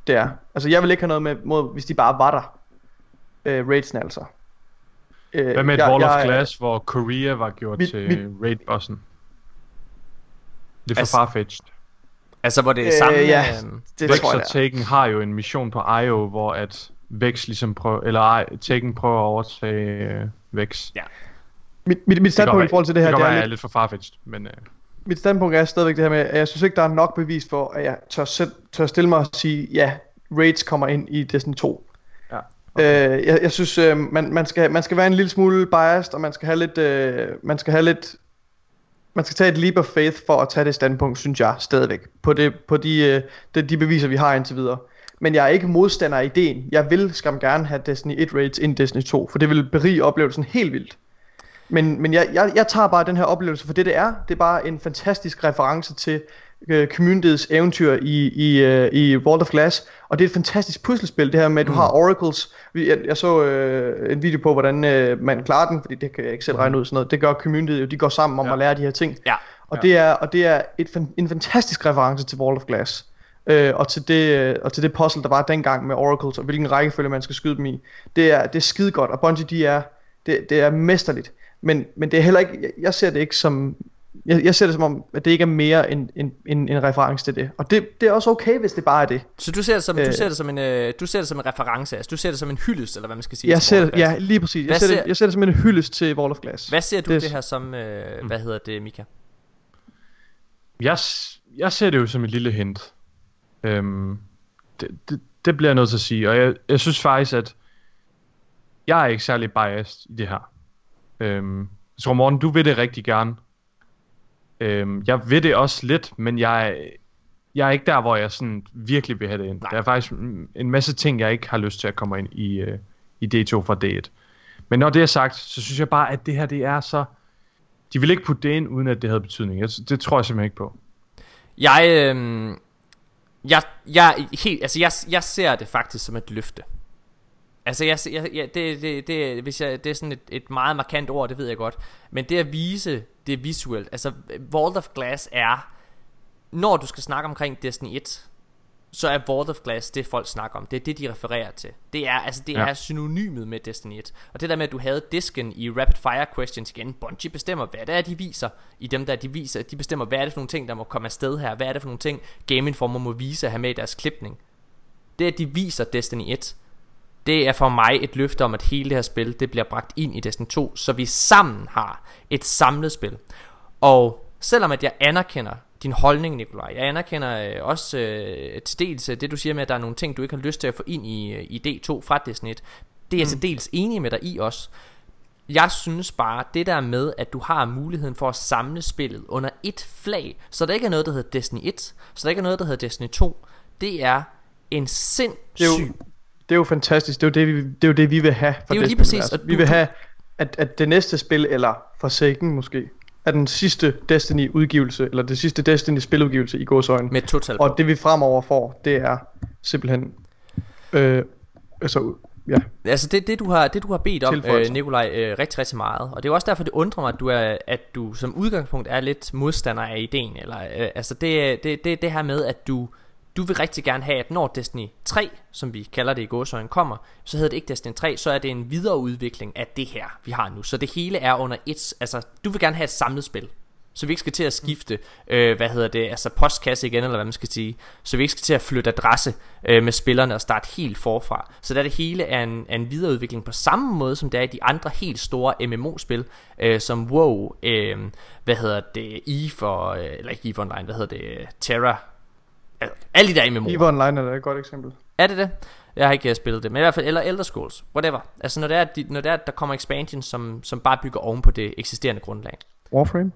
Det er. Altså jeg vil ikke have noget med, mod, hvis de bare var der. Raidsene altså. Hvad med et Wall of Glass, hvor Korea var gjort til raid-bossen? Det er for farfetched. Altså hvor det er samme... ja, det Vex tror jeg, og Taken har jo en mission på IO, hvor at Vex ligesom prøver, eller Taken prøver at overtage Vex. Ja. Mit standpunkt i forhold til det her, det er lidt for farfetched, men... Mit standpunkt er stadigvæk det her med, at jeg synes ikke, der er nok bevis for, at jeg tør stille mig og sige, ja, Raids kommer ind i Destiny 2. Ja. Okay. Jeg synes, man skal være en lille smule biased, og man skal tage et leap of faith for at tage det standpunkt, synes jeg, stadigvæk. På de beviser, vi har indtil videre. Men jeg er ikke modstander af ideen. Jeg vil skam gerne have Destiny 1 Raids ind Destiny 2, for det vil berige oplevelsen helt vildt. Men jeg tager bare den her oplevelse for det er. Det er bare en fantastisk reference til communityets eventyr i World of Glass. Og det er et fantastisk puslespil, det her med, at du har oracles. Jeg så en video på, hvordan man klarer den, fordi det kan jeg ikke selv regne ud sådan noget. Det gør communityet jo, de går sammen om at lære de her ting. Ja. Og det er en fantastisk reference til World of Glass. Og til det puzzle, der var dengang med oracles, og hvilken rækkefølge man skal skyde dem i. Det er skide godt, og Bungie, det er mesterligt. Men det er heller ikke, jeg ser det ikke som, jeg ser det som om, at det ikke er mere en reference til det. Og det er også okay, hvis det bare er det. Så du ser det som, du ser det som en reference, altså du ser det som en hyldest, eller hvad man skal sige. Ja, lige præcis. Jeg ser det som en hyldest til Wall of Glass. Hvad ser du det her som, hvad hedder det, Mika? Jeg ser det jo som et lille hint. Det bliver jeg nødt til at sige. Og jeg synes faktisk, at jeg er ikke særlig biased i det her. Jeg tror, Morten, du vil det rigtig gerne. Jeg vil det også lidt, men jeg er ikke der, hvor jeg sådan virkelig vil have det ind. Nej. Der er faktisk en masse ting, jeg ikke har lyst til at komme ind i D2 fra D1. Men når det er sagt, så synes jeg bare, at det her, det er så... De vil ikke putte det ind, uden at det havde betydning. Det tror jeg simpelthen ikke på. Jeg ser det faktisk som et løfte. Altså det er sådan et meget markant ord, det ved jeg godt. Men det at vise det visuelt, altså Vault of Glass er, når du skal snakke omkring Destiny 1, så er Vault of Glass det folk snakker om. Det er det de refererer til. Det er synonymet med Destiny 1. Og det der med at du havde disken i Rapid Fire Questions igen, Bungie bestemmer hvad det er de viser. I dem der de viser, de bestemmer hvad er det for nogle ting der må komme afsted her. Hvad er det for nogle ting Game Informer må vise at have med i deres klipning. Det at de viser Destiny 1, det er for mig et løfte om at hele det her spil, det bliver bragt ind i Destiny 2, så vi sammen har et samlet spil. Og selvom at jeg anerkender din holdning, Nikolaj, jeg anerkender også til dels det du siger med at der er nogle ting du ikke har lyst til at få ind i D2 fra Destiny 1. Det er jeg til dels enig med dig i også. Jeg synes bare det der med at du har muligheden for at samle spillet under et flag, så der ikke er noget der hedder Destiny 1, så der ikke er noget der hedder Destiny 2. Det er en sindssyg. Det er jo fantastisk. Det er jo det vi vil have. Det er jo lige præcis. Vi vil have at det næste spil, eller Forsaken måske, er den sidste Destiny udgivelse, eller det sidste Destiny spiludgivelse i gåseøjne. Med total. Og det vi fremover får, det er simpelthen ja. Altså det du har bedt om, Nikolaj, rigtig rigtig meget. Og det er jo også derfor det undrer mig at du som udgangspunkt er lidt modstander af ideen, eller altså det her med at du vil rigtig gerne have, at når Destiny 3, som vi kalder det i gåseøjne, kommer, så hedder det ikke Destiny 3, så er det en videreudvikling af det her, vi har nu. Så det hele er under et, altså du vil gerne have et samlet spil, så vi ikke skal til at skifte, altså postkasse igen, eller hvad man skal sige. Så vi ikke skal til at flytte adresse med spillerne og starte helt forfra. Så der det hele er en videreudvikling på samme måde, som det er i de andre helt store MMO-spil, som WoW, EVE, eller ikke EVE Online, Terra. Alle de der MMO'er. EVE Online er et godt eksempel. Er det? Jeg har ikke spillet det, men i hvert fald, eller Elder Scrolls, whatever. Altså når det er, at der kommer expansion, som bare bygger oven på det eksisterende grundlag. Warframe.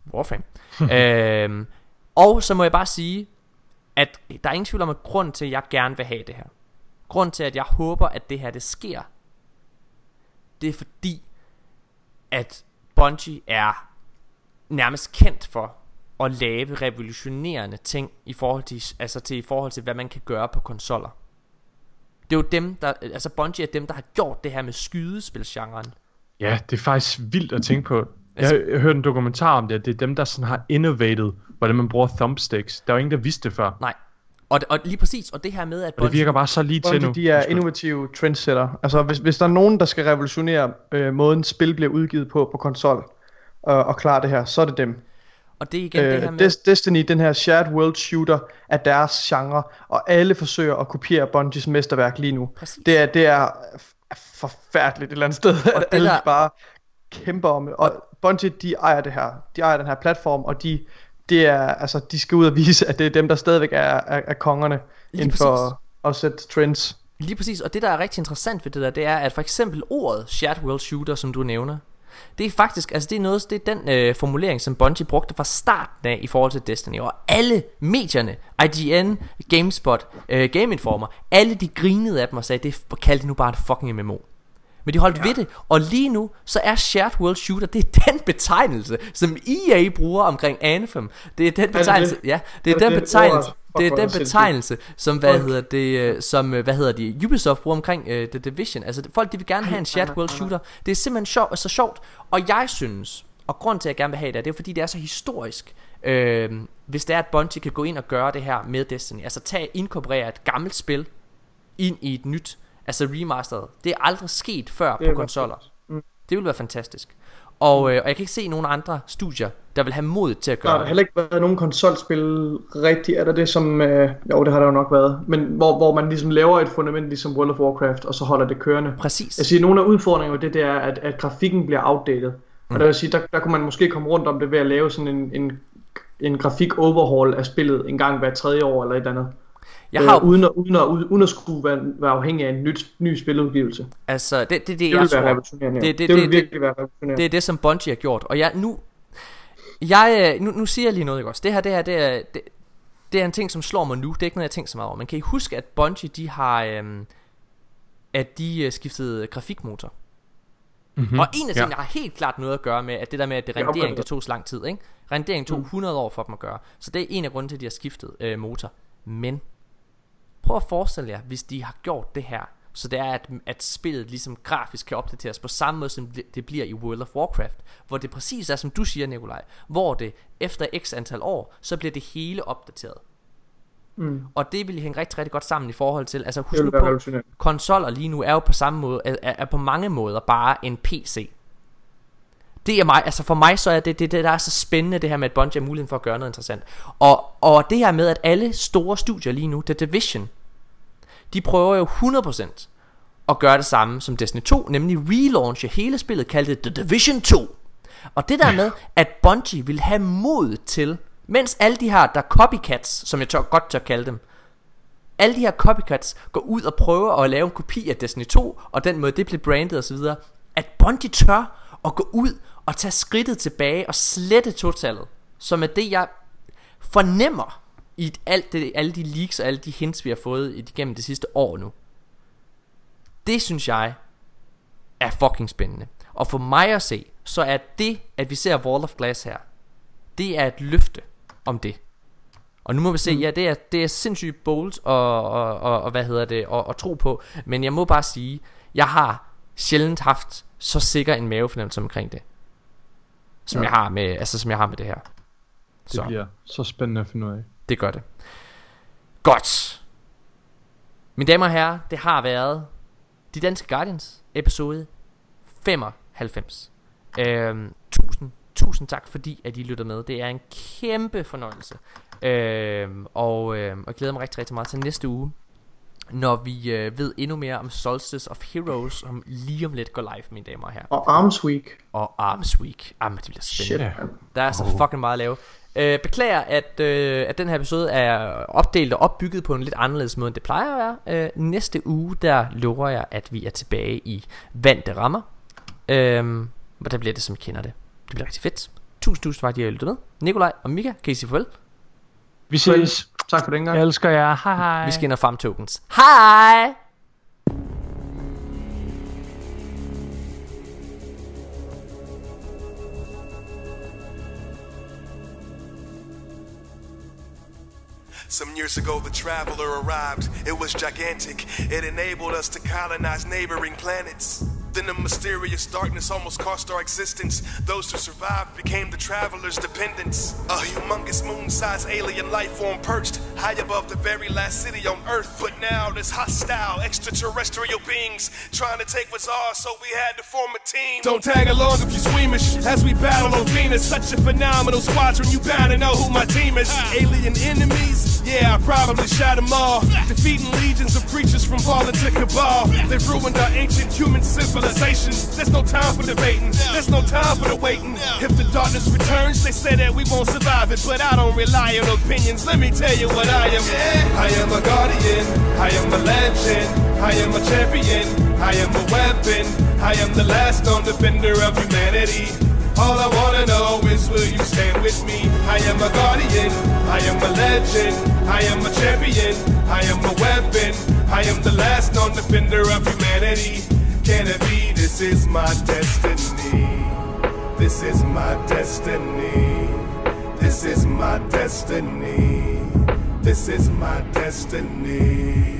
Og så må jeg bare sige, at der er ingen tvivl om, at grund til, at jeg gerne vil have det her, grund til, at jeg håber, at det her, det sker, det er fordi, at Bungie er nærmest kendt for at lave revolutionerende ting i forhold til hvad man kan gøre på konsoller. Det er jo dem der, altså Bungie er dem der har gjort det her med skydespilsgenren. Ja, det er faktisk vildt at tænke på. Jeg hørte en dokumentar om det, at det er dem der sådan har innovated hvordan man bruger thumbsticks. Der var ingen der vidste det før. Nej. Og lige præcis, og det her med, at Og det virker bare så lige til nu. De er innovative trendsetter. Altså hvis der er nogen, der skal revolutionere måden spil bliver udgivet på konsol, og klare det her, så er det dem. Og det er igen det her med... Destiny, den her shared world shooter, er deres genre, og alle forsøger at kopiere Bungies mesterværk lige nu. Præcis. Det er forfærdeligt et eller andet sted, at alle der... bare kæmper om det. Og Bungie, de ejer det her. De ejer den her platform, og de skal ud og vise, at det er dem, der stadigvæk er kongerne inden for at sætte trends. Lige præcis, og det der er rigtig interessant ved det der, det er, at for eksempel ordet shared world shooter, som du nævner, det er faktisk, altså det er den formulering, som Bungie brugte fra starten af i forhold til Destiny. Og alle medierne, IGN, GameSpot, Game Informer, alle de grinede af dem og sagde, kald det nu bare en fucking MMO. Men de holdt ved det, og lige nu, så er shared world shooter, det er den betegnelse, som EA bruger omkring Anthem. Det er den betegnelse, betegnelse, som Ubisoft bruger omkring The Division. Altså folk, de vil gerne have en shared world shooter. Det er simpelthen så sjovt, og jeg synes, og grund til at jeg gerne vil have det er fordi det er så historisk. Hvis det er at Bungie kan gå ind og gøre det her med Destiny, altså inkorporere et gammelt spil ind i et nyt, altså remasteret. Det er aldrig sket før på konsoller. Det vil være fantastisk. Og jeg kan ikke se nogen andre studier, der vil have mod til at gøre det. Der har heller ikke været nogen konsolspil rigtigt. Er der det som... jo, det har der jo nok været. Men hvor man ligesom laver et fundament ligesom World of Warcraft, og så holder det kørende. Præcis. Jeg siger, nogle af udfordringerne det er, at grafikken bliver outdated. Og der vil sige, der kunne man måske komme rundt om det ved at lave sådan en grafik-overhaul af spillet en gang hver 3 år eller et eller andet. Uden at skulle være afhængig af en ny spiludgivelse. Altså det vil være revolutionerende. Det vil virkelig være revolutionerende. Det er det som Bungie har gjort. Og nu siger jeg lige noget, ikke også? Det her det er en ting som slår mig nu. Det er ikke noget jeg tænker så meget over. Men kan I huske at Bungie de har skiftede grafikmotor? Og en af tingene har helt klart noget at gøre med at det der med at rendering det tog så lang tid, ikke? Rendering tog 100 år for dem at gøre. Så det er en af grunden til at de har skiftet motor. Men prøv at forestille jer, hvis de har gjort det her, så det er at spillet ligesom grafisk kan opdateres på samme måde som det bliver i World of Warcraft, hvor det præcis er som du siger, Nikolaj, hvor det efter x antal år, så bliver det hele opdateret. Og det vil hænge rigtig, rigtig godt sammen i forhold til, altså husk nu på, konsoller lige nu er jo på samme måde, er på mange måder bare en PC. Det er mig, altså for mig så er det der er så spændende, det her med at Bungie har muligheden for at gøre noget interessant. Og det her med at alle store studier lige nu, The Division, de prøver jo 100% at gøre det samme som Destiny 2, nemlig relaunche hele spillet, kaldet The Division 2. Og det der med at Bungie vil have mod til, mens alle de her der copycats, som jeg godt tør kalde dem, alle de her copycats går ud og prøver at lave en kopi af Destiny 2, og den måde det bliver brandet og så videre, at Bungie tør at gå ud og tage skridtet tilbage og slette totallet, som er det jeg fornemmer i alle de leaks og alle de hints vi har fået igennem det sidste år nu. Det synes jeg er fucking spændende. Og for mig at se, så er det at vi ser Wall of Glass her, det er et løfte om det. Og nu må vi se, ja, det er sindssygt bold og hvad hedder det, og tro på. Men jeg må bare sige, jeg har sjældent haft så sikker en mavefornemmelse omkring det, som jeg har med det her. Det bliver så spændende at finde ud af. Det gør det. Godt. Mine damer og herrer, det har været De Danske Guardians episode 95. Tusind tak fordi at I lytter med. Det er en kæmpe fornøjelse. Og jeg glæder mig rigtig, rigtig meget til næste uge, når vi ved endnu mere om Solstice of Heroes, som lige om lidt går live, mine damer og herrer. Og Arms Week. Jamen, det bliver spændende. Der er så fucking meget at lave. Beklager at den her episode er opdelt og opbygget på en lidt anderledes måde end det plejer at være. Næste uge der lover jeg at vi er tilbage i vante rammer. Og der bliver det som I kender det. Det bliver rigtig fedt. Tusind tak fordi I har lyttet med. Nikolaj og Mika, kan I sige farvel? Vi ses. Tak for den gang. Jeg elsker jer. Hej hej. Vi skal ind og farm tokens. Hej. Some years ago, the traveler arrived. It was gigantic. It enabled us to colonize neighboring planets. Then a mysterious darkness almost cost our existence. Those who survived became the traveler's dependents. A humongous moon-sized alien life form perched high above the very last city on earth. But now there's hostile extraterrestrial beings trying to take what's ours, so we had to form a team. Don't tag along if you squeamish as we battle on Venus. Such a phenomenal squadron, you bound to know who my team is. Alien enemies? Yeah, I probably shot them all. Defeating legions of creatures from fallen to cabal. They've ruined our ancient human civilization. There's no time for debating, there's no time for the waiting. If the darkness returns, they say that we won't survive it, but I don't rely on opinions. Let me tell you what I am. I am a guardian, I am a legend, I am a champion, I am a weapon, I am the last known defender of humanity. All I wanna know is, will you stand with me? I am a guardian, I am a legend, I am a champion, I am a weapon, I am the last known defender of humanity. Can it be? This is my destiny. This is my destiny. This is my destiny. This is my destiny.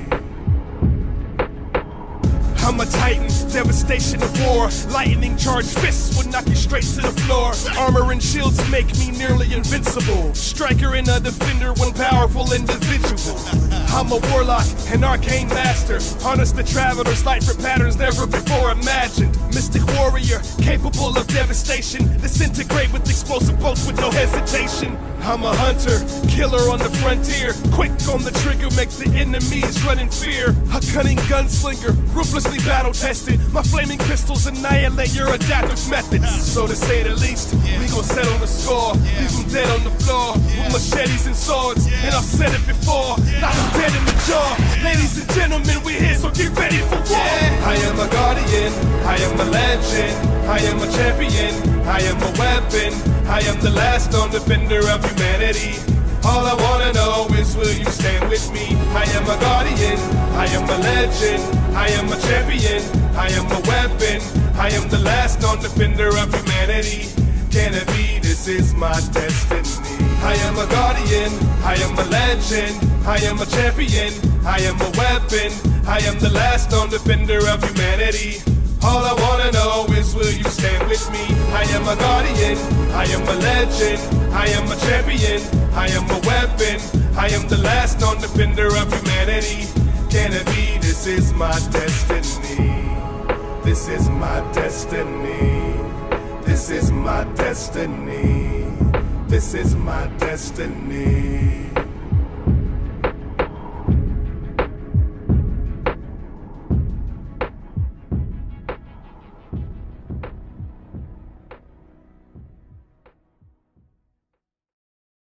I'm a titan, devastation of war. Lightning charged fists would knock you straight to the floor. Armor and shields make me nearly invincible. Striker and a defender, one powerful individual. I'm a warlock, an arcane master. Harness the traveler's light for patterns never before imagined. Mystic warrior, capable of devastation. Disintegrate with explosive bolts with no hesitation. I'm a hunter, killer on the frontier. Quick on the trigger, make the enemies run in fear. A cunning gunslinger, ruthlessly battle-tested. My flaming pistols annihilate your adaptive methods. So to say the least, we gon' settle the score. Leave them dead on the floor, with machetes and swords. And I've said it before, knock them dead in the jaw. Ladies and gentlemen, we're here, so get ready for war. I am a guardian, I am a legend, I am a champion, I am a weapon, I am the last known defender of humanity. All I wanna know is, will you stand with me? I am a guardian, I am a legend, I am a champion, I am a weapon, I am the last known defender of humanity. Can it be? This is my destiny. I am a guardian, I am a legend, I am a champion, I am a weapon, I am the last known defender of humanity. All I wanna know is, will you stand with me? I am a guardian, I am a legend, I am a champion, I am a weapon, I am the last known defender of humanity. Can it be? This is my destiny. This is my destiny. This is my destiny. This is my destiny.